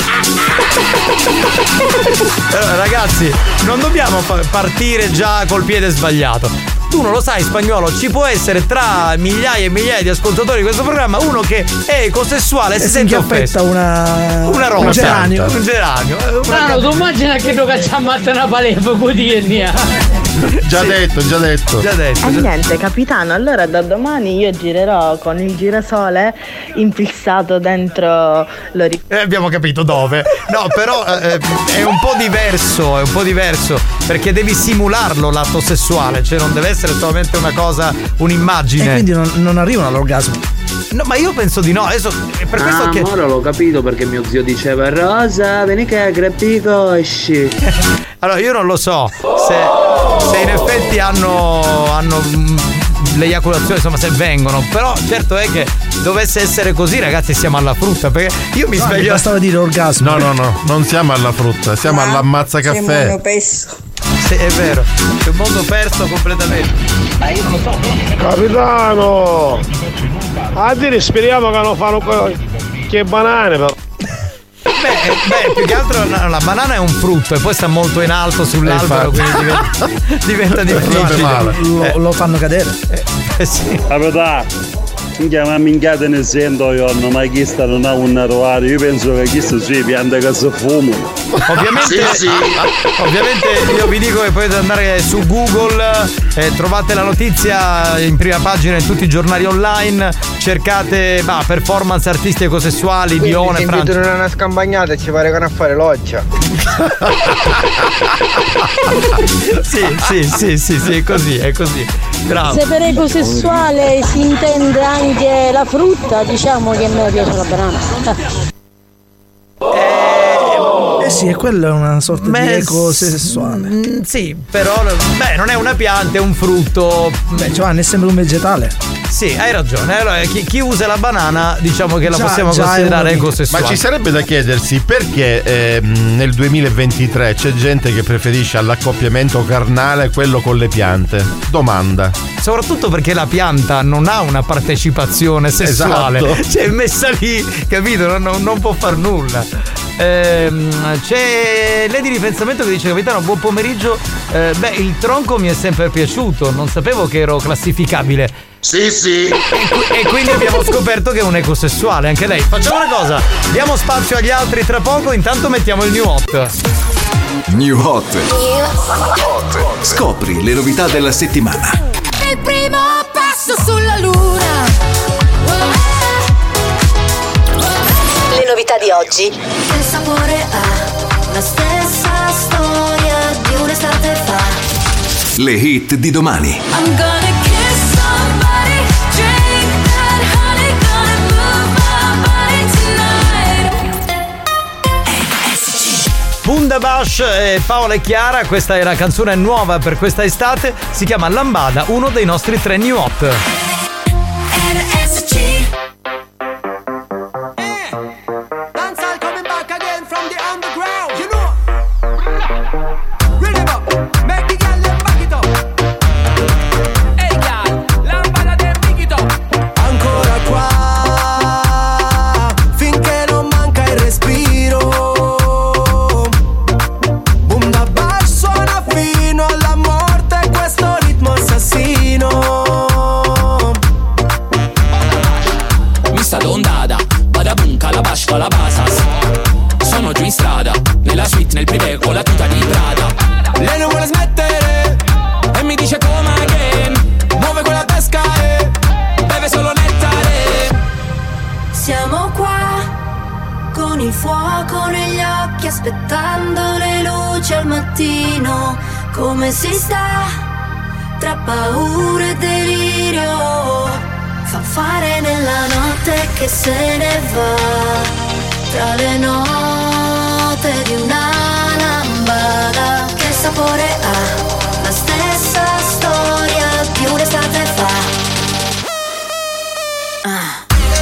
Allora, ragazzi, non dobbiamo fa- partire già col piede sbagliato. Tu non lo sai, Spagnolo, ci può essere tra migliaia e migliaia di ascoltatori di questo programma uno che è ecosessuale e si sente offeso. una una rosa, un geranio. Un geranio. Brano, tu immagina che tu cacciamo una paleva così. Già Sì. detto, già detto. Già detto. E niente, capitano, allora da domani io girerò con il girasole infissato dentro l'oricchio. Eh, abbiamo capito dove. No, però eh, è un po' diverso, è un po' diverso, perché devi simularlo l'atto sessuale, cioè non deve essere solamente una cosa, un'immagine. E quindi non, non arrivano all'orgasmo. No, ma io penso di no, adesso è per questo ah, che. ora l'ho capito perché mio zio diceva Rosa, vieni che grappi cosci. Allora io non lo so se, se in effetti hanno hanno mm, l'eiaculazione, insomma, se vengono, però certo è che dovesse essere così, ragazzi, siamo alla frutta, perché io mi No, sveglio. bastava dire orgasmo. No, no, no, non siamo alla frutta, siamo all'ammazza caffè. Sì, è vero, è un mondo perso completamente. Ma io non lo so. Capitano! A dire speriamo che non fanno co- che banane però. Beh, beh, più che altro la, la banana è un frutto e poi sta molto in alto sull'albero, quindi diventa, diventa difficile. Lo, lo fanno cadere. Eh sì. Capitano, ma minchiate ne sento io, ma chi sta non ha un naroare, io penso che chi sta sui piante che si fumano. Ovviamente, Sì, sì. ovviamente io vi dico che potete andare su Google, eh, trovate la notizia in prima pagina in tutti i giornali online, cercate bah, performance artisti ecosessuali, Bione, Francia. non è una scampagnata e ci pare che non a fare loggia. Sì, sì, sì, sì, sì, è così, è così. Bravo. Se per ecosessuale si intende anche la frutta, diciamo che a me piace la banana. Eh sì, e quello è una sorta Beh, di ecosessuale. Mm, sì, però beh, non è una pianta, è un frutto. Beh, Giovanni, è sempre un vegetale. Sì, hai ragione. Allora, chi, chi usa la banana, diciamo che la Già- possiamo già è considerare un- ecosessuale. Ma ci sarebbe da chiedersi perché ehm, nel duemilaventitré c'è gente che preferisce all'accoppiamento carnale quello con le piante. Domanda. Soprattutto perché la pianta non ha una partecipazione sessuale. Esatto. Cioè, è messa lì, capito? Non, non- non può far nulla. Ehm, c'è Lady di Pensamento che dice: capitano, buon pomeriggio. Eh, beh, il tronco mi è sempre piaciuto, non sapevo che ero classificabile. Sì, sì. E, qui- e quindi abbiamo scoperto che è un ecosessuale, anche lei. Facciamo una cosa, diamo spazio agli altri tra poco, intanto mettiamo il new hot. New Hot. Scopri le novità della settimana. Il primo passo sulla luna. Le novità di oggi. Che sapore ha la stessa storia di un'estate fa. Le hit di domani. I'm gonna kiss somebody, drink that honey, gonna move my body tonight. Bundabash e Paola e Chiara, questa è la canzone nuova per questa estate, si chiama Lambada, uno dei nostri tre new hot. Ancora qua, finché non manca il respiro. Boom da bar suona fino alla morte questo ritmo assassino. Mi sta d'ondata, vada bunca, la bascia, la basas. Sono giù in strada, nella suite, nel privé, con la tuta di Prada. Lei non vuole smettere e mi dice come again. Muove quella pesca e beve solo nettare. Siamo qua con il fuoco negli occhi, aspettando le luci al mattino. Come si sta tra paura e delirio? fa fare nella notte che se ne va, tra le note di una lambada. Che sapore ha? La stessa storia di un'estate fa. Ah.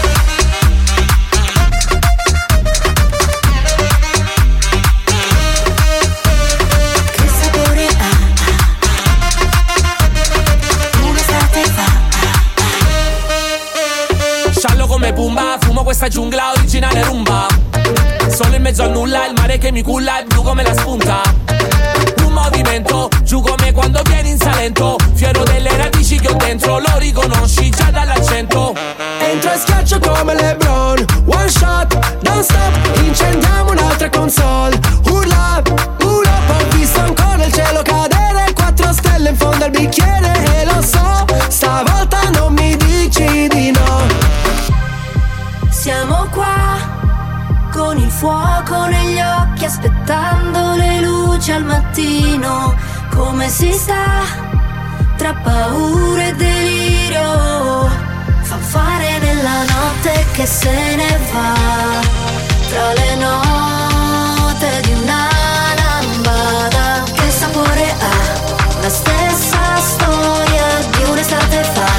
Come Pumba, fumo questa giungla originale rumba. Solo in mezzo al nulla, il mare che mi culla è blu come la spunta. Un movimento, giù come quando vieni in Salento. Fiero delle radici che ho dentro, lo riconosci già dall'accento. Entro e schiaccio come LeBron, one shot, don't stop, incendiamo un'altra console. Urla, urla, ho visto ancora il cielo cadere, quattro stelle in fondo al bicchiere. E lo so, stavolta non mi dici di no. Siamo qua, con il fuoco negli occhi, aspettando le luci al mattino. Come si sta, tra paura e delirio, fa fare nella notte che se ne va, tra le note di una lambada. Che sapore ha? La stessa storia di un'estate fa.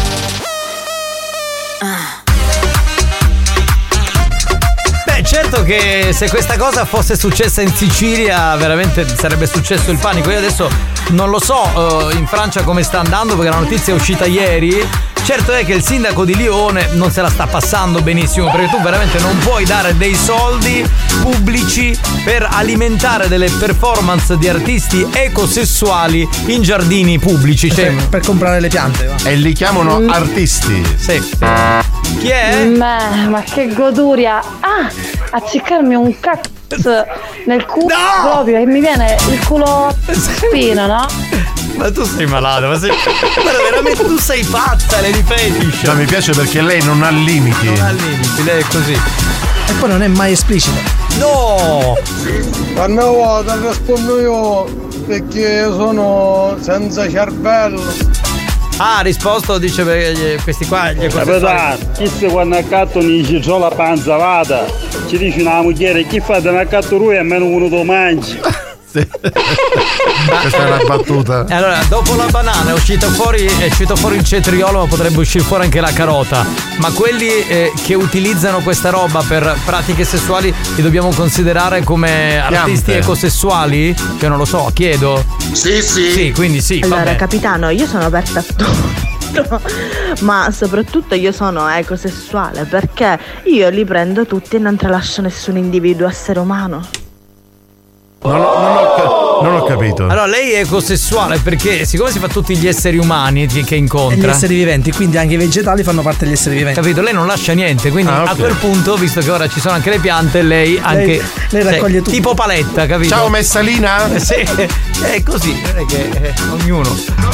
Ah. Certo che se questa cosa fosse successa in Sicilia veramente sarebbe successo il panico. Io adesso non lo so uh, in Francia come sta andando, perché la notizia è uscita ieri. Certo è che il sindaco di Lione non se la sta passando benissimo, perché tu veramente non puoi dare dei soldi pubblici per alimentare delle performance di artisti ecosessuali in giardini pubblici, cioè, per, per comprare le piante, va. E li chiamano Mm. artisti. Sì. Chi è? Beh, ma che goduria! Ah, acciccarmi un cazzo nel culo proprio, e mi viene il culo spino, no? Ma tu sei malato, ma sei. Ma veramente tu sei pazza, Lady Fetish. No, mi piace perché lei non ha limiti. Non ha limiti, lei è così. E poi non è mai esplicita. No! Quando vuota rispondo io, perché io sono senza cervello. Ah, ha risposto, dice perché questi qua gli Capitano, chissà quando accatto mi dice c'ho la panza vada. Ci dice una moglie, chi fate un accatto lui e almeno uno lo mangi. Questa è una battuta. E allora, dopo la banana è uscito fuori, è uscito fuori il cetriolo, ma potrebbe uscire fuori anche la carota. Ma quelli eh, che utilizzano questa roba per pratiche sessuali li dobbiamo considerare come artisti Piante. ecosessuali? Cioè non lo so, chiedo. Sì, sì. Sì, quindi sì. Allora, vabbè. capitano, io sono aperta a tutto, ma soprattutto io sono ecosessuale, perché io li prendo tutti e non tralascio nessun individuo essere umano. Non ho, non ho, ca- non ho capito. Allora, lei è ecosessuale perché siccome si fa tutti gli esseri umani che che E incontra, gli esseri viventi, quindi anche i vegetali fanno parte degli esseri viventi. capito? Lei non lascia niente, quindi Ah, ok. a quel punto, visto che ora ci sono anche le piante, lei anche lei raccoglie cioè, tutto. tipo paletta, capito? Ciao Messalina. Eh, sì, è così, non è che eh, ognuno.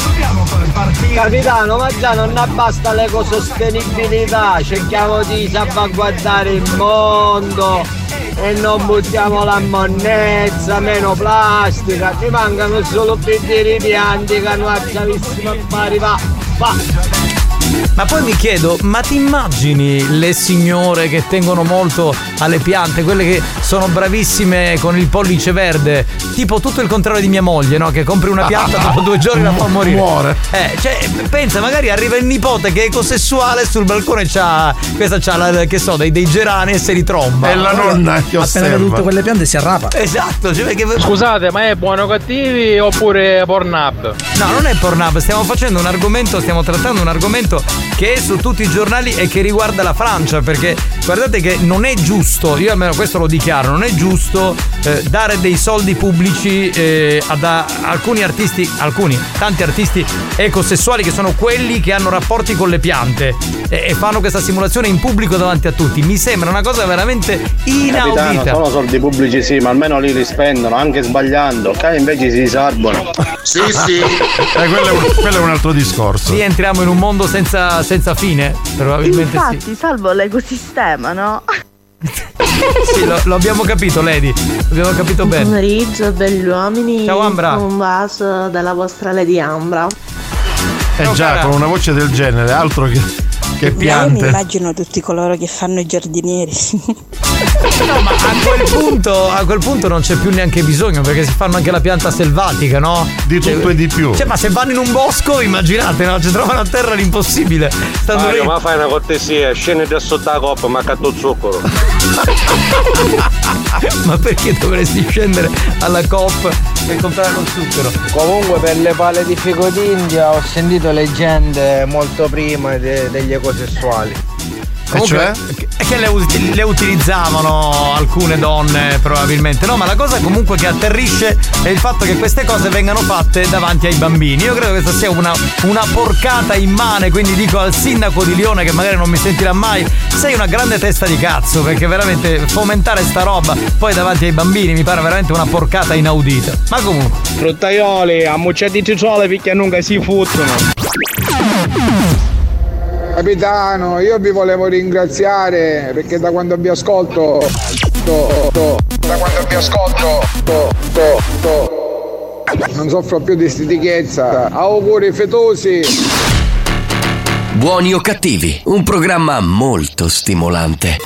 Capitano, ma già non basta l'ecosostenibilità, cerchiamo di salvaguardare il mondo e non buttiamo la monnezza, meno plastica, ci mancano solo piccoli pianti che hanno alzavissimo affari, va, va. Ma poi mi chiedo, ma ti immagini le signore che tengono molto alle piante, quelle che sono bravissime con il pollice verde, tipo tutto il contrario di mia moglie, no? Che compri una pianta, dopo due giorni la fa morire. Muore. Eh, cioè, pensa, magari arriva il nipote che è ecosessuale, sul balcone c'ha, questa c'ha, la, che so, dei, dei gerani e se li tromba. È la nonna che Appena osserva. vede tutte quelle piante si arrapa. Esatto, cioè perché... Scusate, ma è buono o cattivi oppure Pornhub? No, non è Pornhub, stiamo facendo un argomento, stiamo trattando un argomento che è su tutti i giornali e che riguarda la Francia, perché guardate che non è giusto, io almeno questo lo dichiaro, non è giusto eh, dare dei soldi pubblici eh, ad a, alcuni artisti, alcuni, tanti artisti ecosessuali che sono quelli che hanno rapporti con le piante e, e fanno questa simulazione in pubblico davanti a tutti. Mi sembra una cosa veramente inaudita. Capitano, sono soldi pubblici sì, ma almeno li rispendono, anche sbagliando, che invece si salvano. Sì, sì. Eh, quello, è un, quello è un altro discorso. Sì, entriamo in un mondo senza, senza fine, probabilmente Infatti, sì. salvo l'ecosistema, no? Sì, lo, lo abbiamo capito, Lady. L'abbiamo capito bene. Pomeriggio, belli uomini. Ciao, Ambra. Un bacio dalla vostra Lady Ambra. Eh No, già, cara. con una voce del genere, altro che, che Che Io mi piante. immagino tutti coloro che fanno i giardinieri. No, ma a quel punto, a quel punto non c'è più neanche bisogno, perché si fanno anche la pianta selvatica, no? Di tutto cioè, e di più. Cioè, ma se vanno in un bosco, immaginate, no? Ci trovano a terra l'impossibile. Stanno Mario, lì. ma fai una cortesia, scendi da sotto la coppa, ma catto zucchero. Ma perché dovresti scendere alla Coop e comprare lo zucchero? Comunque per le palle di fico d'India ho sentito leggende molto prima de- degli ecosessuali. Comunque, cioè? che- che le, ut- le utilizzavano alcune donne probabilmente. No, ma la cosa comunque che atterrisce è il fatto che queste cose vengano fatte davanti ai bambini. Io credo che questa sia una, una porcata immane, quindi dico al sindaco di Lione, che magari non mi sentirà mai, sei una grande testa di cazzo, perché veramente fomentare sta roba poi davanti ai bambini mi pare veramente una porcata inaudita. Ma comunque, Fruttaioli, ammucciati di sole perché nunca si fottono. Capitano, io vi volevo ringraziare perché da quando vi ascolto to, to, da quando vi ascolto to, to, to, non soffro più di stitichezza. Auguri fetosi. Buoni o cattivi, un programma molto stimolante.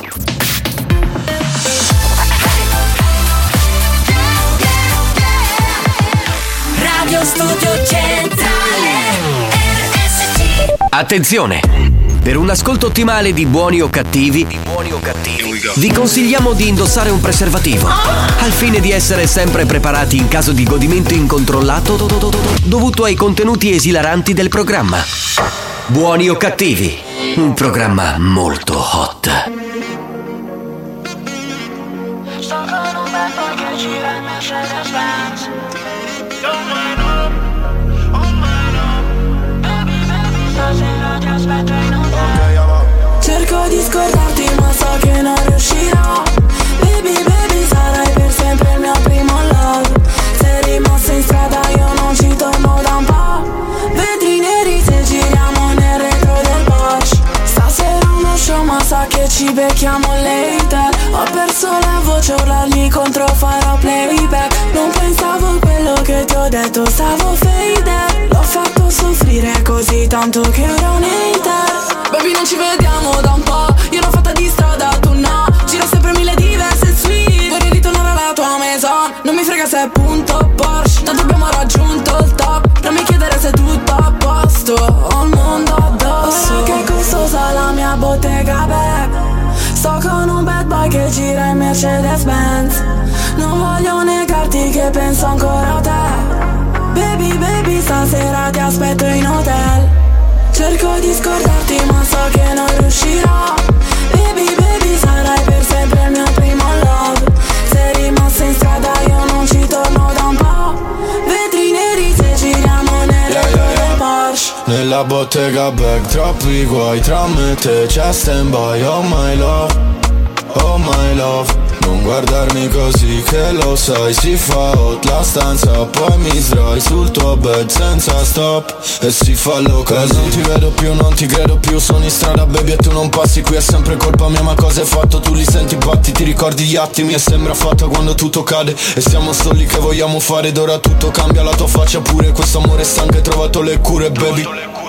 Radio Studio Centrale R S C. Attenzione! Per un ascolto ottimale di Buoni o Cattivi, vi consigliamo di indossare un preservativo, al fine di essere sempre preparati in caso di godimento incontrollato dovuto ai contenuti esilaranti del programma. Buoni o Cattivi, un programma molto hot. Sto con un bel po' che gira in Mercedes-Benz. Stasera ti aspetto in hotel. Cerco di scordarti ma so che non riuscirò. Baby, baby, sarai per sempre il mio primo love. Sei rimasto in strada, io non ci torno da un po'. Vetri neri se giriamo nel retro del Porsche. Stasera uno show ma sa che ci becchiamo later. Ho perso la voce, urlarmi contro farò playback. Non pensavo a quello che ti ho detto, stavo faded. L'ho fatto soffrire così tanto che ero un hater. Baby non ci vediamo da un po', io l'ho fatta di strada, tu no. Giro sempre mille diverse suite, vorrei ritornare alla tua maison. Non mi frega se è punto Porsche, tanto abbiamo raggiunto il top. Non mi chiedere se è tutto a posto, ho il mondo addosso. Ora che costosa la mia bottega, babe. Sto con un bad boy che gira in Mercedes-Benz. Non voglio negarti che penso ancora a te. Baby, baby, stasera ti aspetto in hotel. Cerco di scordarti ma so che non riuscirò. Baby, baby, sarai per sempre il mio primo love. Sei rimasto in strada, io non ci torno da un po'. Vetri neri se giriamo nel retro del Porsche. Nella bottega bag, troppi guai tra me e te, c'è stand by, oh my love, oh my love. Non guardarmi così che lo sai, si fa hot la stanza, poi mi sdrai sul tuo bed senza stop e si fa loca. Non ti vedo più, non ti credo più, sono in strada baby e tu non passi, qui è sempre colpa mia, ma cosa hai fatto? Tu li senti batti, ti ricordi gli attimi e sembra fatta quando tutto cade e siamo soli che vogliamo fare ed ora tutto cambia, la tua faccia pure, questo amore stanco hai trovato le cure baby.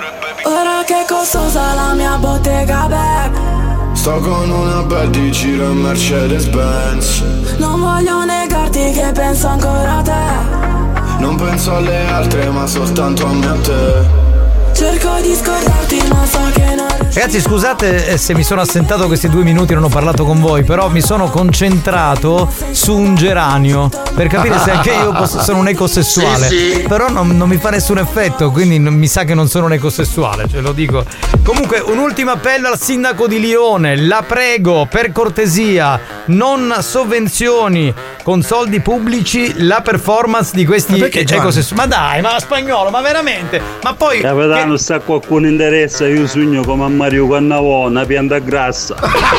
Ora che costosa la mia bottega bag. Sto con una bad di giro in Mercedes-Benz. Non voglio negarti che penso ancora a te. Non penso alle altre ma soltanto a me e a te. Cerco di scordarti ma so che non riuscirò. ragazzi, scusate se mi sono assentato questi due minuti e non ho parlato con voi, però mi sono concentrato su un geranio per capire se anche io posso, sono un ecosessuale. Sì, sì. Però non, non mi fa nessun effetto, quindi non, mi sa che non sono un ecosessuale, ce lo dico. Comunque un ultimo appello al sindaco di Lione, la prego per cortesia, non sovvenzioni con soldi pubblici la performance di questi ecosessuali. Ma dai, ma spagnolo, ma veramente? Ma poi Capitano, che... sta qualcuno interessa, io sogno come a Mario Cannavò, una pianta grassa.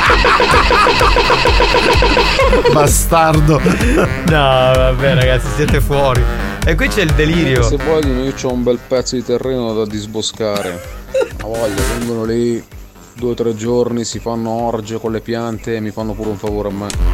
Bastardo. No, vabbè ragazzi, siete fuori. E qui c'è il delirio. Se vogliono, io c'ho un bel pezzo di terreno da disboscare. A voglia, vengono lì due o tre giorni, si fanno orge con le piante e mi fanno pure un favore a me.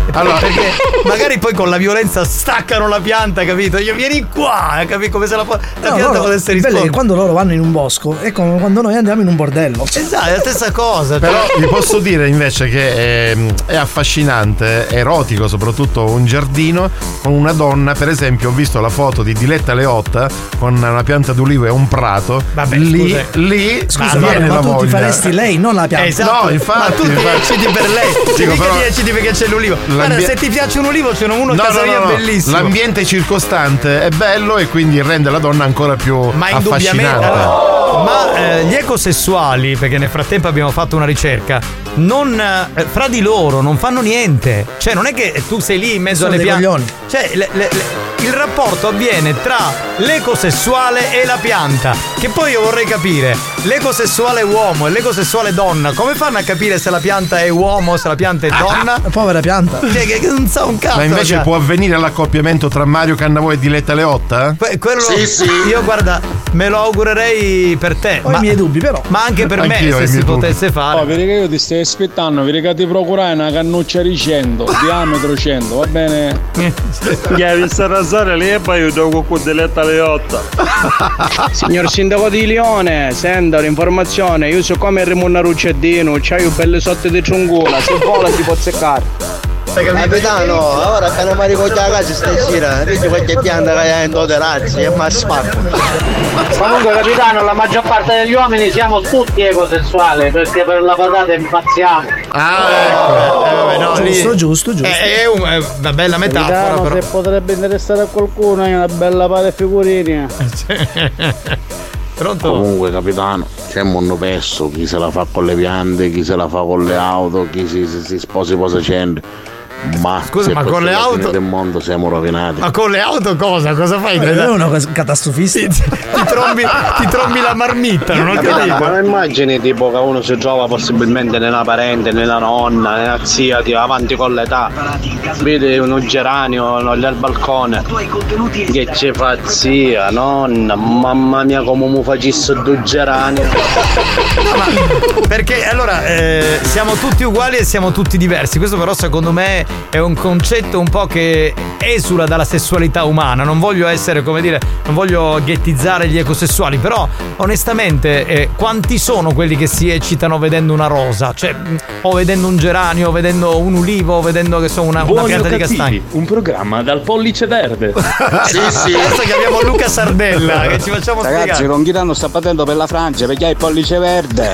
Allora- perché magari poi con la violenza staccano la pianta, capito? Io vieni qua, capito? Come se la, la No, pianta loro- potesse il bello è rispondere. che quando loro vanno in un bosco è come quando noi andiamo in un bordello. Esatto, è la stessa cosa. Però vi posso dire invece che è, è affascinante, erotico soprattutto, un giardino con una donna. Per esempio ho visto la foto di Diletta Leotta con una pianta d'ulivo e un prato. Vabbè, lì, scusa. lì Scusa, viene ma la tu ti voglia. faresti lei, non la pianta. Esatto. No, infatti, ma tu ti infatti. ecciti per lei. Dico, Sì, mica però- ti ecciti perché c'è l'ulivo. Guarda, L'ambie- se ti piace un ulivo, c'è uno a No, casa no, mia no, no. bellissimo. L'ambiente circostante è bello e quindi rende la donna ancora più Ma indubbiamente, affascinante. ma eh, gli ecosessuali, perché nel frattempo abbiamo fatto una ricerca, non eh, fra di loro non fanno niente. Cioè, non è che tu sei lì in mezzo Sono alle dei piante. coglioni. Cioè, le- le- le- il rapporto avviene tra l'ecosessuale e la pianta. Che poi io vorrei capire, l'ecosessuale uomo e l'ecosessuale donna, come fanno a capire se la pianta è uomo o se la pianta è donna? Povera pianta. Cioè, che non sa un cazzo. Ma invece cioè. può avvenire l'accoppiamento tra Mario Cannavò e Diletta Leotta? Que- quello Sì, sì. Io guarda, me lo augurerei per te. Ho i miei dubbi, però. Ma anche per me, Anch'io ho se i si miei dubbi. potesse fare. Oh, vedi che io ti stai aspettando, vedi che ti procurai una cannuccia di cento, diametro cento, va bene? Che hai visto rasare lì e poi io devo con Diletta Leotta. Signor sindaco di Lione, senta un'informazione, io so come Ramon Ruccedino, c'hai un belle sotto di ciungula, se vola si può seccare. Capitano, ora appena mi ricordo a casa stasera, vedi qualche pianta che hai in due razzi e mi spacco. Comunque capitano, la maggior parte degli uomini siamo tutti ecosessuali perché per la patata impazziamo. Ah, ecco. Eh, vabbè, no, lì- Giusto, giusto, giusto. È, è un- è una bella metafora, Capitano, però. se potrebbe interessare a qualcuno, è una bella pare figurini. Pronto? Comunque capitano, c'è un mondo perso, chi se la fa con le piante, chi se la fa con le auto, chi si, si, si sposa posa cende. Ma Scusa, se ma con questa le è la fine auto- del mondo siamo rovinati. Ma con le auto cosa? Cosa fai? Ma non è una cosa catastrofista. Ti trombi, ti trombi la marmitta, non ho Capitano, ma capito. non immagini tipo che uno si trova possibilmente nella parente, nella nonna, nella zia, tipo, avanti con l'età, vede uno geranio lì al balcone, che ci fa zia, nonna, mamma mia come mi facesse due geranio. Perché allora eh, siamo tutti uguali e siamo tutti diversi. Questo però secondo me è un concetto un po' che esula dalla sessualità umana. Non voglio essere, come dire, non voglio ghettizzare gli ecosessuali, però onestamente eh, quanti sono quelli che si eccitano vedendo una rosa? Cioè, mh, o vedendo un geranio, o vedendo un ulivo, o vedendo che so una, una Buoni o pianta di cattivi, castagni. un programma dal pollice verde. Sì, sì. Adesso chiamiamo Luca Sardella che ci facciamo Ragazzi, spiegare. Longhitano sta patendo per la Francia perché ha il pollice verde.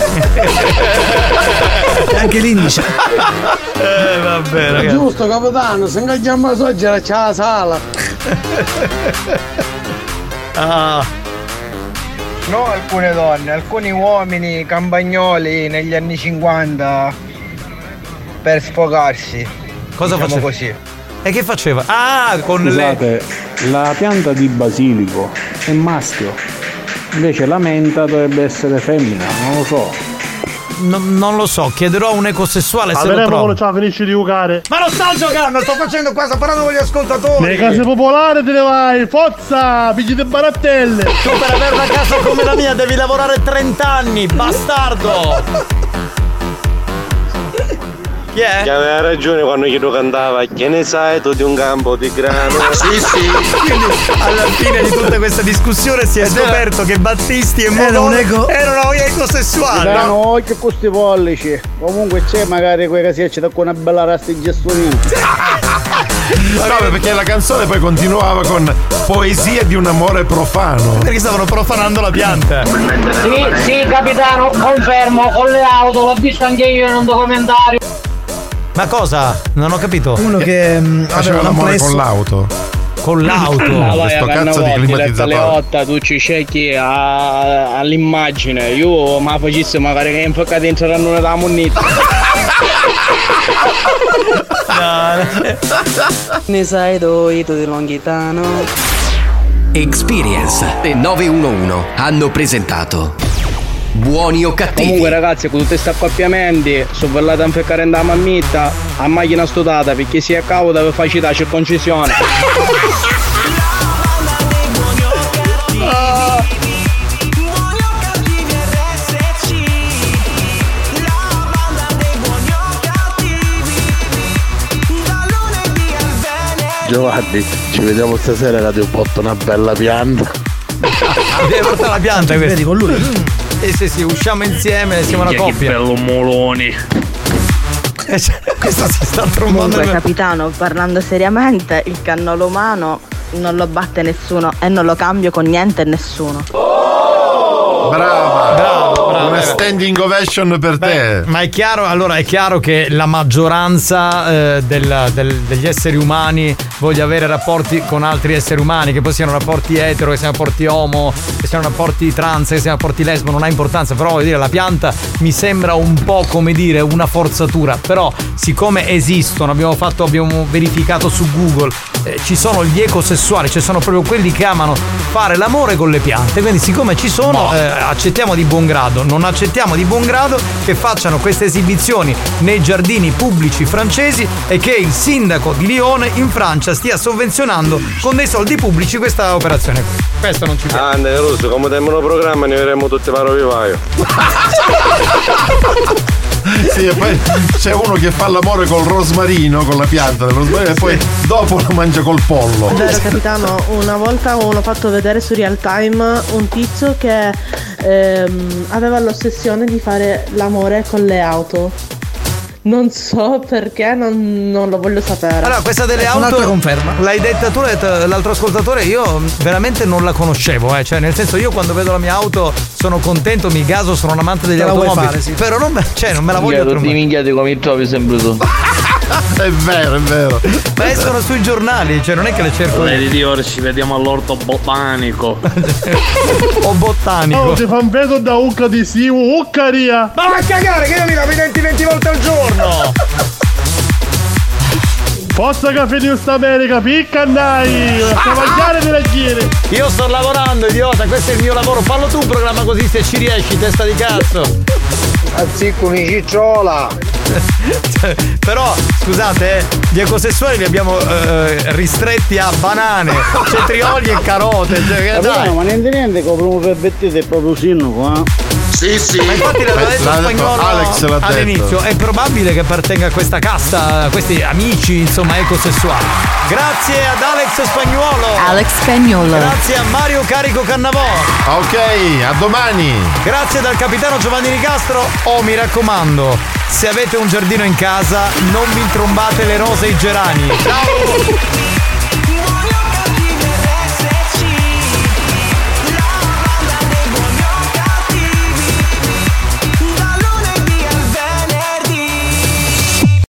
E anche l'indice. Eh, vabbè, ragazzi. Giusto capitano, se ingaggiamo la soggia c'è la sala. Ah. No, alcune donne, alcuni uomini campagnoli negli anni cinquanta per sfogarsi. Cosa diciamo faceva? così. E che faceva? Ah, con le. Scusate, la pianta di basilico è maschio, invece la menta dovrebbe essere femmina, non lo so. No- non lo so, chiederò a un ecosessuale se lo Avremo trovo. quello ciao, finisci di giocare. Ma non sto giocando, sto facendo qua, sto parlando con gli ascoltatori. Nelle case popolari te ne vai, forza, pigli di barattelle. Tu per avere una casa come la mia devi lavorare trenta anni, bastardo. Chi è? Che aveva ragione quando gli cantava, che ne sai tu di un campo di grano? Sì, sì. Quindi alla fine di tutta questa discussione si è scoperto che Battisti e Era un Modone eco- erano ecosessuali. Capitano, occhio con questi pollici. Comunque c'è magari quei che si eccita con una bella rasta in gestonino. No, perché la canzone poi continuava con poesia di un amore profano. Perché stavano profanando la pianta. Sì, sì capitano, confermo, con le auto, l'ho visto anche io in un documentario. Ma cosa? Non ho capito. Uno che mh, Faceva aveva un l'amore amplesso. con l'auto. Con l'auto. Questo cazzo di climatizzatore. Leotta, tu ci cerchi a- all'immagine. Io ma facessi magari che infoccate dentro la luna della monnetta. Ne sai doito di Longhitano. Experience e nove uno uno hanno presentato Buoni o cattivi. Comunque ragazzi, con tutti questi accoppiamenti, sono parlato a inficcare in da mammitta a macchina studata perché si è cauda per facilità circoncisione. La banda dei buoni o cattivi, da lunedì Giovanni, ci vediamo stasera che ti ho portato una bella pianta. Devi portare la pianta questa. Vedi con lui? Eh sì sì, usciamo insieme, siamo una Minchia, coppia. Che bello moloni. Eh, cioè, questa si sta trombando. Comunque, capitano, parlando seriamente, il cannolo umano non lo batte nessuno e non lo cambio con niente e nessuno. Brava, bravo, bravo. Una standing ovation per Beh, te. ma è chiaro, allora è chiaro che la maggioranza eh, del- del- degli esseri umani voglia avere rapporti con altri esseri umani, che poi siano rapporti etero, che siano rapporti homo, che siano rapporti trans, che siano rapporti lesbo, non ha importanza, però voglio dire, la pianta mi sembra un po' come dire una forzatura, però siccome esistono, abbiamo fatto, abbiamo verificato su Google, eh, ci sono gli ecosessuali, cioè sono proprio quelli che amano fare l'amore con le piante, quindi siccome ci sono eh, accettiamo di buon grado, non accettiamo di buon grado che facciano queste esibizioni nei giardini pubblici francesi e che il sindaco di Lione in Francia stia sovvenzionando con dei soldi pubblici questa operazione qui. Questo non ci piace. Ah, Andrea Russo, come tempo programma ne vedremo tutti paro vivaio. Sì, e poi c'è uno che fa l'amore col rosmarino, con la pianta del rosmarino, e poi dopo lo mangia col pollo. È vero, capitano, una volta avevano fatto vedere su Real Time un tizio che ehm, aveva l'ossessione di fare l'amore con le auto. Non so perché, non, non lo voglio sapere. Allora, questa delle auto. Un'altra conferma. L'hai detta tu, l'hai detta l'altro ascoltatore. Io veramente non la conoscevo, eh. Cioè, nel senso, io quando vedo la mia auto sono contento, mi gaso, sono un amante degli Te la vuoi automobili. fare, sì. Però non, me- cioè, non me la voglio Tutti trovare. minchiati come mi trovi sempre tu. È vero, è vero. Ma escono sui giornali, cioè non è che le cerco. Lady Dior, ci vediamo all'orto botanico. O botanico. Oh, ti fa un vedo da ucca di simu, uccaria! Ma va a cagare che io mi lavo i denti venti volte al giorno! Forza Caffè News America, picca andai! A mangiare delle ghiere! Io sto lavorando, idiota, questo è il mio lavoro. Fallo tu un programma così se ci riesci, testa di cazzo. Azzicco mi cicciola! Però, scusate, eh, gli ecosessuali li abbiamo eh, ristretti a banane, cetrioli e carote. Cioè, che dai. Ma niente niente, copriamo per vettite e proprio sindaco, eh? Sì, sì. Ma infatti l'aveva detto L'ha detto spagnolo Alex, l'ha detto. all'inizio. È probabile che appartenga a questa casta, a questi amici, insomma, ecosessuali. Grazie ad Alex Spagnuolo. Alex Spagnuolo. Grazie a Mario Carico Cannavò. Ok, a domani. Grazie dal capitano Giovanni Nicastro. Oh, mi raccomando, se avete un giardino in casa, non vi trombate le rose e i gerani. Ciao!